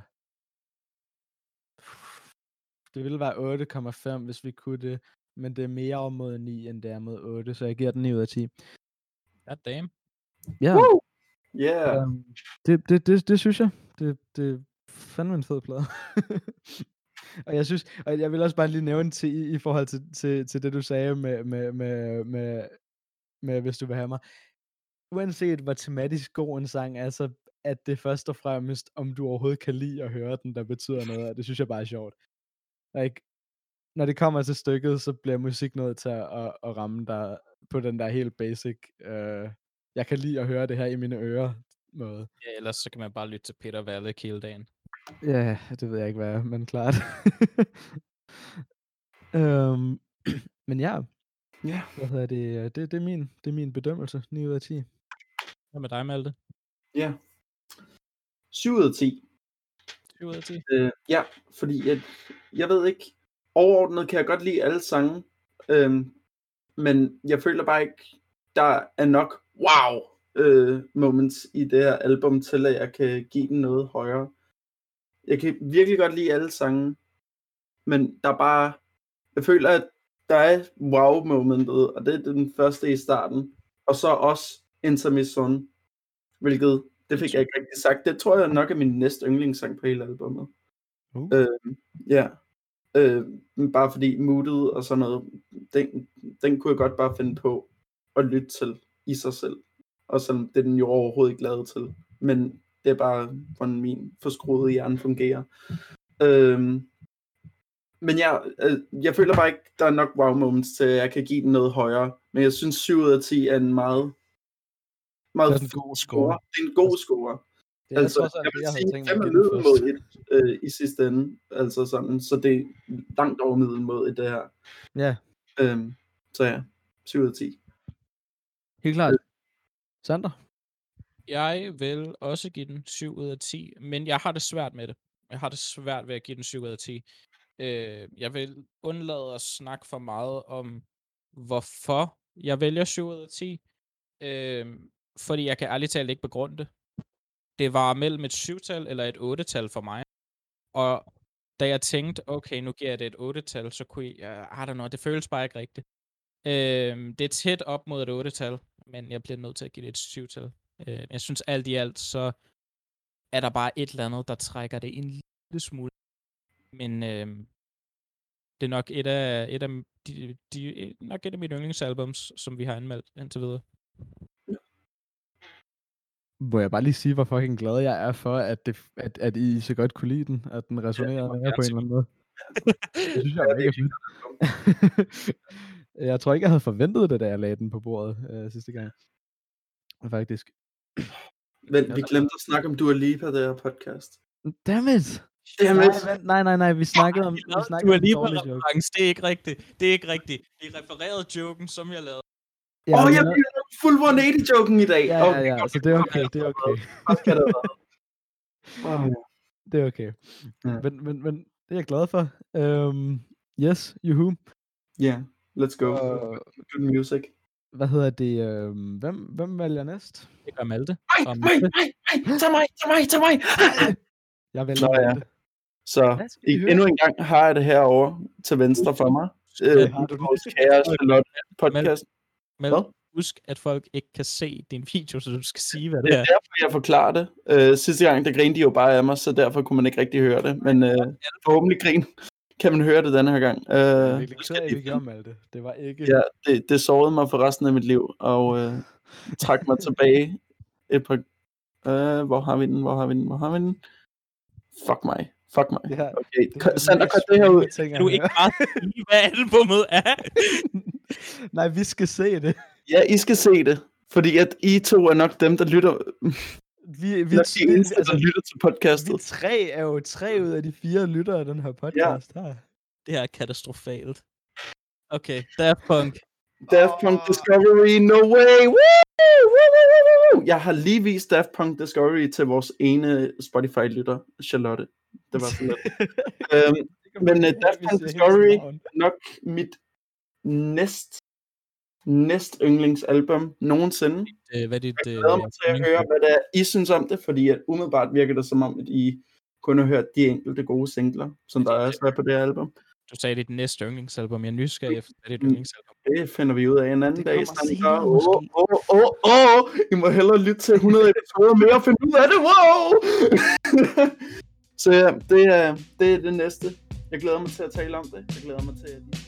det ville være otte komma fem, hvis vi kunne det, men det er mere mod ni, end det er mod otte, så jeg giver den ni ud af ti. God damn. Ja. Woo! Yeah. Øhm, det, det, det, det synes jeg. Det, det er fandme en fed plade. Og jeg synes, og jeg vil også bare lige nævne til, i, i forhold til, til, til det, du sagde med, med, med, med, med, hvis du vil have mig. Uanset hvor tematisk god en sang er, så at det først og fremmest, om du overhovedet kan lide at høre den, der betyder noget, og det synes jeg bare er sjovt. Like, når det kommer til stykket, så bliver musik nødt til at, at, at ramme dig på den der helt basic, uh, jeg kan lide at høre det her i mine ører måde. Ja, ellers så kan man bare lytte til Peter Valle hele dagen. Ja, det ved jeg ikke, hvad er, men klart. um, men ja, Ja. hvad hedder det? Det, det, er min, det er min bedømmelse, ni ud af ti. Hvad med dig, Malte? Ja. syv ud af ti. syv ud af ti? Øh, ja, fordi jeg, jeg ved ikke, overordnet kan jeg godt lide alle sange, øhm, men jeg føler bare ikke, der er nok wow øh, moments i det her album, til at jeg kan give den noget højere. Jeg kan virkelig godt lide alle sange, men der er bare, jeg føler, at der er wow-momentet, og det er den første i starten, og så også Intermission, hvilket, det fik jeg ikke rigtig sagt, det tror jeg nok er min næste yndlingssang på hele albumet. Uh. Øh, ja, øh, bare fordi moodet og sådan noget, den, den kunne jeg godt bare finde på at lytte til i sig selv, og sådan, det er den jo overhovedet ikke lavet til, men det er bare, hvordan min forskruede hjerne fungerer. Øh, Men jeg, øh, jeg føler bare ikke, der er nok wow moments til, at jeg kan give den noget højere. Men jeg synes syv ud af ti er en meget, meget det er en god score. Det er en god score. Det er altså, også jeg det, vil jeg sige, havde tænkt fem mig er at give den middel mod først. et øh, i sidste ende. Altså sådan, så det er langt over middel mod et det her. Ja. Øhm, så ja, syv ud af ti. Helt klart. Sander? Jeg vil også give den syv ud af ti, men jeg har det svært med det. Jeg har det svært ved at give den syv ud af ti. Øh, jeg vil undlade at snakke for meget om, hvorfor jeg vælger syv ud af ti. Øh, fordi jeg kan ærligt talt ikke begrunde det. Det var mellem et syv-tal eller et otte-tal for mig. Og da jeg tænkte, okay, nu giver jeg det et otte-tal, så kunne jeg, I don't know, det føles bare ikke rigtigt. Øh, det er tæt op mod et otte-tal, men jeg bliver nødt til at give det et syv-tal. Øh, jeg synes alt i alt, så er der bare et eller andet, der trækker det en lille smule. Men øh, det er nok et af, et af de, de, nok et af mine yndlingsalbums, som vi har anmeldt indtil videre. Må jeg bare lige sige, hvor fucking glad jeg er for, at, det, at, at I så godt kunne lide den, at den resonerede med jer på en eller anden måde. Det synes jeg er mega fedt. Jeg tror ikke, jeg havde forventet det, da jeg lagde den på bordet øh, sidste gang. Faktisk. Men vi glemte at snakke om Dua Lipa, det her podcast. Dammit! Dammit! Nej, nej, nej, vi snakkede om, vi snakkede Dua om Lipa dårlig joke. reference, det er ikke rigtigt. Det er ikke rigtigt. Vi refererede joken, som jeg lavede. Åh, ja, oh, jeg lavede full one eighty-joken i dag. Ja, ja, ja, okay, så det er okay, det er okay. Det er okay. Ja. Men, men, men det er jeg glad for. Um, yes, juhu. Ja, yeah, let's go. Uh, Good music. Hvad hedder det? Uh, hvem, hvem vælger næst? Det gør Malte. Nej, nej, nej, nej, tag mig, tag mig, tag mig. Jeg vælger Nå, ja. Så i, endnu en gang har jeg det herovre til venstre for mig. Øh, vores kære Charlotte podcast. Malte, husk, at folk ikke kan se din video, så du skal sige, hvad det er. Det er derfor, jeg forklarer det. Øh, sidste gang, der grinede de jo bare af mig, så derfor kunne man ikke rigtig høre det. Men øh, forhåbentlig grin kan man høre det denne her gang. Øh, jeg er virkelig ked af, at vi gjorde, Malte. Det var ikke... Ja, det, det sårede mig for resten af mit liv, og øh, trak mig tilbage et par... Øh, hvor har vi den? Hvor har vi den? Hvor har vi den? Fuck mig. Fuck mig. Ja, okay, det Sander, cut det her ud. Kan du ikke bare sige, hvad albumet er? Nej, vi skal se det. Ja, I skal se det. Fordi at I to er nok dem, der lytter... Vi, vi, er de eneste, altså, der lytter til podcastet. Vi tre er jo tre ud af de fire lyttere af den her podcast ja. her. Det her er katastrofalt. Okay, Daft Punk. Daft Punk oh. Discovery, no way! Woo! Woo, woo, woo, woo! Jeg har lige vist Daft Punk Discovery til vores ene Spotify-lytter, Charlotte. Det var sådan lidt. øhm, men uh, Daft Punk Discovery, nok mit næst, næst yndlingsalbum nogensinde. Øh, hvad er dit, jeg glæder mig til at høre, hvad det er, I synes om det, fordi at umiddelbart virker det som om, at I kun har hørt de enkelte gode singler, som der også er på det album. Du sagde, det er dit næste yndlingsalbum. Jeg er nysgerrig efter, hvad er dit yndlingsalbum? Det finder vi ud af en anden dag. Åh, åh, åh, åh, I må hellere lytte til hundrede episoder mere og finde ud af det. Wow! Så ja, det er, det er det næste. Jeg glæder mig til at tale om det. Jeg glæder mig til, at